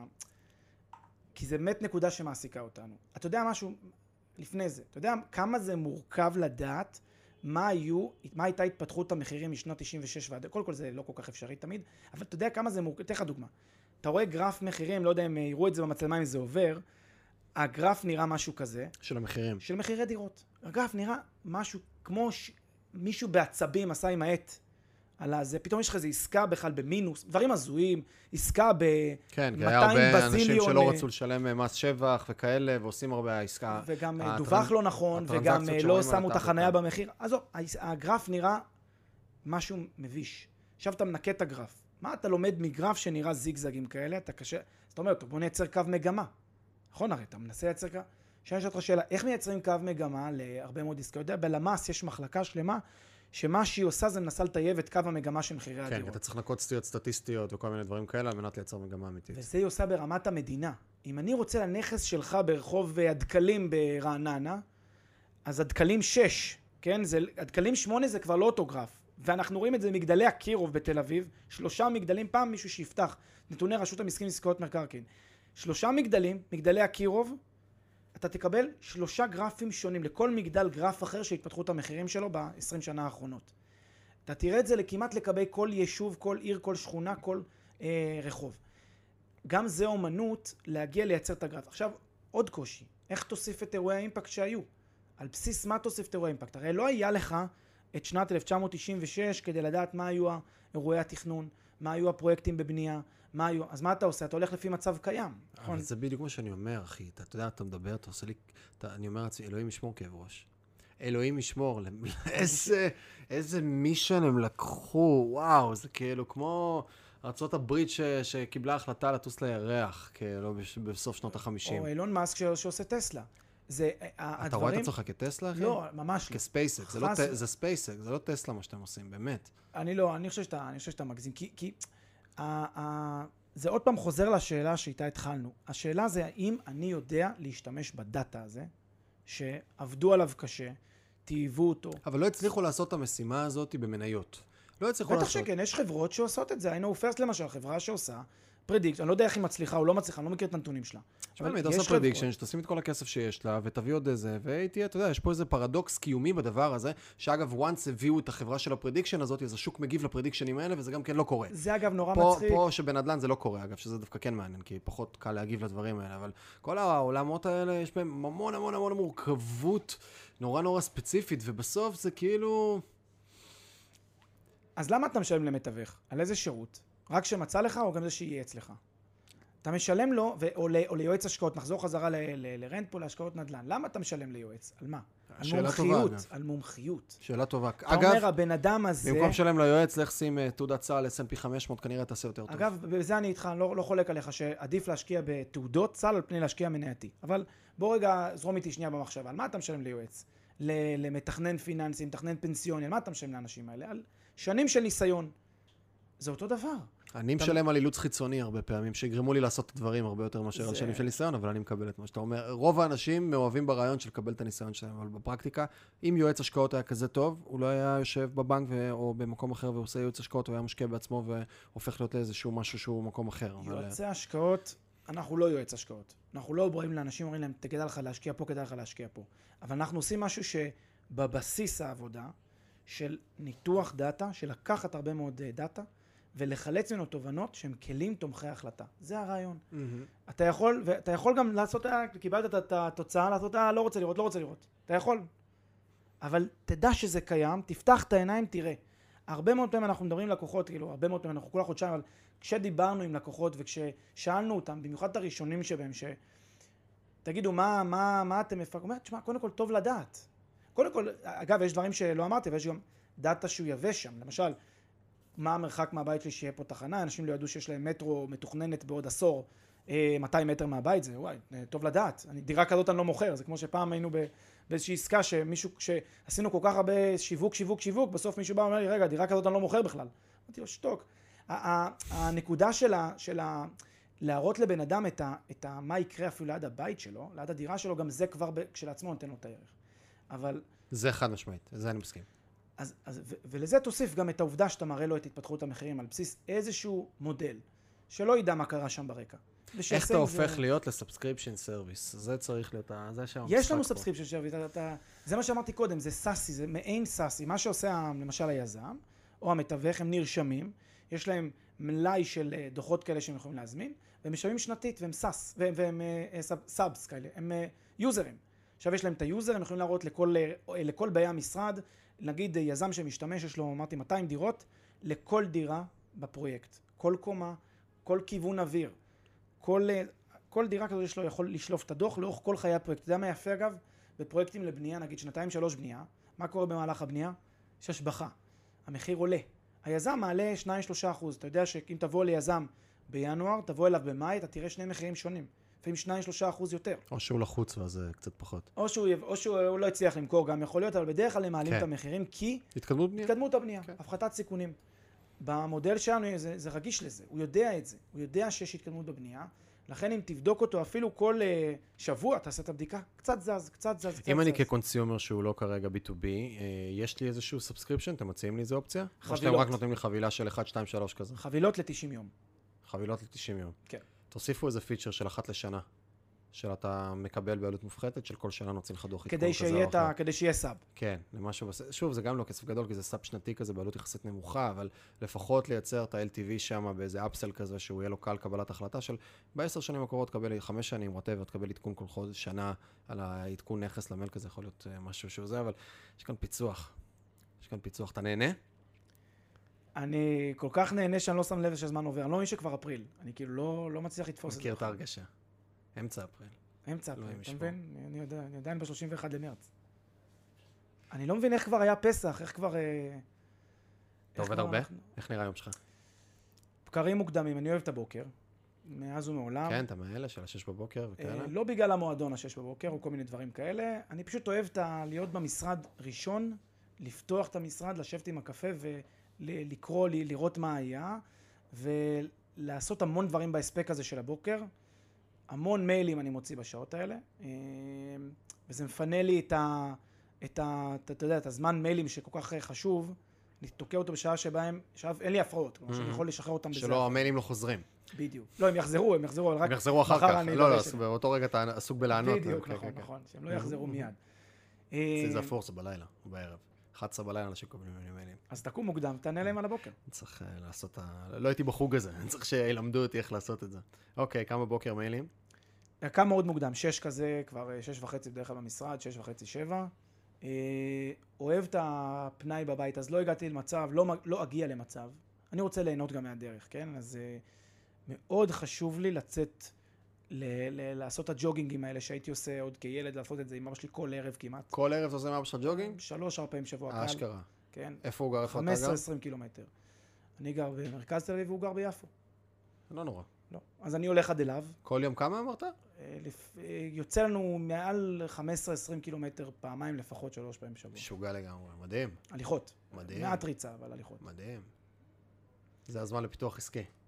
כי זה באמת נקודה שמעסיקה אותנו. אתה יודע משהו לפני זה, אתה יודע כמה זה מורכב לדעת מה היו, מה הייתה התפתחות המחירים משנות תשעים ושש ועד, קודם כל זה לא כל כך אפשרי תמיד, אבל אתה יודע כמה זה מורכב, אתן לך דוגמה. אתה רואה גרף מחירים, לא יודע אם יראו את זה במצלמה אם זה עובר, הגרף נראה משהו כזה.
של המחירים.
של מחירי דירות. הגרף נראה משהו כמו ש... מישהו בעצבים עשה עם העט על הזה, פתאום יש לך איזו עסקה בכלל במינוס, דברים הזויים, עסקה ב-מאתיים בזיליון.
כן, היה הרבה אנשים שלא רצו לשלם מס שבח וכאלה, ועושים הרבה עסקה.
וגם דווח לא נכון, וגם לא שמו את החנייה במחיר. אז הגרף נראה משהו מביש. עכשיו אתה מנקה את הגרף. מה אתה לומד מגרף שנראה זיגזגים כאלה? אתה קשה... זאת אומרת, בוא נייצר קו מגמה. נכון הרי, אתה מנסה לייצר קו... שאני אשאל אותך שאלה, איך מייצרים קו מגמה להרבה מאוד עסקאות? אתה יודע, בלמ"ס יש מחלקה שלמה, שמה שהיא עושה זה מנסה לטייב את קו המגמה של מחירי הדירות.
כן, אתה צריך לנקות סטיות סטטיסטיות וכל מיני דברים כאלה, על מנת לייצר מגמה אמיתית.
וזה היא עושה ברמת המדינה. אם אני רוצה לנכס שלך ברחוב הדקלים ברעננה, אז הדקלים שש, כן? זה, הדקלים שמונה זה כבר לא אוטוגרף. ואנחנו רואים את זה מגדלי הקירוב בתל אביב, שלושה מגדלים, פעם מישהו שיפתח, נתוני רשות המסים עסקאות מקרקעין. שלושה מגדלים, מגדלי הקירוב, אתה תקבל שלושה גרפים שונים, לכל מגדל גרף אחר שהתפתחו את המחירים שלו ב-עשרים שנה האחרונות. אתה תראה את זה כמעט לגבי כל יישוב, כל עיר, כל שכונה, כל אה, רחוב. גם זה אומנות להגיע לייצר את הגרף. עכשיו, עוד קושי, איך תוסיף את אירועי האימפקט שהיו? על בסיס מה תוסיף את אירועי האימפקט? הרי לא היה לך את שנת אלף תשע מאות תשעים ושש כדי לדעת מה היו אירועי התכנון, מה היו הפרויקטים בבנייה, מה היו, אז מה אתה עושה? אתה הולך לפי מצב קיים.
אבל זה בדיוק מה שאני אומר, אחי. אתה יודע, אתה מדבר, אתה עושה לי, אני אומר לעצמי, אלוהים ישמור כאב ראש. אלוהים ישמור, איזה, איזה מישן הם לקחו, וואו, זה כאילו כמו ארצות הברית שקיבלה החלטה לטוס לירח, כאילו, בסוף שנות החמישים.
או אילון מאסק שעושה טסלה. זה,
אתה רואה את עצמך כטסלה, אחי?
לא, ממש לא.
כספייסק, זה ספייסק, זה לא טסלה מה שאתם עושים, באמת.
אני לא, אני חושב שאתה, אני חושב שאתה מגזים, כי, כי, זה עוד פעם חוזר לשאלה שאיתה התחלנו. השאלה זה האם אני יודע להשתמש בדאטה הזה, שעבדו עליו קשה, תאיבו אותו.
אבל לא הצליחו לעשות את המשימה הזאת במניות. לא הצליחו לעשות.
בטח שכן, יש חברות שעושות את זה. היינו פרסט למשל, חברה שעושה פרדיקט, אני לא יודע איך היא מצליחה או לא מצליחה, אני לא מכיר את הנתונים שלה.
אבל היא עושה פרדיקשן, שתשים את כל הכסף שיש לה, ותביא עוד איזה, והייתי, אתה יודע, יש פה איזה פרדוקס קיומי בדבר הזה, שאגב, once הביאו את החברה של הפרדיקשן הזאת, אז השוק מגיב לפרדיקשנים האלה, וזה גם כן לא קורה.
זה אגב נורא
פה,
מצחיק.
פה שבנדל"ן זה לא קורה, אגב, שזה דווקא כן מעניין, כי פחות קל להגיב לדברים האלה, אבל כל העולמות האלה, יש בהם המון המון המון מורכבות, נורא נורא ספציפית, ובסוף זה כאילו...
אז למה אתה משלם למתווך? על איזה שירות? רק שמצא לך או גם זה שיהיה אצלך? אתה משלם לו, ו- או, ל- או ליועץ השקעות, נחזור חזרה ל- ל- לרנט פה להשקעות נדל"ן. למה אתה משלם ליועץ? על מה? על מומחיות.
טובה,
על מומחיות.
שאלה טובה.
אתה אגב, אומר, הבן אדם הזה...
במקום לשלם ליועץ, לך שים תעודת סל אס אנד פי חמש מאות, כנראה תעשה יותר טוב.
אגב, בזה אני איתך, לא, לא חולק עליך, שעדיף להשקיע בתעודות סל על פני להשקיע מנייתי. אבל בוא רגע, זרום איתי שנייה במחשבה. על מה אתה משלם ליועץ? למתכנן פיננסי, מתכנן פנסיוני, על מה אתה משלם לאנשים האלה? על שנים של ניסיון. זה אותו דבר.
אני משלם על אילוץ חיצוני הרבה פעמים, שיגרמו לי לעשות את הדברים הרבה יותר מאשר על שנים של ניסיון, אבל אני מקבל את מה שאתה אומר. רוב האנשים מאוהבים ברעיון של לקבל את הניסיון שלהם, אבל בפרקטיקה, אם יועץ השקעות היה כזה טוב, הוא לא היה יושב בבנק או במקום אחר ועושה יועץ השקעות, הוא היה משקיע בעצמו והופך להיות לאיזשהו משהו שהוא מקום אחר.
יועצי השקעות, אנחנו לא יועץ השקעות. אנחנו לא באים לאנשים, אומרים להם, כדאי לך להשקיע פה, כדאי לך להשקיע פה. אבל אנחנו עושים משהו שבבסיס העבודה של ניתוח דאטה, של לקחת הרבה מאוד דאטה, ולחלץ ממנו תובנות שהם כלים תומכי החלטה. זה הרעיון. Mm-hmm. אתה יכול, ואתה יכול גם לעשות, קיבלת את התוצאה, לעשות, אה, לא רוצה לראות, לא רוצה לראות. אתה יכול. אבל תדע שזה קיים, תפתח את העיניים, תראה. הרבה מאוד פעמים אנחנו מדברים עם לקוחות, כאילו, הרבה מאוד פעמים, אנחנו כולה חודשיים, אבל כשדיברנו עם לקוחות וכששאלנו אותם, במיוחד את הראשונים שבהם, ש... תגידו, מה, מה, מה אתם מפרקים? אומרת, תשמע, קודם כל, טוב לדעת. קודם כל, אגב, יש דברים שלא אמרתי, ויש גם דאטה שהוא יבש שם. למשל, מה המרחק מהבית שלי שיהיה פה תחנה? אנשים לא ידעו שיש להם מטרו מתוכננת בעוד עשור, מאתיים מטר מהבית, זה וואי, טוב לדעת. אני, דירה כזאת אני לא מוכר, זה כמו שפעם היינו באיזושהי עסקה שמישהו, שעשינו כל כך הרבה שיווק, שיווק, שיווק, בסוף מישהו בא ואומר לי, רגע, דירה כזאת אני לא מוכר בכלל. אמרתי לו, שתוק. הנקודה שלה, שלה, להראות לבן אדם את ה, את ה, מה יקרה אפילו ליד הבית שלו, ליד הדירה שלו, גם זה כבר כשלעצמו נותן לו את הערך. אבל...
זה חד משמעית, זה אני מסכים.
אז, אז, ו- ולזה תוסיף גם את העובדה שאתה מראה לו את התפתחות המחירים על בסיס איזשהו מודל, שלא ידע מה קרה שם ברקע.
איך אתה הופך זה... להיות לסאבסקריפשן סרוויס? זה צריך להיות, זה שם.
יש לנו סאבסקריפשן סרוויס, אתה... זה מה שאמרתי קודם, זה סאסי, זה מעין סאסי. מה שעושה למשל היזם, או המתווך, הם נרשמים, יש להם מלאי של דוחות כאלה שהם יכולים להזמין, והם משלמים שנתית, והם סאס, והם, והם סאבס כאלה, הם יוזרים. עכשיו יש להם את היוזר, הם יכולים להראות לכל, לכל באי המשרד, נגיד יזם שמשתמש, יש לו, אמרתי, מאתיים דירות, לכל דירה בפרויקט. כל קומה, כל כיוון אוויר. כל, כל דירה כזו יש לו יכול לשלוף את הדוח לאורך כל חיי הפרויקט. אתה יודע מה יפה אגב? בפרויקטים לבנייה, נגיד שנתיים שלוש בנייה, מה קורה במהלך הבנייה? יש השבחה. המחיר עולה. היזם מעלה שניים שלושה אחוז. אתה יודע שאם תבוא ליזם בינואר, תבוא אליו במאי, אתה תראה שני מחירים שונים. לפעמים שניים שלושה אחוז יותר.
או שהוא לחוץ וזה קצת פחות.
או שהוא, או שהוא לא הצליח למכור, גם יכול להיות, אבל בדרך כלל הם מעלים כן. את המחירים, כי...
התקדמות בנייה.
התקדמות הבנייה, כן. הפחתת סיכונים. במודל שלנו זה, זה רגיש לזה, הוא יודע את זה. הוא יודע שיש התקדמות בבנייה, לכן אם תבדוק אותו אפילו כל uh, שבוע, תעשה את הבדיקה, קצת זז, קצת זז, קצת
אם
זז.
אני כקונסיומר שהוא לא כרגע בי טו בי, יש לי איזשהו סאבסקריפשן, אתם מציעים לי איזו אופציה?
חבילות.
או שאתם רק נותנים לי חבילה של אחת, שתיים, שלוש כזה?
חבילות ל-תשעים יום.
חבילות ל-תשעים יום.
כן.
תוסיפו איזה פיצ'ר של אחת לשנה, שאתה מקבל בעלות מופחתת, של כל שנה נוציא לך דוח עדכון
כדי
כזה
שיהיה
או אחר.
כדי שיהיה סאב.
כן, למשהו, שוב, זה גם לא כסף גדול, כי זה סאב שנתי כזה, בעלות יחסית נמוכה, אבל לפחות לייצר את ה-אל טי וי שם באיזה אפסל כזה, שהוא יהיה לו קל קבלת החלטה של בעשר שנים הקרובות, תקבל חמש שנים, whatever, תקבל עדכון כל חודש, שנה, על העדכון נכס למייל כזה, יכול להיות משהו שהוא זה, אבל יש כאן פיצוח. יש כאן פיצוח. אתה נהנה?
אני כל כך נהנה שאני לא שם לב שהזמן עובר. אני לא מבין שכבר אפריל. אני כאילו לא, לא מצליח לתפוס את זה.
מכיר את ההרגשה. אמצע אפריל.
אמצע אפריל, אתה מבין? אני יודע, אני עדיין ב-שלושים ואחד למרץ. אני לא מבין איך כבר היה פסח, איך כבר...
אתה עובד הרבה? איך נראה היום שלך?
בקרים מוקדמים, אני אוהב את הבוקר, מאז ומעולם.
כן, אתה מאלה של השש בבוקר וכאלה?
לא בגלל המועדון השש בבוקר, או כל מיני דברים כאלה. אני פשוט אוהב להיות במשרד ראשון, לפתוח את המשרד, לשבת עם הקפה ולקרוא, לראות מה היה, ולעשות המון דברים בהספק הזה של הבוקר. המון מיילים אני מוציא בשעות האלה, וזה מפנה לי את ה... את ה... אתה יודע, את הזמן מיילים שכל כך חשוב, לתוקע אותו בשעה שבהם, עכשיו אין לי הפרעות, כמו שאני יכול לשחרר אותם בזה.
שלא, המיילים לא חוזרים.
בדיוק. לא, הם יחזרו, הם יחזרו, אבל רק...
הם יחזרו אחר כך. לא, לא, באותו רגע אתה עסוק בלענות.
בדיוק, נכון, נכון, שהם לא יחזרו מיד.
זה הפורס, זה בלילה, או בערב. אחת עשרה בלילה אנשים קובלים מיילים.
אז תקום מוקדם, תענה להם על הבוקר.
צריך לעשות, לא הייתי בחוג הזה, אני צריך שילמדו אותי איך לעשות את זה. אוקיי, כמה בוקר מיילים?
קם מאוד מוקדם, שש כזה, כבר שש וחצי בדרך כלל במשרד, שש וחצי, שבע. אוהב את הפנאי בבית, אז לא הגעתי למצב, לא, לא אגיע למצב. אני רוצה ליהנות גם מהדרך, כן? אז מאוד חשוב לי לצאת, ל- ל- לעשות את הג'וגינגים האלה שהייתי עושה עוד כילד, לעשות את זה עם אבא שלי כל ערב כמעט.
כל ערב אתה עושה עם אבא שלך ג'וגינג?
שלוש, ארבע פעמים בשבוע.
אה, אשכרה.
כן.
איפה הוא גר? איפה אתה גר?
חמש עשרה עשרים קילומטר. אני גר במרכז תל אביב והוא גר ביפו.
לא נורא.
לא. אז אני הולך עד אליו.
כל יום כמה אמרת?
יוצא לנו מעל חמש עשרה עשרים קילומטר פעמיים לפחות שלוש פעמים בשבוע.
משוגע לגמרי. מדהים.
הליכות.
מדהים.
מעט ריצה, אבל הליכות.
מדהים. זה הזמן לפיתוח עסקי.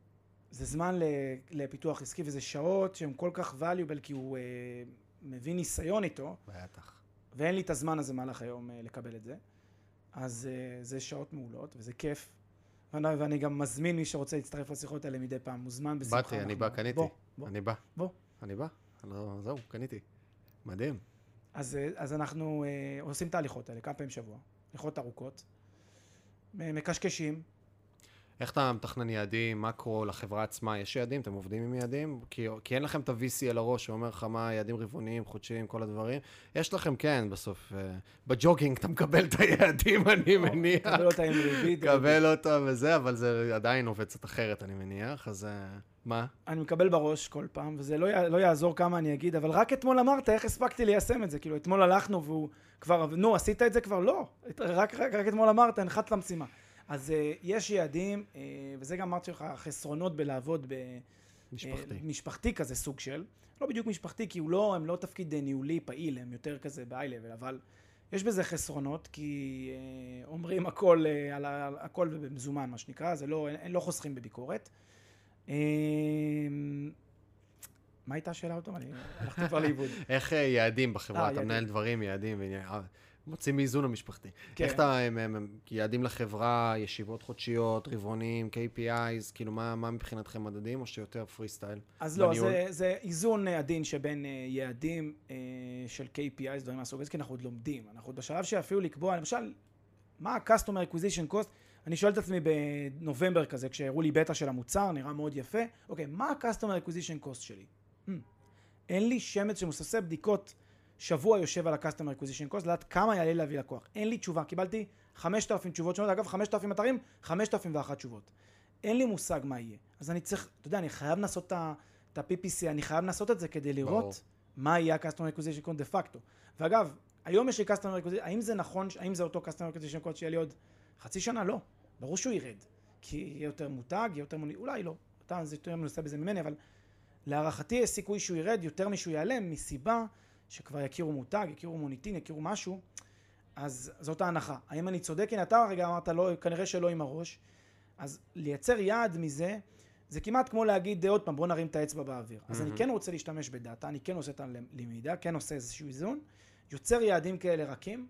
זה זמן לפיתוח עסקי, וזה שעות שהן כל כך valuable, כי הוא מביא ניסיון איתו.
בטח.
ואין לי את הזמן הזה מהלך היום לקבל את זה. אז זה שעות מעולות, וזה כיף. ואני גם מזמין מי שרוצה להצטרף לשיחות האלה מדי פעם, מוזמן בשמחה.
באתי, אני בא, קניתי.
בוא, בוא.
אני בא.
בוא.
אני בא. זהו, קניתי. מדהים.
אז, אז אנחנו אה, עושים את ההליכות האלה, כמה פעמים בשבוע. הליכות ארוכות. מקשקשים.
איך אתה מתכנן יעדים, מקרו, לחברה עצמה? יש יעדים? אתם עובדים עם יעדים? כי, כי אין לכם את ה-וי סי על הראש שאומר לך מה יעדים רבעוניים, חודשיים, כל הדברים. יש לכם, כן, בסוף. אה, בג'וגינג אתה מקבל את היעדים, אני מניח.
קבל אותה עם ריבית.
קבל אותה וזה, אבל זה עדיין עובד קצת אחרת, אני מניח. אז אה, מה?
אני מקבל בראש כל פעם, וזה לא, י... לא יעזור כמה אני אגיד, אבל רק אתמול אמרת, איך הספקתי ליישם את זה? כאילו, אתמול הלכנו והוא כבר, נו, עשית את זה כבר? לא. רק, רק, רק אתמול אמרת, הנחת למשימה. אז uh, יש יעדים, uh, וזה גם אמרתי לך, חסרונות בלעבוד
משפחתי.
Uh, משפחתי כזה סוג של, לא בדיוק משפחתי, כי הוא לא, הם לא תפקיד ניהולי פעיל, הם יותר כזה ב-high-level, אבל יש בזה חסרונות, כי uh, אומרים הכל, uh, על, על, הכל במזומן, מה שנקרא, זה לא, אין, לא חוסכים בביקורת. Uh, מה הייתה השאלה אותו? אני הלכתי כבר לאיבוד.
איך יעדים בחברה? אתה מנהל דברים, יעדים, מוצאים מאיזון המשפחתי. איך אתה יעדים לחברה, ישיבות חודשיות, רבעונים, קיי פי איז, כאילו מה מבחינתכם מדדים, או שיותר פרי סטייל?
אז לא, זה איזון עדין שבין יעדים של קיי פי איז, דברים מהסוג הזה, כי אנחנו עוד לומדים. אנחנו עוד בשלב שאפילו לקבוע, למשל, מה ה-Customer Acquisition Cost? אני שואל את עצמי בנובמבר כזה, כשהראו לי בטא של המוצר, נראה מאוד יפה. אוקיי, מה ה-Customer Acquisition Cost שלי? אין לי שמץ שמוססי בדיקות שבוע יושב על ה-Customer Acquisition Cost, לדעת כמה יעלה להביא לקוח. אין לי תשובה, קיבלתי חמשת אלפים תשובות שונות, אגב, חמשת אלפים אתרים, חמשת אלפים ואחת תשובות. אין לי מושג מה יהיה. אז אני צריך, אתה יודע, אני חייב לעשות את ה-פי פי סי, אני חייב לעשות את זה כדי לראות ברור. מה יהיה ה-Customer Acquisition Cost דה פקטו. ואגב, היום יש לי Customer Acquisition, האם זה נכון, האם זה אותו Customer Acquisition Cost שיהיה לי עוד חצי שנה? לא. ברור שהוא ירד. כי יהיה יותר מותג, יהיה יותר מוני, אולי לא. אתה זה יותר מנוסה בזה ממני, אבל להערכתי יש סיכוי שהוא ירד יותר משהוא יעלה, מסיבה שכבר יכירו מותג, יכירו מוניטין, יכירו משהו, אז זאת ההנחה. האם אני צודק? הנה, אתה הרגע אמרת, לא, כנראה שלא עם הראש. אז לייצר יעד מזה, זה כמעט כמו להגיד, עוד פעם, בוא נרים את האצבע באוויר. אז mm-hmm. אני כן רוצה להשתמש בדאטה, אני כן עושה את הלמידה, כן עושה איזשהו איזון, יוצר יעדים כאלה רכים,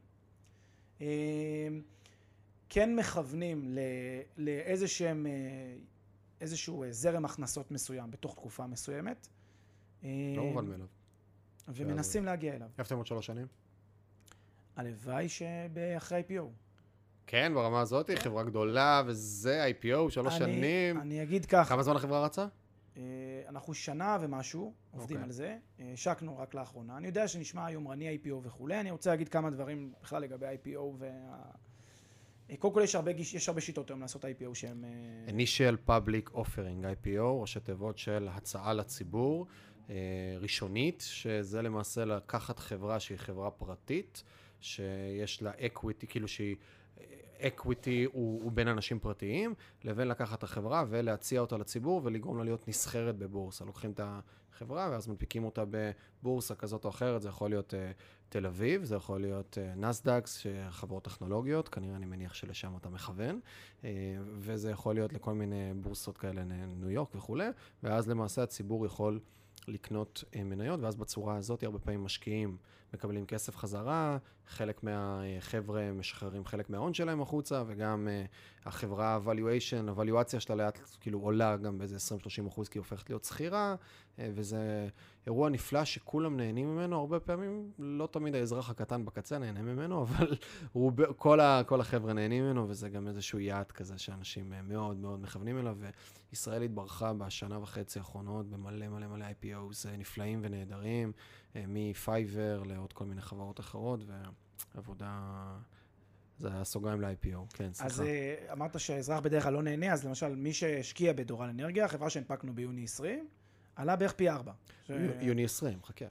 כן מכוונים לאיזשהם, איזשהו זרם הכנסות מסוים בתוך תקופה מסוימת.
לא מובן מאליו.
ומנסים להגיע אליו.
איפה אתם עוד שלוש שנים?
הלוואי שבאחרי איי פי או.
כן, ברמה הזאת, חברה גדולה, וזה איי פי או, שלוש שנים.
אני אגיד ככה.
כמה זמן החברה רצה?
אנחנו שנה ומשהו, עובדים על זה. השקנו רק לאחרונה. אני יודע שנשמע יומרני איי פי או וכולי. אני רוצה להגיד כמה דברים בכלל לגבי איי פי או וה... קודם כל יש הרבה, יש הרבה שיטות היום לעשות איי פי או שהם...
Initial Public Offering, איי פי או, ראשי תיבות של הצעה לציבור, ראשונית, שזה למעשה לקחת חברה שהיא חברה פרטית, שיש לה equity, כאילו שהיא... equity הוא, הוא בין אנשים פרטיים, לבין לקחת את החברה ולהציע אותה לציבור ולגרום לה להיות נסחרת בבורסה. לוקחים את החברה ואז מנפיקים אותה בבורסה כזאת או אחרת, זה יכול להיות uh, תל אביב, זה יכול להיות uh, נסדקס, חברות טכנולוגיות, כנראה אני מניח שלשם אתה מכוון, uh, וזה יכול להיות לכל מיני בורסות כאלה, ניו יורק וכו', ואז למעשה הציבור יכול לקנות מניות, ואז בצורה הזאת הרבה פעמים משקיעים, מקבלים כסף חזרה, חלק מהחבר'ה משחררים חלק מההון שלהם החוצה, וגם uh, החברה valuation, הוואליואציה שלה לאט כאילו עולה גם באיזה עשרים שלושים אחוז, כי היא הופכת להיות שכירה, uh, וזה אירוע נפלא שכולם נהנים ממנו, הרבה פעמים, לא תמיד האזרח הקטן בקצה נהנה ממנו, אבל רוב, כל, ה, כל החבר'ה נהנים ממנו, וזה גם איזשהו יעד כזה שאנשים מאוד מאוד מכוונים אליו, וישראל התברכה בשנה וחצי האחרונות במלא מלא מלא איי פי או'ס נפלאים ונהדרים, מפייבר לעוד כל מיני חברות אחרות, ועבודה, זה הסוגריים ל-איי פי או, כן, סליחה.
אז אמרת שהאזרח בדרך כלל לא נהנה, אז למשל, מי שהשקיע בדורל אנרגיה, החברה שהנפקנו ביוני עשרים, עלה בערך פי ארבע.
יוני עשרים, חכה.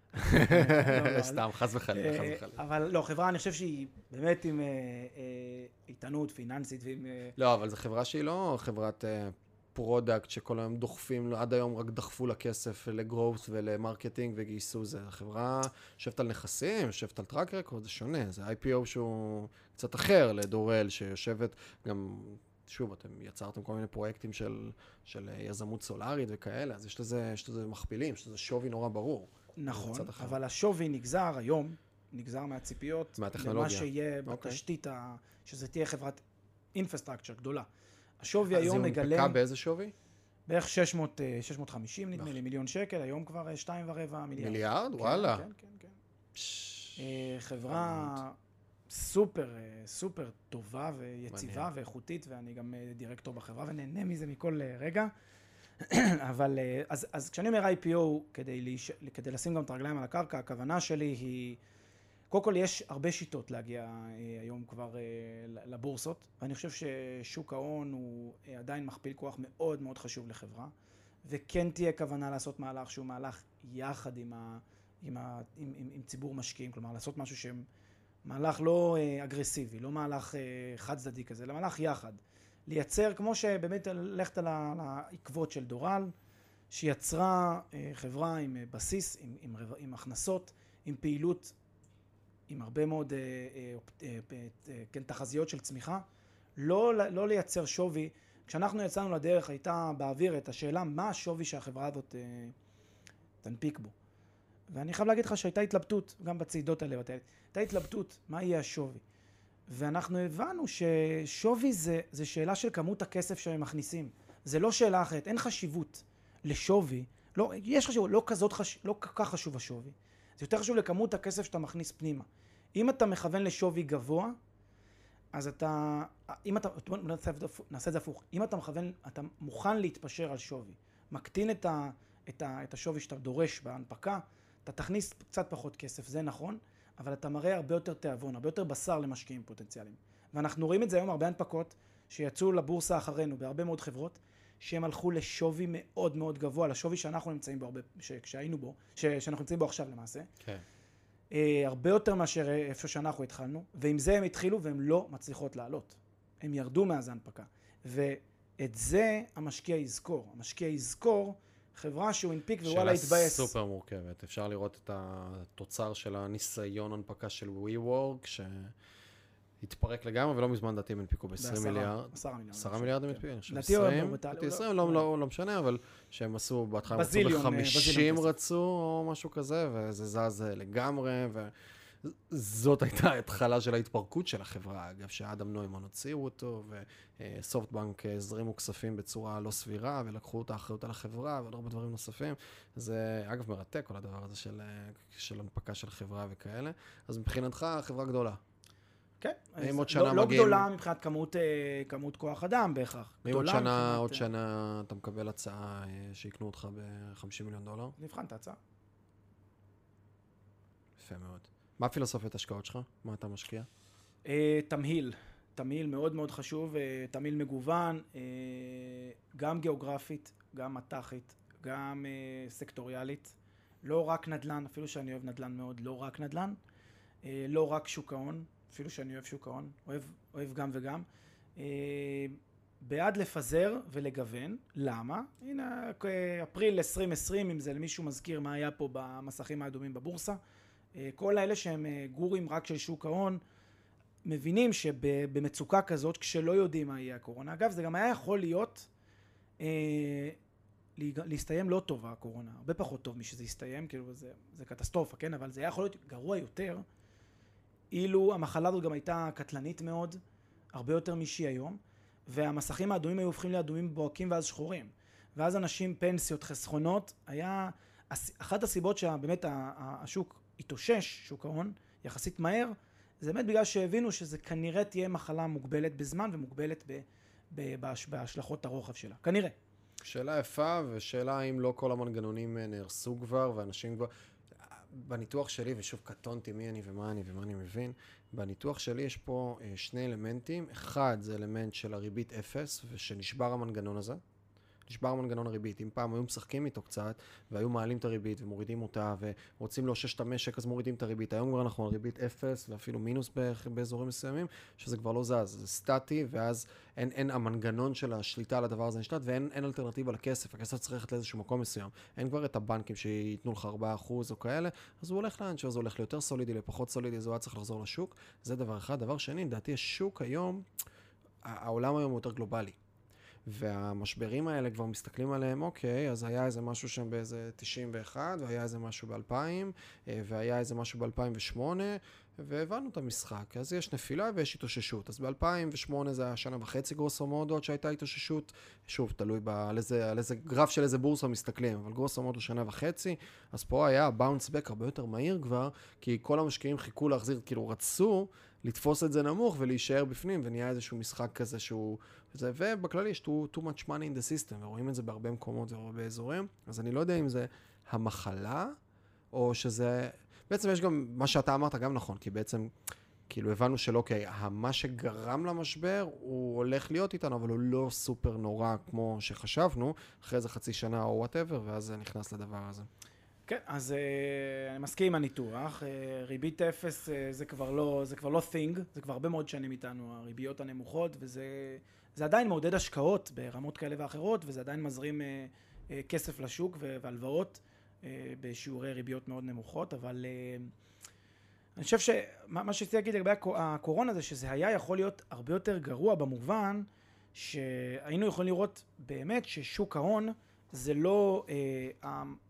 סתם, חס וחלילה, חס וחלילה.
אבל לא, חברה, אני חושב שהיא באמת עם איתנות פיננסית ועם...
לא, אבל זו חברה שהיא לא חברת פרודקט שכל היום דוחפים, עד היום רק דחפו לה כסף לגרוס ולמרקטינג וגייסו. זה חברה יושבת על נכסים, יושבת על טראק רקורד, זה שונה. זה איי פי או שהוא קצת אחר לדורל, שיושבת גם שוב, אתם יצרתם כל מיני פרויקטים של, של יזמות סולארית וכאלה, אז יש לזה, יש לזה מכפילים, יש לזה שווי נורא ברור.
נכון, אבל השווי נגזר היום, נגזר מהציפיות,
מהטכנולוגיה.
למה שיהיה בתשתית, ה... שזה תהיה חברת אינפרסטרקצ'ר גדולה. השווי היום מגלם...
אז היא הונפקה באיזה שווי?
בערך שש מאות, שש מאות וחמישים נדמה לי, מיליון שקל, היום כבר שתיים ורבע מיליארד.
מיליארד? וואלה.
כן, כן, כן. חברה סופר, סופר טובה ויציבה ואיכותית, ואני גם דירקטור בחברה ונהנה מזה מכל רגע. אבל, אז, אז כשאני אומר איי פי או, כדי, להיש... כדי לשים גם את הרגליים על הקרקע, הכוונה שלי היא, קודם כל יש הרבה שיטות להגיע היום כבר לבורסות, ואני חושב ששוק ההון הוא עדיין מכפיל כוח מאוד מאוד חשוב לחברה, וכן תהיה כוונה לעשות מהלך שהוא מהלך יחד עם, ה... עם, ה... עם, עם, עם ציבור משקיעים, כלומר לעשות משהו שהם מהלך לא אגרסיבי, לא מהלך חד צדדי כזה, אלא מהלך יחד. לייצר, כמו שבאמת ללכת על העקבות של דורל, שיצרה חברה עם בסיס, עם, עם, עם הכנסות, עם פעילות, עם הרבה מאוד כן, תחזיות של צמיחה, לא, לא לייצר שווי. כשאנחנו יצאנו לדרך הייתה באוויר את השאלה מה השווי שהחברה הזאת תנפיק בו. ואני חייב להגיד לך שהייתה התלבטות, גם בצעידות האלה, הייתה התלבטות, מה יהיה השווי. ואנחנו הבנו ששווי זה, זה שאלה של כמות הכסף שהם מכניסים. זה לא שאלה אחרת, אין חשיבות לשווי. לא, יש חשיבות, לא כזאת חש... לא כך חשוב השווי. זה יותר חשוב לכמות הכסף שאתה מכניס פנימה. אם אתה מכוון לשווי גבוה, אז אתה, אם אתה, נעשה את זה הפוך. אם אתה מכוון, אתה מוכן להתפשר על שווי. מקטין את, ה, את, ה, את השווי שאתה דורש בהנפקה, אתה תכניס קצת פחות כסף, זה נכון. אבל אתה מראה הרבה יותר תיאבון, הרבה יותר בשר למשקיעים פוטנציאליים. ואנחנו רואים את זה היום הרבה הנפקות שיצאו לבורסה אחרינו בהרבה מאוד חברות, שהם הלכו לשווי מאוד מאוד גבוה, לשווי שאנחנו נמצאים בו, הרבה, שהיינו בו, שאנחנו נמצאים בו עכשיו למעשה. כן. אה, הרבה יותר מאשר איפה שאנחנו התחלנו, ועם זה הם התחילו והם לא מצליחות לעלות. הם ירדו מאז ההנפקה. ואת זה המשקיע יזכור. המשקיע יזכור חברה שהוא הנפיק ווואלה התבאס.
שאלה סופר מורכבת. אפשר לראות את התוצר של הניסיון הנפקה של WeWork, שהתפרק לגמרי, ולא מזמן דעתי הם הנפיקו ב-עשרים מיליארד.
עשרה מיליארד.
עשרה מיליארד הם הנפיקו.
דעתי
עשרים, לא משנה, אבל שהם עשו, בהתחלה הם רצו ב-חמישים רצו, או משהו כזה, וזה זז לגמרי, וזאת הייתה ההתחלה של ההתפרקות של החברה, אגב, שאדם נוימן הוציאו אותו, וסופטבנק הזרימו כספים בצורה לא סבירה, ולקחו את האחריות על החברה, ועוד הרבה דברים נוספים. זה, אגב, מרתק כל הדבר הזה של, של הנפקה של חברה וכאלה. אז מבחינתך, חברה גדולה.
כן.
עוד שנה
לא, לא גדולה מבחינת כמות, כמות כוח אדם בהכרח.
עוד שנה, מבחינת... עוד שנה אתה מקבל הצעה שיקנו אותך ב-חמישים מיליון דולר?
נבחן את ההצעה.
יפה מאוד. מה הפילוסופיית השקעות שלך? מה אתה משקיע?
Uh, תמהיל. תמהיל מאוד מאוד חשוב, uh, תמהיל מגוון, uh, גם גיאוגרפית, גם מתחית, גם uh, סקטוריאלית. לא רק נדל"ן, אפילו שאני אוהב נדל"ן מאוד, לא רק נדל"ן. Uh, לא רק שוק ההון, אפילו שאני אוהב שוק ההון, אוהב, אוהב גם וגם. Uh, בעד לפזר ולגוון. למה? הנה, אפריל עשרים עשרים, אם זה למישהו מזכיר מה היה פה במסכים האדומים בבורסה. כל האלה שהם גורים רק של שוק ההון, מבינים שבמצוקה כזאת, כשלא יודעים מה יהיה הקורונה, אגב, זה גם היה יכול להיות, אה, להסתיים לא טוב הקורונה, הרבה פחות טוב משזה יסתיים, כאילו זה, זה קטסטרופה, כן? אבל זה היה יכול להיות גרוע יותר, אילו המחלה הזאת גם הייתה קטלנית מאוד, הרבה יותר משהיא היום, והמסכים האדומים היו הופכים לאדומים בוהקים ואז שחורים. ואז אנשים, פנסיות, חסכונות, היה, אחת הסיבות שבאמת השוק התאושש, שוק ההון, יחסית מהר, זה באמת בגלל שהבינו שזה כנראה תהיה מחלה מוגבלת בזמן ומוגבלת ב, ב, בהש, בהשלכות הרוחב שלה. כנראה.
שאלה יפה, ושאלה האם לא כל המנגנונים נהרסו כבר, ואנשים כבר... בניתוח שלי, ושוב קטונתי מי אני ומה אני ומה אני מבין, בניתוח שלי יש פה שני אלמנטים. אחד זה אלמנט של הריבית אפס, ושנשבר המנגנון הזה. נשבר מנגנון הריבית. אם פעם היו משחקים איתו קצת, והיו מעלים את הריבית ומורידים אותה, ורוצים לאושש את המשק, אז מורידים את הריבית. היום כבר אנחנו על ריבית אפס, ואפילו מינוס באזורים מסוימים, שזה כבר לא זז. זה סטטי, ואז אין, אין המנגנון של השליטה על הדבר הזה נשלט, ואין אין אלטרנטיבה לכסף. הכסף צריך ללכת לאיזשהו מקום מסוים. אין כבר את הבנקים שיתנו לך ארבעה אחוז או כאלה, אז הוא הולך לאן, שזה הולך ליותר סולידי, לפחות סולידי, אז הוא היה צריך לחזור לשוק. זה דבר אחד. דבר שני, לדעתי, השוק היום העולם היום הוא יותר גלובלי. והמשברים האלה כבר מסתכלים עליהם, אוקיי, אז היה איזה משהו שם באיזה תשעים ואחת, והיה איזה משהו ב-אלפיים, והיה איזה משהו ב-אלפיים ושמונה, והבנו את המשחק. אז יש נפילה ויש התאוששות. אז ב-אלפיים ושמונה זה היה שנה וחצי גרוסו מודו שהייתה התאוששות. שוב, תלוי על איזה, על איזה גרף של איזה בורסה מסתכלים, אבל גרוסו מודו שנה וחצי. אז פה היה באונס בק הרבה יותר מהיר כבר, כי כל המשקיעים חיכו להחזיר, כאילו רצו לתפוס את זה נמוך ולהישאר בפנים, ונהיה איזשהו משחק כזה שהוא... זה, ובכללי יש too, too much money in the system, ורואים את זה בהרבה מקומות ובהרבה אזורים. אז אני לא יודע אם זה המחלה, או שזה... בעצם יש גם, מה שאתה אמרת גם נכון, כי בעצם, כאילו הבנו שלא, אוקיי, מה שגרם למשבר, הוא הולך להיות איתנו, אבל הוא לא סופר נורא כמו שחשבנו, אחרי איזה חצי שנה או whatever, ואז זה נכנס לדבר הזה.
כן, אז uh, אני מסכים עם הניתוח, uh, ריבית אפס uh, זה כבר לא, זה כבר לא thing, זה כבר הרבה מאוד שנים איתנו, הריביות הנמוכות, וזה זה עדיין מעודד השקעות ברמות כאלה ואחרות, וזה עדיין מזרים uh, uh, כסף לשוק והלוואות uh, בשיעורי ריביות מאוד נמוכות, אבל uh, אני חושב שמה מה שצריך להגיד לגבי הקורונה זה שזה היה יכול להיות הרבה יותר גרוע במובן שהיינו יכולים לראות באמת ששוק ההון זה לא... Uh,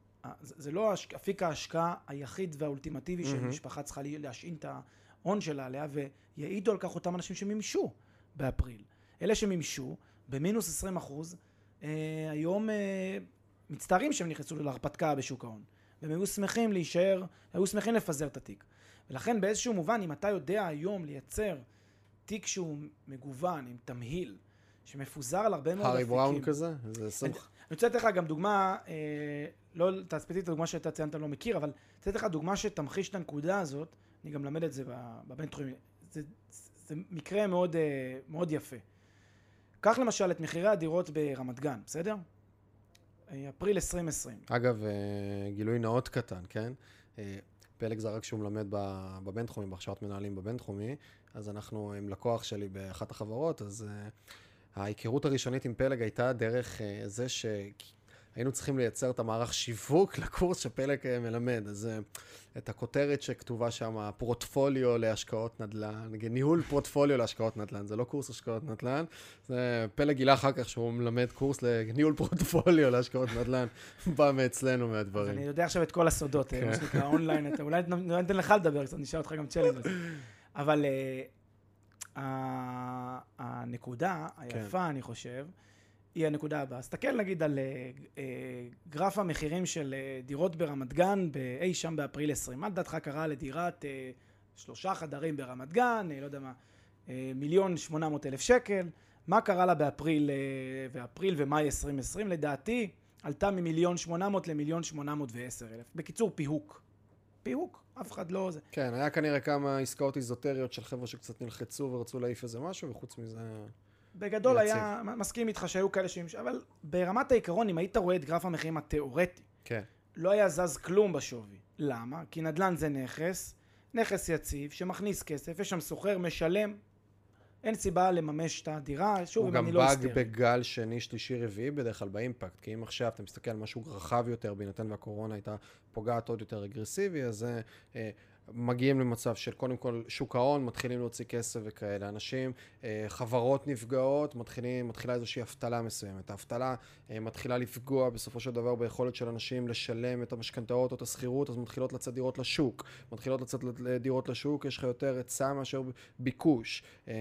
זה לא אפיק ההשקעה היחיד והאולטימטיבי שמשפחה צריכה להשעין את ההון שלה עליה, ויעידו על כך אותם אנשים שמימשו באפריל. אלה שמימשו, במינוס עשרים אחוז, היום מצטערים שהם נכנסו להרפתקה בשוק ההון, והם היו שמחים להישאר, היו שמחים לפזר את התיק. ולכן באיזשהו מובן, אם אתה יודע היום לייצר תיק שהוא מגוון, עם תמהיל, שמפוזר על הרבה מאוד
אפיקים. הארי בראון כזה? זה סמך.
אני רוצה לתת לך גם דוגמה, אה, לא ספציפית הדוגמה שאתה ציינת לא מכיר, אבל רוצה לתת לך דוגמה שתמחיש את הנקודה הזאת, אני גם למד את זה בבינתחומי. זה, זה מקרה מאוד, אה, מאוד יפה. קח למשל את מחירי הדירות ברמת גן, בסדר? אפריל עשרים עשרים.
אגב, גילוי נאות קטן, כן? פלג זה רק שהוא מלמד בבינתחומי, בהכשרת מנהלים בבינתחומי, אז אנחנו עם לקוח שלי באחת החברות, אז ההיכרות הראשונית עם פלג הייתה דרך זה שהיינו צריכים לייצר את המערך שיווק לקורס שפלג מלמד. אז את הכותרת שכתובה שם, פורטפוליו להשקעות נדל"ן, ניהול פורטפוליו להשקעות נדל"ן, זה לא קורס השקעות נדל"ן, זה פלג גילה אחר כך שהוא מלמד קורס לניהול פורטפוליו להשקעות נדל"ן, בא מאצלנו מהדברים.
אז אני יודע עכשיו את כל הסודות, מה שנקרא אונליין, אולי ניתן לך לדבר, קצת נשאר אותך גם צ'לנג' הזה. אבל הנקודה היפה, אני חושב, היא הנקודה הבאה. אז תסתכל נגיד על גרף המחירים של דירות ברמת גן באי שם באפריל עשרים. מה דעתך קרה לדירת שלושה חדרים ברמת גן, לא יודע מה, מיליון שמונה מאות אלף שקל? מה קרה לה באפריל ואפריל ומאי עשרים עשרים? לדעתי עלתה ממיליון שמונה מאות למיליון שמונה מאות ועשר אלף. בקיצור, פיהוק. פיהוק, אף אחד לא זה.
כן, היה כנראה כמה עסקאות איזוטריות של חבר'ה שקצת נלחצו ורצו להעיף איזה משהו, וחוץ מזה...
בגדול היה, מסכים איתך שהיו כאלה שימש... אבל ברמת העיקרון, אם היית רואה את גרף המחירים התיאורטי,
כן.
לא היה זז כלום בשווי. למה? כי נדל"ן זה נכס, נכס יציב, שמכניס כסף, יש שם סוחר, משלם, אין סיבה לממש את הדירה, שוב, אם אני לא אסתר.
הוא גם באג בגל שני, שלישי, רביעי, בדרך כלל באימפקט, כי אם עכשיו אתה מסתכל על משהו רחב יותר, בהינתן והקורונה הייתה פוגעת עוד יותר אגרסיבי, אז אה, מגיעים למצב של קודם כל שוק ההון, מתחילים להוציא כסף וכאלה, אנשים, אה, חברות נפגעות, מתחילים, מתחילה איזושהי אבטלה מסוימת. האבטלה אה, מתחילה לפגוע בסופו של דבר ביכולת של אנשים לשלם את המשכנתאות או את הסחירות, אז מתחילות לצאת דירות לשוק. מתחילות לצאת דירות לשוק, יש לך יותר היצע מאשר ביקוש. אה,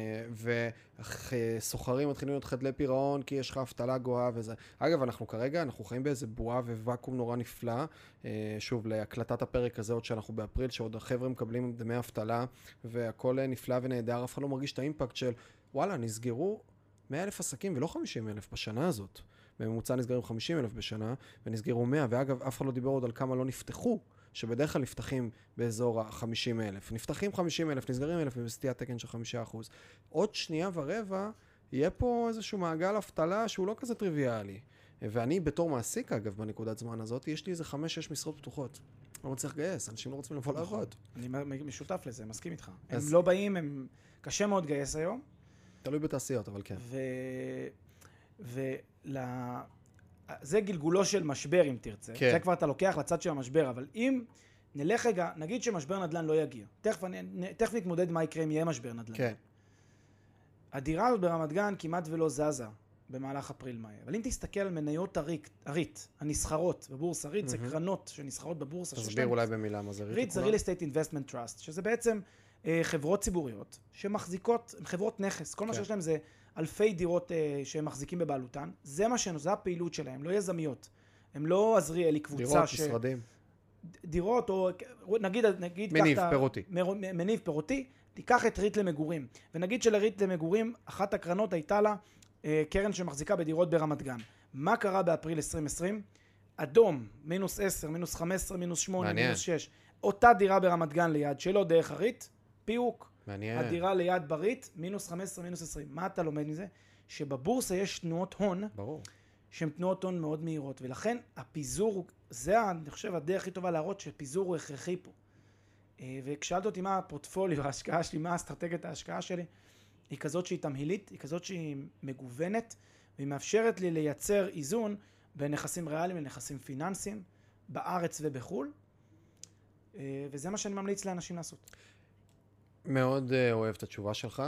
וסוחרים מתחילים להיות חדלי פירעון, כי יש לך אבטלה גואה וזה. אגב, אנחנו כרגע, אנחנו חיים באיזה בועה וואקום נורא נפלא. אה, שוב, להקלטת הפרק הזה עוד שאנחנו באפריל, שעוד החבר'ה מקבלים דמי אבטלה, והכל נפלא ונהדר, אף אחד לא מרגיש את האימפקט של, וואלה, נסגרו מאה אלף עסקים ולא חמישים אלף בשנה הזאת. בממוצע נסגרים חמישים אלף בשנה, ונסגרו מאה, ואגב, אף אחד לא דיבר עוד על כמה לא נפתחו, שבדרך כלל נפתחים באזור ה-חמישים אלף. נפתחים חמישים אלף, נסגרים אלף, ובסטיית תקן של חמישה אחוז. עוד שנייה ורבע, יהיה פה איזשהו מעגל אבטלה שהוא לא כזה טריוויאלי. ואני בתור מעסיק, אגב, בנקודת זמן הזאת, יש לי איזה חמש, שש משרות פתוחות. לא מצליח לגייס, אנשים לא רוצים לבוא לעבוד.
אני משותף לזה, מסכים איתך. הם לא באים, הם קשה מאוד לגייס היום.
תלוי בתעשיות, אבל כן.
זה גלגולו של משבר, אם תרצה. זה כבר אתה לוקח לצד של המשבר, אבל אם נלך רגע, נגיד שמשבר נדל"ן לא יגיע. תכף נתמודד מה יקרה אם יהיה משבר נדל"ן.
כן.
הדירה הזאת ברמת גן כמעט ולא זזה במהלך אפריל-מאי. אבל אם תסתכל על מניות הריט, הנסחרות בבורסה, ריט זה קרנות שנסחרות בבורסה.
תסביר אולי במילה מה זה ריט.
ריט זה real estate investment trust, שזה בעצם אה, חברות ציבוריות שמחזיקות, חברות נכס, כל מה שיש להם זה אלפי דירות אה, שהם מחזיקים בבעלותן, זה מה שנו, זה הפעילות שלהם, לא יזמיות. הם לא עזריאלי קבוצה
דירות,
ש...
משרדים.
דירות, או נגיד, נגיד...
מניב, פירותי.
מניב פירותי, תיקח את ריט למגורים. ונגיד שלריט למגורים, אחת הקרנות הייתה לה אה, קרן שמחזיקה בדירות ברמת גן. מה קרה באפריל עשרים עשרים? אדום, מינוס עשר, מינוס חמש עשרה, מינוס שמונה, מינוס שש. אותה דירה ברמת גן ליד שלו, דרך הריט, פיוק.
מעניין.
הדירה ליד בריט, מינוס חמש עשרה, מינוס עשרים. מה אתה לומד מזה? שבבורסה יש תנועות הון.
ברור.
שהן תנועות הון מאוד מהירות, ולכן הפיזור, זה אני חושב הדרך הכי טובה להראות שפיזור הוא הכרחי פה. וכשאלת אותי מה הפורטפוליו, ההשקעה שלי, מה אסטרטגיית ההשקעה שלי, היא כזאת שהיא תמהילית, היא כזאת שהיא מגוונת, והיא מאפשרת לי לייצר איזון בין נכסים ריאליים לנכסים פיננסיים, בארץ ובחול, וזה מה שאני ממליץ לאנשים לעשות.
מאוד אוהב את התשובה שלך.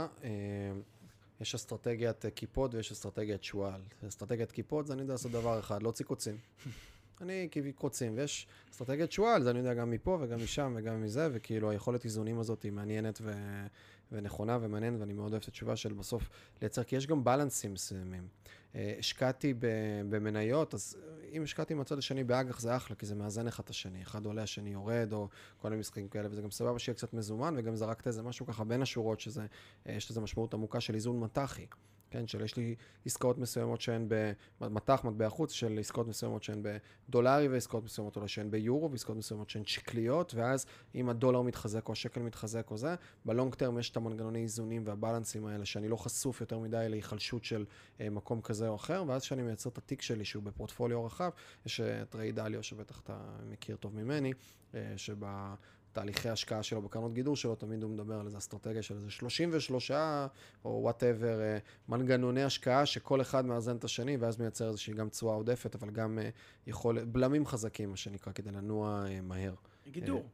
יש אסטרטגיית כיפות ויש אסטרטגיית שואל. אסטרטגיית כיפות זה אני יודע לעשות דבר אחד, להוציא קוצים. אני קיבי קוצים, ויש אסטרטגיית שואל, זה אני יודע גם מפה וגם משם וגם מזה, וכאילו היכולת איזונים הזאת היא מעניינת ו... ונכונה ומעניינת, ואני מאוד אוהב את התשובה של בסוף לייצר, כי יש גם בלנסים מסוימים. השקעתי במניות, אז אם השקעתי מהצד השני באג"ח זה אחלה, כי זה מאזן אחד את השני, אחד עולה, השני יורד, או כל מיני משחקים כאלה, וזה גם סבבה שיהיה קצת מזומן, וגם זרקת איזה משהו ככה בין השורות, שזה, יש לזה משמעות עמוקה של איזון מתחי. כן, של יש לי עסקאות מסוימות שהן במתח, מטבע חוץ, של עסקאות מסוימות שהן בדולרי, ועסקאות מסוימות אולי שהן ביורו, ועסקאות מסוימות שהן שקליות, ואז אם הדולר מתחזק או השקל מתחזק או זה, בלונג טרם יש את המנגנוני איזונים והבלנסים האלה, שאני לא חשוף יותר מדי להיחלשות של מקום כזה או אחר, ואז שאני מייצר את התיק שלי, שהוא בפורטפוליו רחב, יש את ראי דליו, שבטח אתה מכיר טוב ממני, שבה... תהליכי השקעה שלו בקרנות גידור שלו, תמיד הוא מדבר על איזו אסטרטגיה של איזה שלושים ושלושה או whatever, מנגנוני השקעה שכל אחד מאזן את השני, ואז מייצר איזושהי גם תשואה עודפת, אבל גם יכול, בלמים חזקים, מה שנקרא, כדי לנוע מהר.
גידור.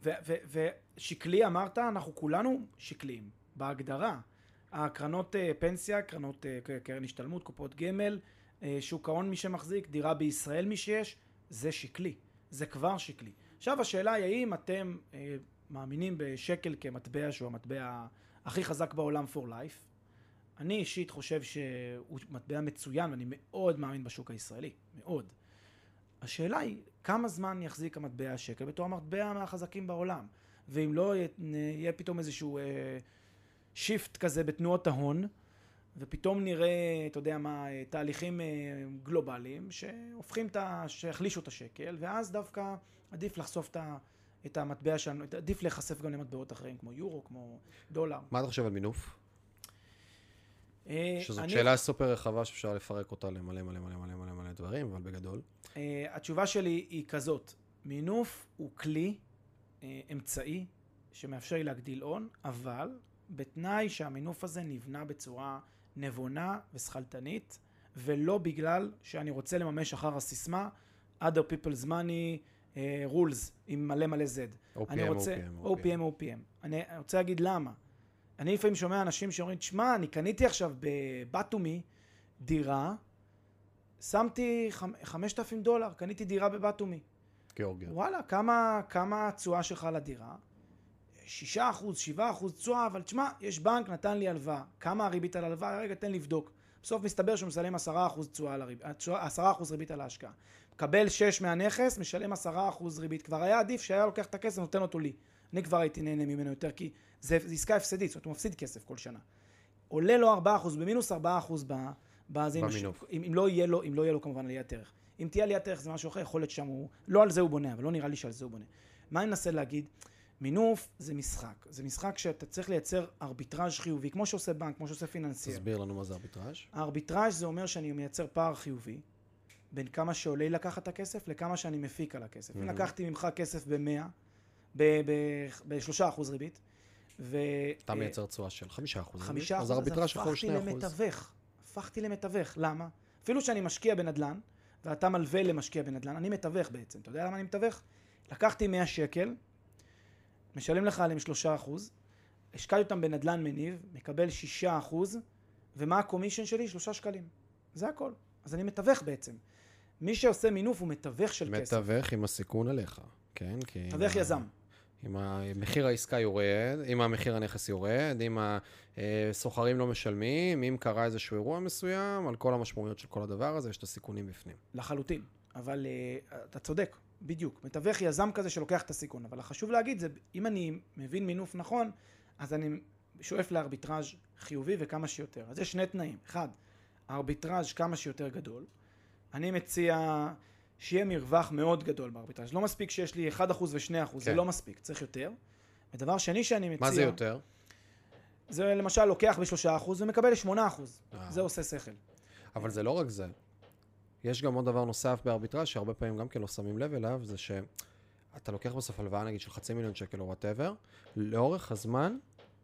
ושקלי אמרת, אנחנו כולנו שקליים, בהגדרה. הקרנות פנסיה, קרנות קרן השתלמות, קופות גמל, שוק ההון מי שמחזיק, דירה בישראל מי שיש, זה שקלי. זה כבר שקלי. עכשיו השאלה היא האם אתם אה, מאמינים בשקל כמטבע שהוא המטבע הכי חזק בעולם for life. אני אישית חושב שהוא מטבע מצוין ואני מאוד מאמין בשוק הישראלי, מאוד. השאלה היא כמה זמן יחזיק המטבע השקל בתור המטבע מהחזקים בעולם. ואם לא יהיה פתאום איזשהו אה, שיפט כזה בתנועות ההון, ופתאום נראה, אתה יודע מה, תהליכים אה, גלובליים שהופכים את ה... שהחלישו את השקל, ואז דווקא עדיף לחשוף את, ה, את המטבע שלנו, עדיף להיחשף גם למטבעות אחרים, כמו יורו, כמו דולר.
מה אתה חושב על מינוף?
אה,
שזאת
אני...
שאלה סופר רחבה שאפשר לפרק אותה למלא מלא מלא מלא מלא מלא דברים, אבל בגדול.
אה, התשובה שלי היא כזאת, מינוף הוא כלי, אה, אמצעי, שמאפשר לי להגדיל הון, אבל בתנאי שהמינוף הזה נבנה בצורה נבונה וסחלטנית, ולא בגלל שאני רוצה לממש אחר הסיסמה, other people's money, uh, rules, עם מלא מלא Z.
או פי אם,
אני רוצה, או פי אם, או פי אם. אני רוצה להגיד למה. אני לפעמים שומע אנשים שאומרים, תשמע, אני קניתי עכשיו בבטומי דירה, שמתי חמשת אלפים דולר, קניתי דירה בבטומי.
גיאורגיה.
וואלה, כמה, כמה התשואה שלך לדירה? שישה אחוז, שבעה אחוז תשואה, אבל תשמע, יש בנק, נתן לי הלוואה. כמה הריבית על הלוואה? רגע, תן לבדוק. בסוף מסתבר שהוא משלם עשרה אחוז תשואה על הריבית, עשרה אחוז ריבית על ההשקעה. קבל שש מהנכס, משלם עשרה אחוז ריבית. כבר היה עדיף שהיה לוקח את הכסף, נותן אותו לי. אני כבר הייתי נהנה ממנו יותר, כי זה, זה עסקה הפסדית, זאת אומרת, הוא מפסיד כסף כל שנה. עולה לו ארבעה אחוז, במינוס ארבעה אחוז במינוף. אם, אם לא יהיה לו, אם לא יהיה לו כמובן עליית ערך. אם תהיה עליית ערך זה משהו אחר, יכול להיות שם הוא, לא על זה הוא בונה, אבל לא נראה לי שעל זה הוא בונה. מה אני מנסה להגיד? מינוף זה משחק. זה משחק שאתה צריך לייצר ארביטראז' חיובי, כמו שעושה בנק, כמו שעושה פיננסייר.
תסביר לנו מה זה ארביטראז'.
הארביטראז' זה אומר שאני מייצר פער חיובי, בין כמה שעולה לי לקחת את הכסף, לכמה שאני מפיק על הכסף. Mm-hmm. אם לקחתי ממך כסף ב-מאה, ב-שלושה אחוז ריבית, ו...
אתה מייצר תשואה של חמישה אחוז.
חמישה אחוז, אז הפכתי למתווך. הפכתי למתווך. למה? אפילו שאני משקיע בנדלן, ואתה מלווה למשקיע בנדלן, אני מתווך בעצם. אתה יודע למה אני מתווך? לקחתי מאה שקל, משלם לך עליהם שלושה אחוז, השקעתי אותם בנדלן מניב, מקבל שישה אחוז, ומה הקומישן שלי? שלושה שקלים. זה הכל. אז אני מתווך בעצם. מי שעושה מינוף הוא מתווך של
מתווך
כסף.
מתווך עם הסיכון עליך, כן?
מתווך יזם.
אם המחיר העסקה יורד, אם המחיר הנכס יורד, אם הסוחרים לא משלמים, אם קרה איזשהו אירוע מסוים, על כל המשמעויות של כל הדבר הזה, יש את הסיכונים בפנים.
לחלוטין. אבל uh, אתה צודק, בדיוק. מתווך יזם כזה שלוקח את הסיכון. אבל החשוב להגיד זה, אם אני מבין מינוף נכון, אז אני שואף לארביטראז' חיובי וכמה שיותר. אז יש שני תנאים. אחד, הארביטראז' כמה שיותר גדול. אני מציע שיהיה מרווח מאוד גדול בארביטראז'. לא מספיק שיש לי אחד אחוז ו-שני אחוז, כן. זה לא מספיק, צריך יותר. ודבר שני שאני מציע...
מה זה יותר?
זה למשל לוקח ב-שלושה אחוז ומקבל ל-שמונה אחוז. זה עושה שכל. אבל
זה לא רק זה. יש גם עוד דבר נוסף בארביטראז' שהרבה פעמים גם כן לא שמים לב אליו, זה שאתה לוקח בסוף הלוואה נגיד של חצי מיליון שקל או whatever, לאורך הזמן,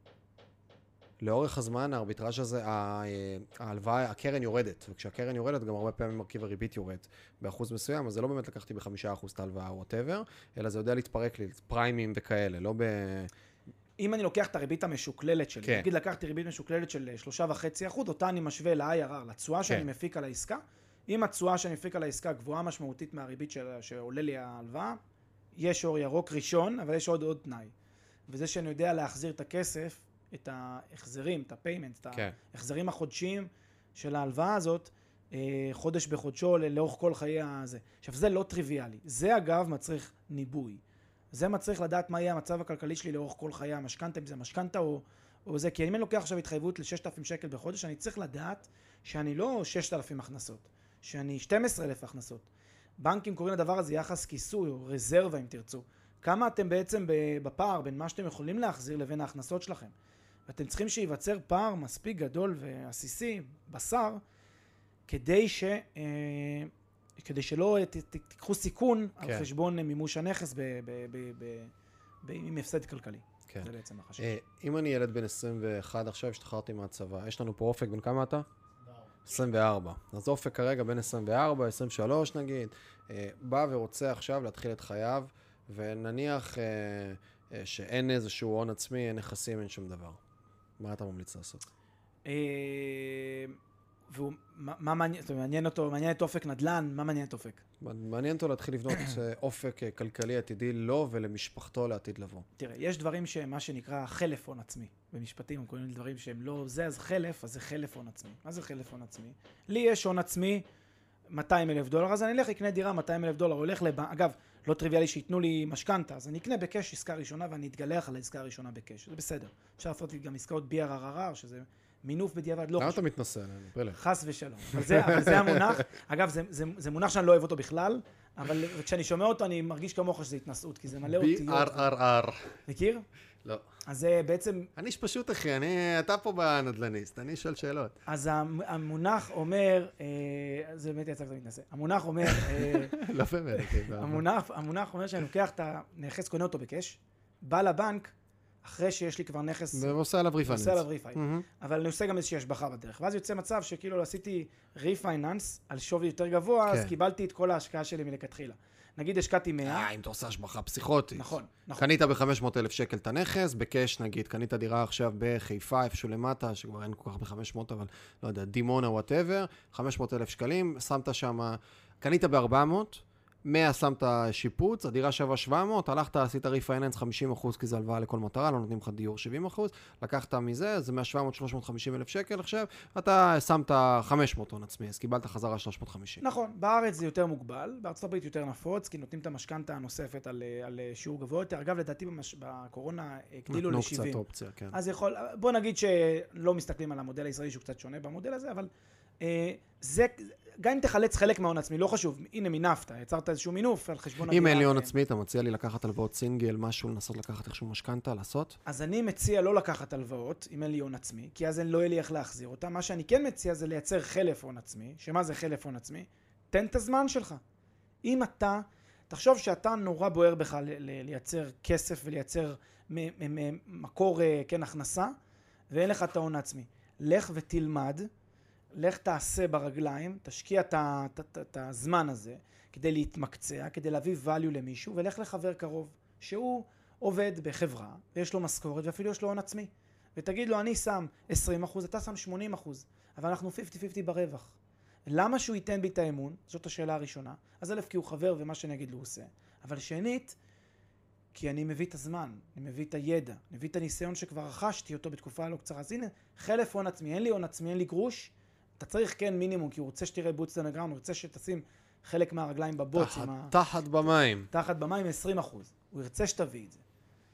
לאורך הזמן הארביטראז' הזה, ההלוואה, הקרן יורדת, וכשהקרן יורדת גם הרבה פעמים מרכיב הריבית יורד באחוז מסוים, אז זה לא באמת לקחתי בחמישה אחוז את ההלוואה או whatever, אלא זה יודע להתפרק לי, פריימים וכאלה, לא ב...
אם אני לוקח את הריבית המשוקללת שלי,
כן.
נגיד לקחתי ריבית משוקללת של שלושה וחצי אחוז, אותה אני משווה ל-איי אר אר, לתשואה שאני
כן.
מפיק על העסקה, אם התשואה שאני מפיק על העסקה גבוהה משמעותית מהריבית של, שעולה לי ההלוואה, יש אור ירוק ראשון, אבל יש עוד עוד תנאי. וזה שאני יודע להחזיר את הכסף, את ההחזרים, את הפיימנט, את
כן.
ההחזרים החודשיים של ההלוואה הזאת, חודש בחודשו לאורך כל חיי הזה. עכשיו, זה לא טריוויאלי. זה אגב מצריך ניבוי. זה מצריך לדעת מה יהיה המצב הכלכלי שלי לאורך כל חיי המשכנתא, אם זה משכנתא או, או זה. כי אם אני לוקח עכשיו התחייבות ל-ששת אלפים שקל בחודש, אני צריך לדעת שאני לא ששת אלפים הכנסות, שאני שנים עשר אלף הכנסות. בנקים קוראים לדבר הזה יחס כיסוי או רזרבה אם תרצו. כמה אתם בעצם בפער בין מה שאתם יכולים להחזיר לבין ההכנסות שלכם. ואתם צריכים שיווצר פער מספיק גדול ועסיסי, בשר, כדי, ש, אה, כדי שלא ת, ת, תיקחו סיכון כן. על חשבון מימוש הנכס ב, ב, ב, ב, ב, עם הפסד כלכלי. כן. זה בעצם החשוב.
אה, אם אני ילד בן עשרים ואחת, עכשיו השתחררתי מהצבא, יש לנו פה אופק, בן כמה אתה? עשרים וארבע. אז אופק כרגע בין עשרים וארבע, עשרים ושלוש נגיד, אה, בא ורוצה עכשיו להתחיל את חייו, ונניח אה, אה, שאין איזשהו הון עצמי, אין נכסים, אין שום דבר. מה אתה ממליץ לעשות?
והוא, מה מעניין, מעניין אותו, מעניין את אופק נדל"ן, מה מעניין את אופק?
מעניין אותו להתחיל לבנות אופק כלכלי עתידי לו ולמשפחתו לעתיד לבוא.
תראה, יש דברים שמה שנקרא חלף הון עצמי. במשפטים הם קוראים לדברים שהם לא זה, אז חלף, אז זה חלף הון עצמי. מה זה חלף הון עצמי? לי יש הון עצמי מאתיים אלף דולר, אז אני אלך לקנה דירה מאתיים אלף דולר, הולך לבנק, אגב, לא טריוויאלי שיתנו לי משכנתא, אז אני אקנה בקש עסקה ראשונה ואני אתגלח על העסקה הראשונה בקש. זה בסדר. אפשר לעשות גם עסקאות בי אר אר אר, שזה מינוף בדיעבד, לא
חשוב. למה אתה מתנסה? פלא.
חס ושלום. אבל זה, אבל זה המונח. אגב, זה, זה, זה מונח שאני לא אוהב אותו בכלל, אבל כשאני שומע אותו אני מרגיש כמוך שזה התנסות, כי זה מלא אותיות.
בי אר אר אר.
מכיר?
לא.
אז זה בעצם...
אני איש פשוט אחי, אני, אתה פה בנדלניסט, אני שואל שאלות.
אז המונח אומר, זה באמת יצא קצת מתנסה, המונח אומר,
לא באמת,
המונח, המונח אומר שאני לוקח את הנכס, קונה אותו בקש, בא לבנק, אחרי שיש לי כבר נכס...
ועושה עליו ריפייננס.
עושה עליו ריפייננס. אבל אני עושה גם איזושהי השבחה בדרך. ואז יוצא מצב שכאילו עשיתי ריפייננס על שווי יותר גבוה, אז קיבלתי את כל ההשקעה שלי מלכתחילה. נגיד השקעתי מאה.
אה, אם אתה עושה השבחה פסיכוטית.
נכון, נכון.
קנית ב-חמש מאות אלף שקל את הנכס, בקש נגיד, קנית דירה עכשיו בחיפה, איפשהו למטה, שכבר אין כל כך ב-חמש מאות, אבל לא יודע, דימונה, whatever, חמש מאות אלף שקלים, שמת שם, קנית ב-ארבע מאות, מאה שמת שיפוץ, הדירה שווה שבע מאות, הלכת, עשית ריפייננס חמישים אחוז, כי זה הלוואה לכל מטרה, לא נותנים לך דיור שבעים אחוז, לקחת מזה, זה מה-שבע מאות שלוש מאות וחמישים אלף שקל עכשיו, אתה שמת חמש מאות הון עצמי, אז קיבלת חזרה שלוש מאות וחמישים.
נכון, בארץ זה יותר מוגבל, בארצות הברית יותר נפוץ, כי נותנים את המשכנתא הנוספת על, על שיעור גבוה יותר. אגב, לדעתי במש... בקורונה הגדילו ל-שבעים.
נתנו קצת אופציה, כן.
אז יכול, בוא נגיד שלא מסתכלים על המודל הישראלי שהוא קצת שונה במודל הזה, אבל אה, זה... גם אם תחלץ חלק מההון עצמי, לא חשוב, הנה מינפת, יצרת איזשהו מינוף על חשבון הדירה.
אם אין לי הון עצמי, אתה מציע לי לקחת הלוואות סינגל, משהו, לנסות לקחת איכשהו משכנתא, לעשות?
אז אני מציע לא לקחת הלוואות, אם אין לי הון עצמי, כי אז לא יהיה לי איך להחזיר אותה. מה שאני כן מציע זה לייצר חלף הון עצמי. שמה זה חלף הון עצמי? תן את הזמן שלך. אם אתה, תחשוב שאתה נורא בוער בך לייצר כסף ולייצר מקור, כן, הכנסה, ואין לך את ההון עצמי. לך ותלמד, לך תעשה ברגליים, תשקיע את הזמן הזה כדי להתמקצע, כדי להביא value למישהו, ולך לחבר קרוב שהוא עובד בחברה ויש לו משכורת ואפילו יש לו הון עצמי. ותגיד לו, אני שם עשרים אחוז, אתה שם שמונים אחוז. אבל אנחנו חמישים חמישים ברווח. למה שהוא ייתן בי את האמון? זאת השאלה הראשונה. אז א', כי הוא חבר ומה שאני אגיד לו הוא עושה. אבל שנית, כי אני מביא את הזמן, אני מביא את הידע, אני מביא את הניסיון שכבר רכשתי אותו בתקופה לא קצרה. אז הנה, חלף הון עצמי, אין לי הון עצמי, אין לי גרוש, אתה צריך כן מינימום, כי הוא רוצה שתראה בוץ דנגרם, הוא רוצה שתשים חלק מהרגליים בבוץ.
תחת,
ה...
תחת במים.
תחת במים עשרים אחוז. הוא ירצה שתביא את זה.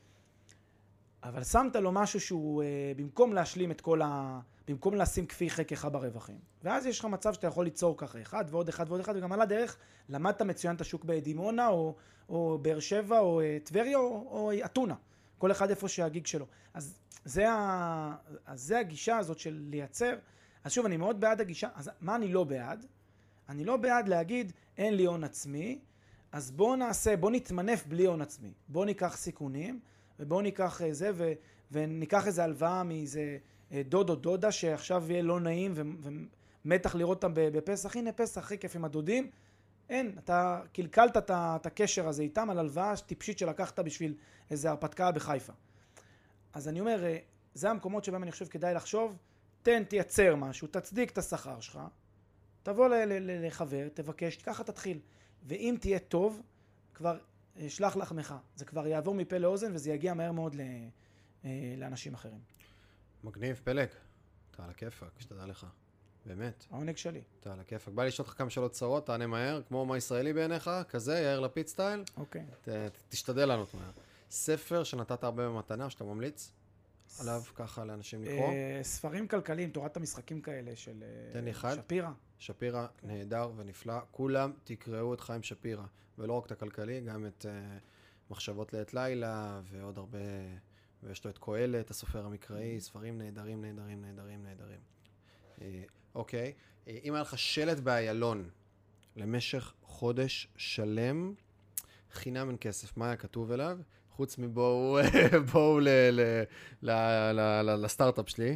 אבל שמת לו משהו שהוא, אה, במקום להשלים את כל ה... במקום לשים כפי חלקך ברווחים. ואז יש לך מצב שאתה יכול ליצור ככה אחד ועוד אחד ועוד אחד, וגם על הדרך למדת מצוין את השוק בדימונה, או, או באר שבע, או טבריה, או, או אתונה. כל אחד איפה שהגיג שלו. אז זה, ה... אז זה הגישה הזאת של לייצר. אז שוב, אני מאוד בעד הגישה. אז מה אני לא בעד? אני לא בעד להגיד, אין לי הון עצמי, אז בוא נעשה, בוא נתמנף בלי הון עצמי. בוא ניקח סיכונים, ובוא ניקח זה, ו... וניקח איזה הלוואה מאיזה דוד או דודה שעכשיו יהיה לא נעים ו... ומתח לראות אותם בפסח. הנה פסח, הכי כיף עם הדודים. אין, אתה קלקלת את הקשר הזה איתם על הלוואה טיפשית שלקחת בשביל איזה הרפתקה בחיפה. אז אני אומר, זה המקומות שבהם אני חושב כדאי לחשוב, תן, תייצר משהו, תצדיק את השכר שלך, תבוא לחבר, תבקש, ככה תתחיל. ואם תהיה טוב, כבר שלח לחמך. זה כבר יעבור מפה לאוזן וזה יגיע מהר מאוד לאנשים אחרים.
מגניב, פלג. אתה על הכיפק, שתדע לך. באמת.
העונג שלי.
אתה על הכיפק. בא לשאול אותך כמה שאלות צרות, תענה מהר, כמו מה ישראלי בעיניך, כזה, יאיר לפיד סטייל.
אוקיי.
ת, תשתדל לענות מהר. ספר שנתת הרבה במתנה, שאתה ממליץ עליו ככה לאנשים לקרוא.
ספרים כלכליים, תורת המשחקים כאלה של
תן לי אחד.
שפירא.
שפירא, נהדר ונפלא. כולם תקראו את חיים שפירא, ולא רק את הכלכלי, גם את uh, מחשבות לעת לילה, ועוד הרבה, ויש לו את קהלת, הסופר המקראי, ספרים נהדרים, נהדרים, נהדרים, נהדרים. Uh, אוקיי, uh, אם היה לך שלט באיילון למשך חודש שלם, חינם אין כסף, מה היה כתוב אליו? חוץ מבואו בואו לסטארט-אפ שלי,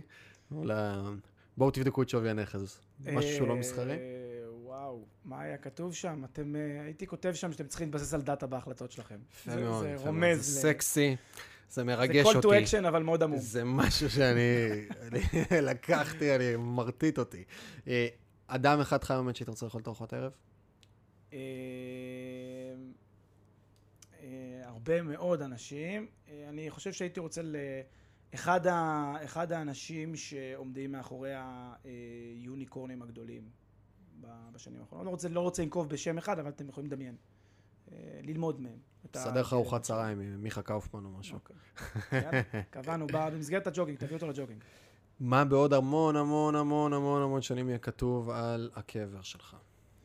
בואו תבדקו את שווי הנכס, משהו שהוא לא מסחרי.
וואו, מה היה כתוב שם? אתם, הייתי כותב שם שאתם צריכים להתבסס על דאטה בהחלטות שלכם.
יפה מאוד,
זה רומז.
זה סקסי, זה מרגש אותי.
זה call to action אבל מאוד עמום.
זה משהו שאני לקחתי, אני מרטיט אותי. אדם אחד חי באמת שהיית רוצה לאכול את ארוחת הערב?
הרבה מאוד אנשים. אני חושב שהייתי רוצה לאחד אחד האנשים שעומדים מאחורי היוניקורנים הגדולים בשנים האחרונות. לא רוצה, לא רוצה לנקוב בשם אחד, אבל אתם יכולים לדמיין. ללמוד מהם.
סדר לך ארוחת צהריים עם מיכה קאופמן או משהו.
יאללה, קבענו, במסגרת הג'וגינג, תביא אותו לג'וגינג.
מה בעוד המון המון המון המון המון שנים יהיה כתוב על הקבר שלך?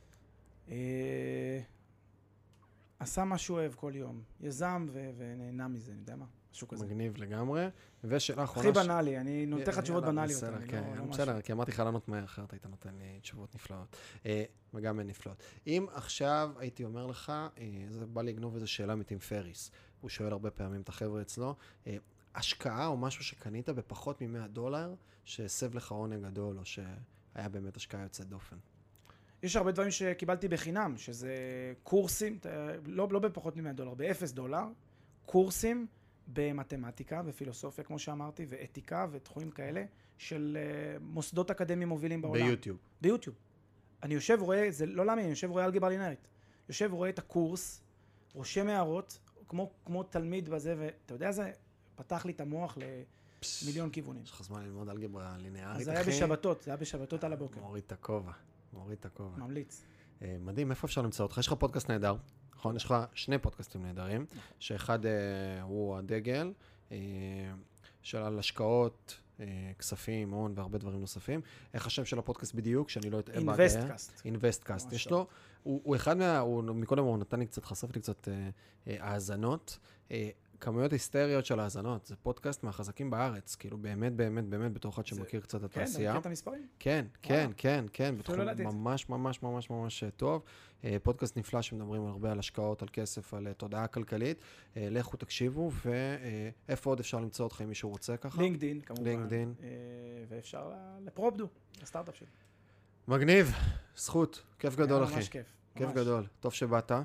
עשה מה שהוא אוהב כל יום, יזם ונהנה מזה, אני יודע מה, משהו כזה.
מגניב לגמרי, ושאלה אחרונה...
הכי בנאלי, אני נותן לך תשובות בנאליות.
בסדר, כן, בסדר, כי אמרתי לך לענות מהר, אחרת היית נותן לי תשובות נפלאות, וגם הן נפלאות. אם עכשיו הייתי אומר לך, זה בא לגנוב איזו שאלה מטים פריס, הוא שואל הרבה פעמים את החבר'ה אצלו, השקעה או משהו שקנית בפחות מ-מאה דולר, שהסב לך עונג גדול, או שהיה באמת השקעה יוצאת דופן.
יש הרבה דברים שקיבלתי בחינם, שזה קורסים, לא, לא בפחות מ-מאה דולר, ב-אפס דולר, קורסים במתמטיקה ופילוסופיה, כמו שאמרתי, ואתיקה ותחומים כאלה, של מוסדות אקדמיים מובילים בעולם.
ביוטיוב.
ביוטיוב. אני יושב רואה, זה לא למה, אני יושב רואה אלגברה לינארית. יושב רואה את הקורס, רושם הערות, כמו, כמו תלמיד בזה, ואתה יודע, זה פתח לי את המוח למיליון כיוונים.
יש לך זמן ללמוד אלגברה לינארית,
אז זה היה בשבתות, זה היה בשבתות על הבוקר.
מוריד את הכובע. מוריד את הכובע.
ממליץ.
מדהים, איפה אפשר למצוא אותך? יש לך פודקאסט נהדר, נכון? יש לך שני פודקאסטים נהדרים, שאחד הוא הדגל, של על השקעות, כספים, הון והרבה דברים נוספים. איך השם של הפודקאסט בדיוק, שאני לא אתאר בעד...
אינבסטקאסט.
אינבסטקאסט. יש לו, הוא אחד מה... מקודם הוא נתן לי קצת, חשף לי קצת האזנות. כמויות היסטריות של האזנות, זה פודקאסט מהחזקים בארץ, כאילו באמת, באמת, באמת, בתור אחד שמכיר קצת את התעשייה.
כן, אתה מכיר את המספרים?
כן, כן, כן, כן, בתחום ממש, ממש, ממש, ממש טוב. פודקאסט נפלא שמדברים הרבה על השקעות, על כסף, על תודעה כלכלית. לכו תקשיבו, ואיפה עוד אפשר למצוא אותך אם מישהו רוצה ככה?
לינקדין, כמובן.
לינקדין.
ואפשר לפרופדו, הסטארט-אפ שלי.
מגניב, זכות, כיף גדול, אחי.
ממש כיף.
כיף גדול, טוב שבאת.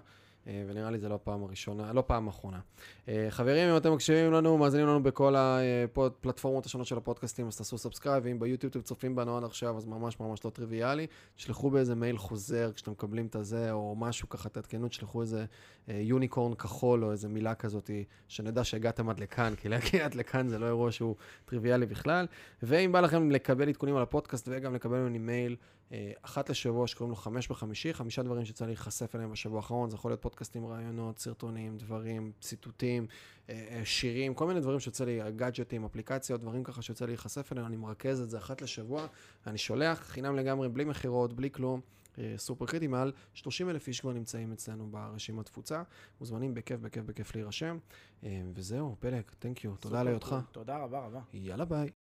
ונראה לי זה לא פעם הראשונה, לא פעם האחרונה. חברים, אם אתם מקשיבים לנו, מאזינים לנו בכל הפלטפורמות השונות של הפודקאסטים, אז תעשו סאבסקרייב, ואם ביוטיוב אתם צופים בנו עד עכשיו, אז ממש ממש לא טריוויאלי. תשלחו באיזה מייל חוזר כשאתם מקבלים את הזה, או משהו ככה, תעדכנו, תשלחו איזה יוניקורן כחול, או איזה מילה כזאת, שנדע שהגעתם עד לכאן, כי להגיע עד לכאן זה לא אירוע שהוא טריוויאלי בכלל. ואם בא לכם לקבל עדכונים על הפודקאסט, וגם לקבל ממני מייל, אחת לשבוע שקוראים לו חמש בחמישי, חמישה דברים שצריך להיחשף אליהם בשבוע האחרון, זה יכול להיות פודקאסטים, רעיונות, סרטונים, דברים, ציטוטים, שירים, כל מיני דברים שיוצא לי, גאדג'טים, אפליקציות, דברים ככה שיוצא לי להיחשף אליהם, אני מרכז את זה אחת לשבוע, אני שולח חינם לגמרי, בלי מחירות, בלי כלום, סופר קריטי, מעל שלושים אלף איש כבר נמצאים אצלנו ברשימת תפוצה, מוזמנים בכיף, בכיף, בכיף להירשם, וזהו, פלג, thank you, תודה להיותך.
תודה רבה רבה.
יאללה ביי.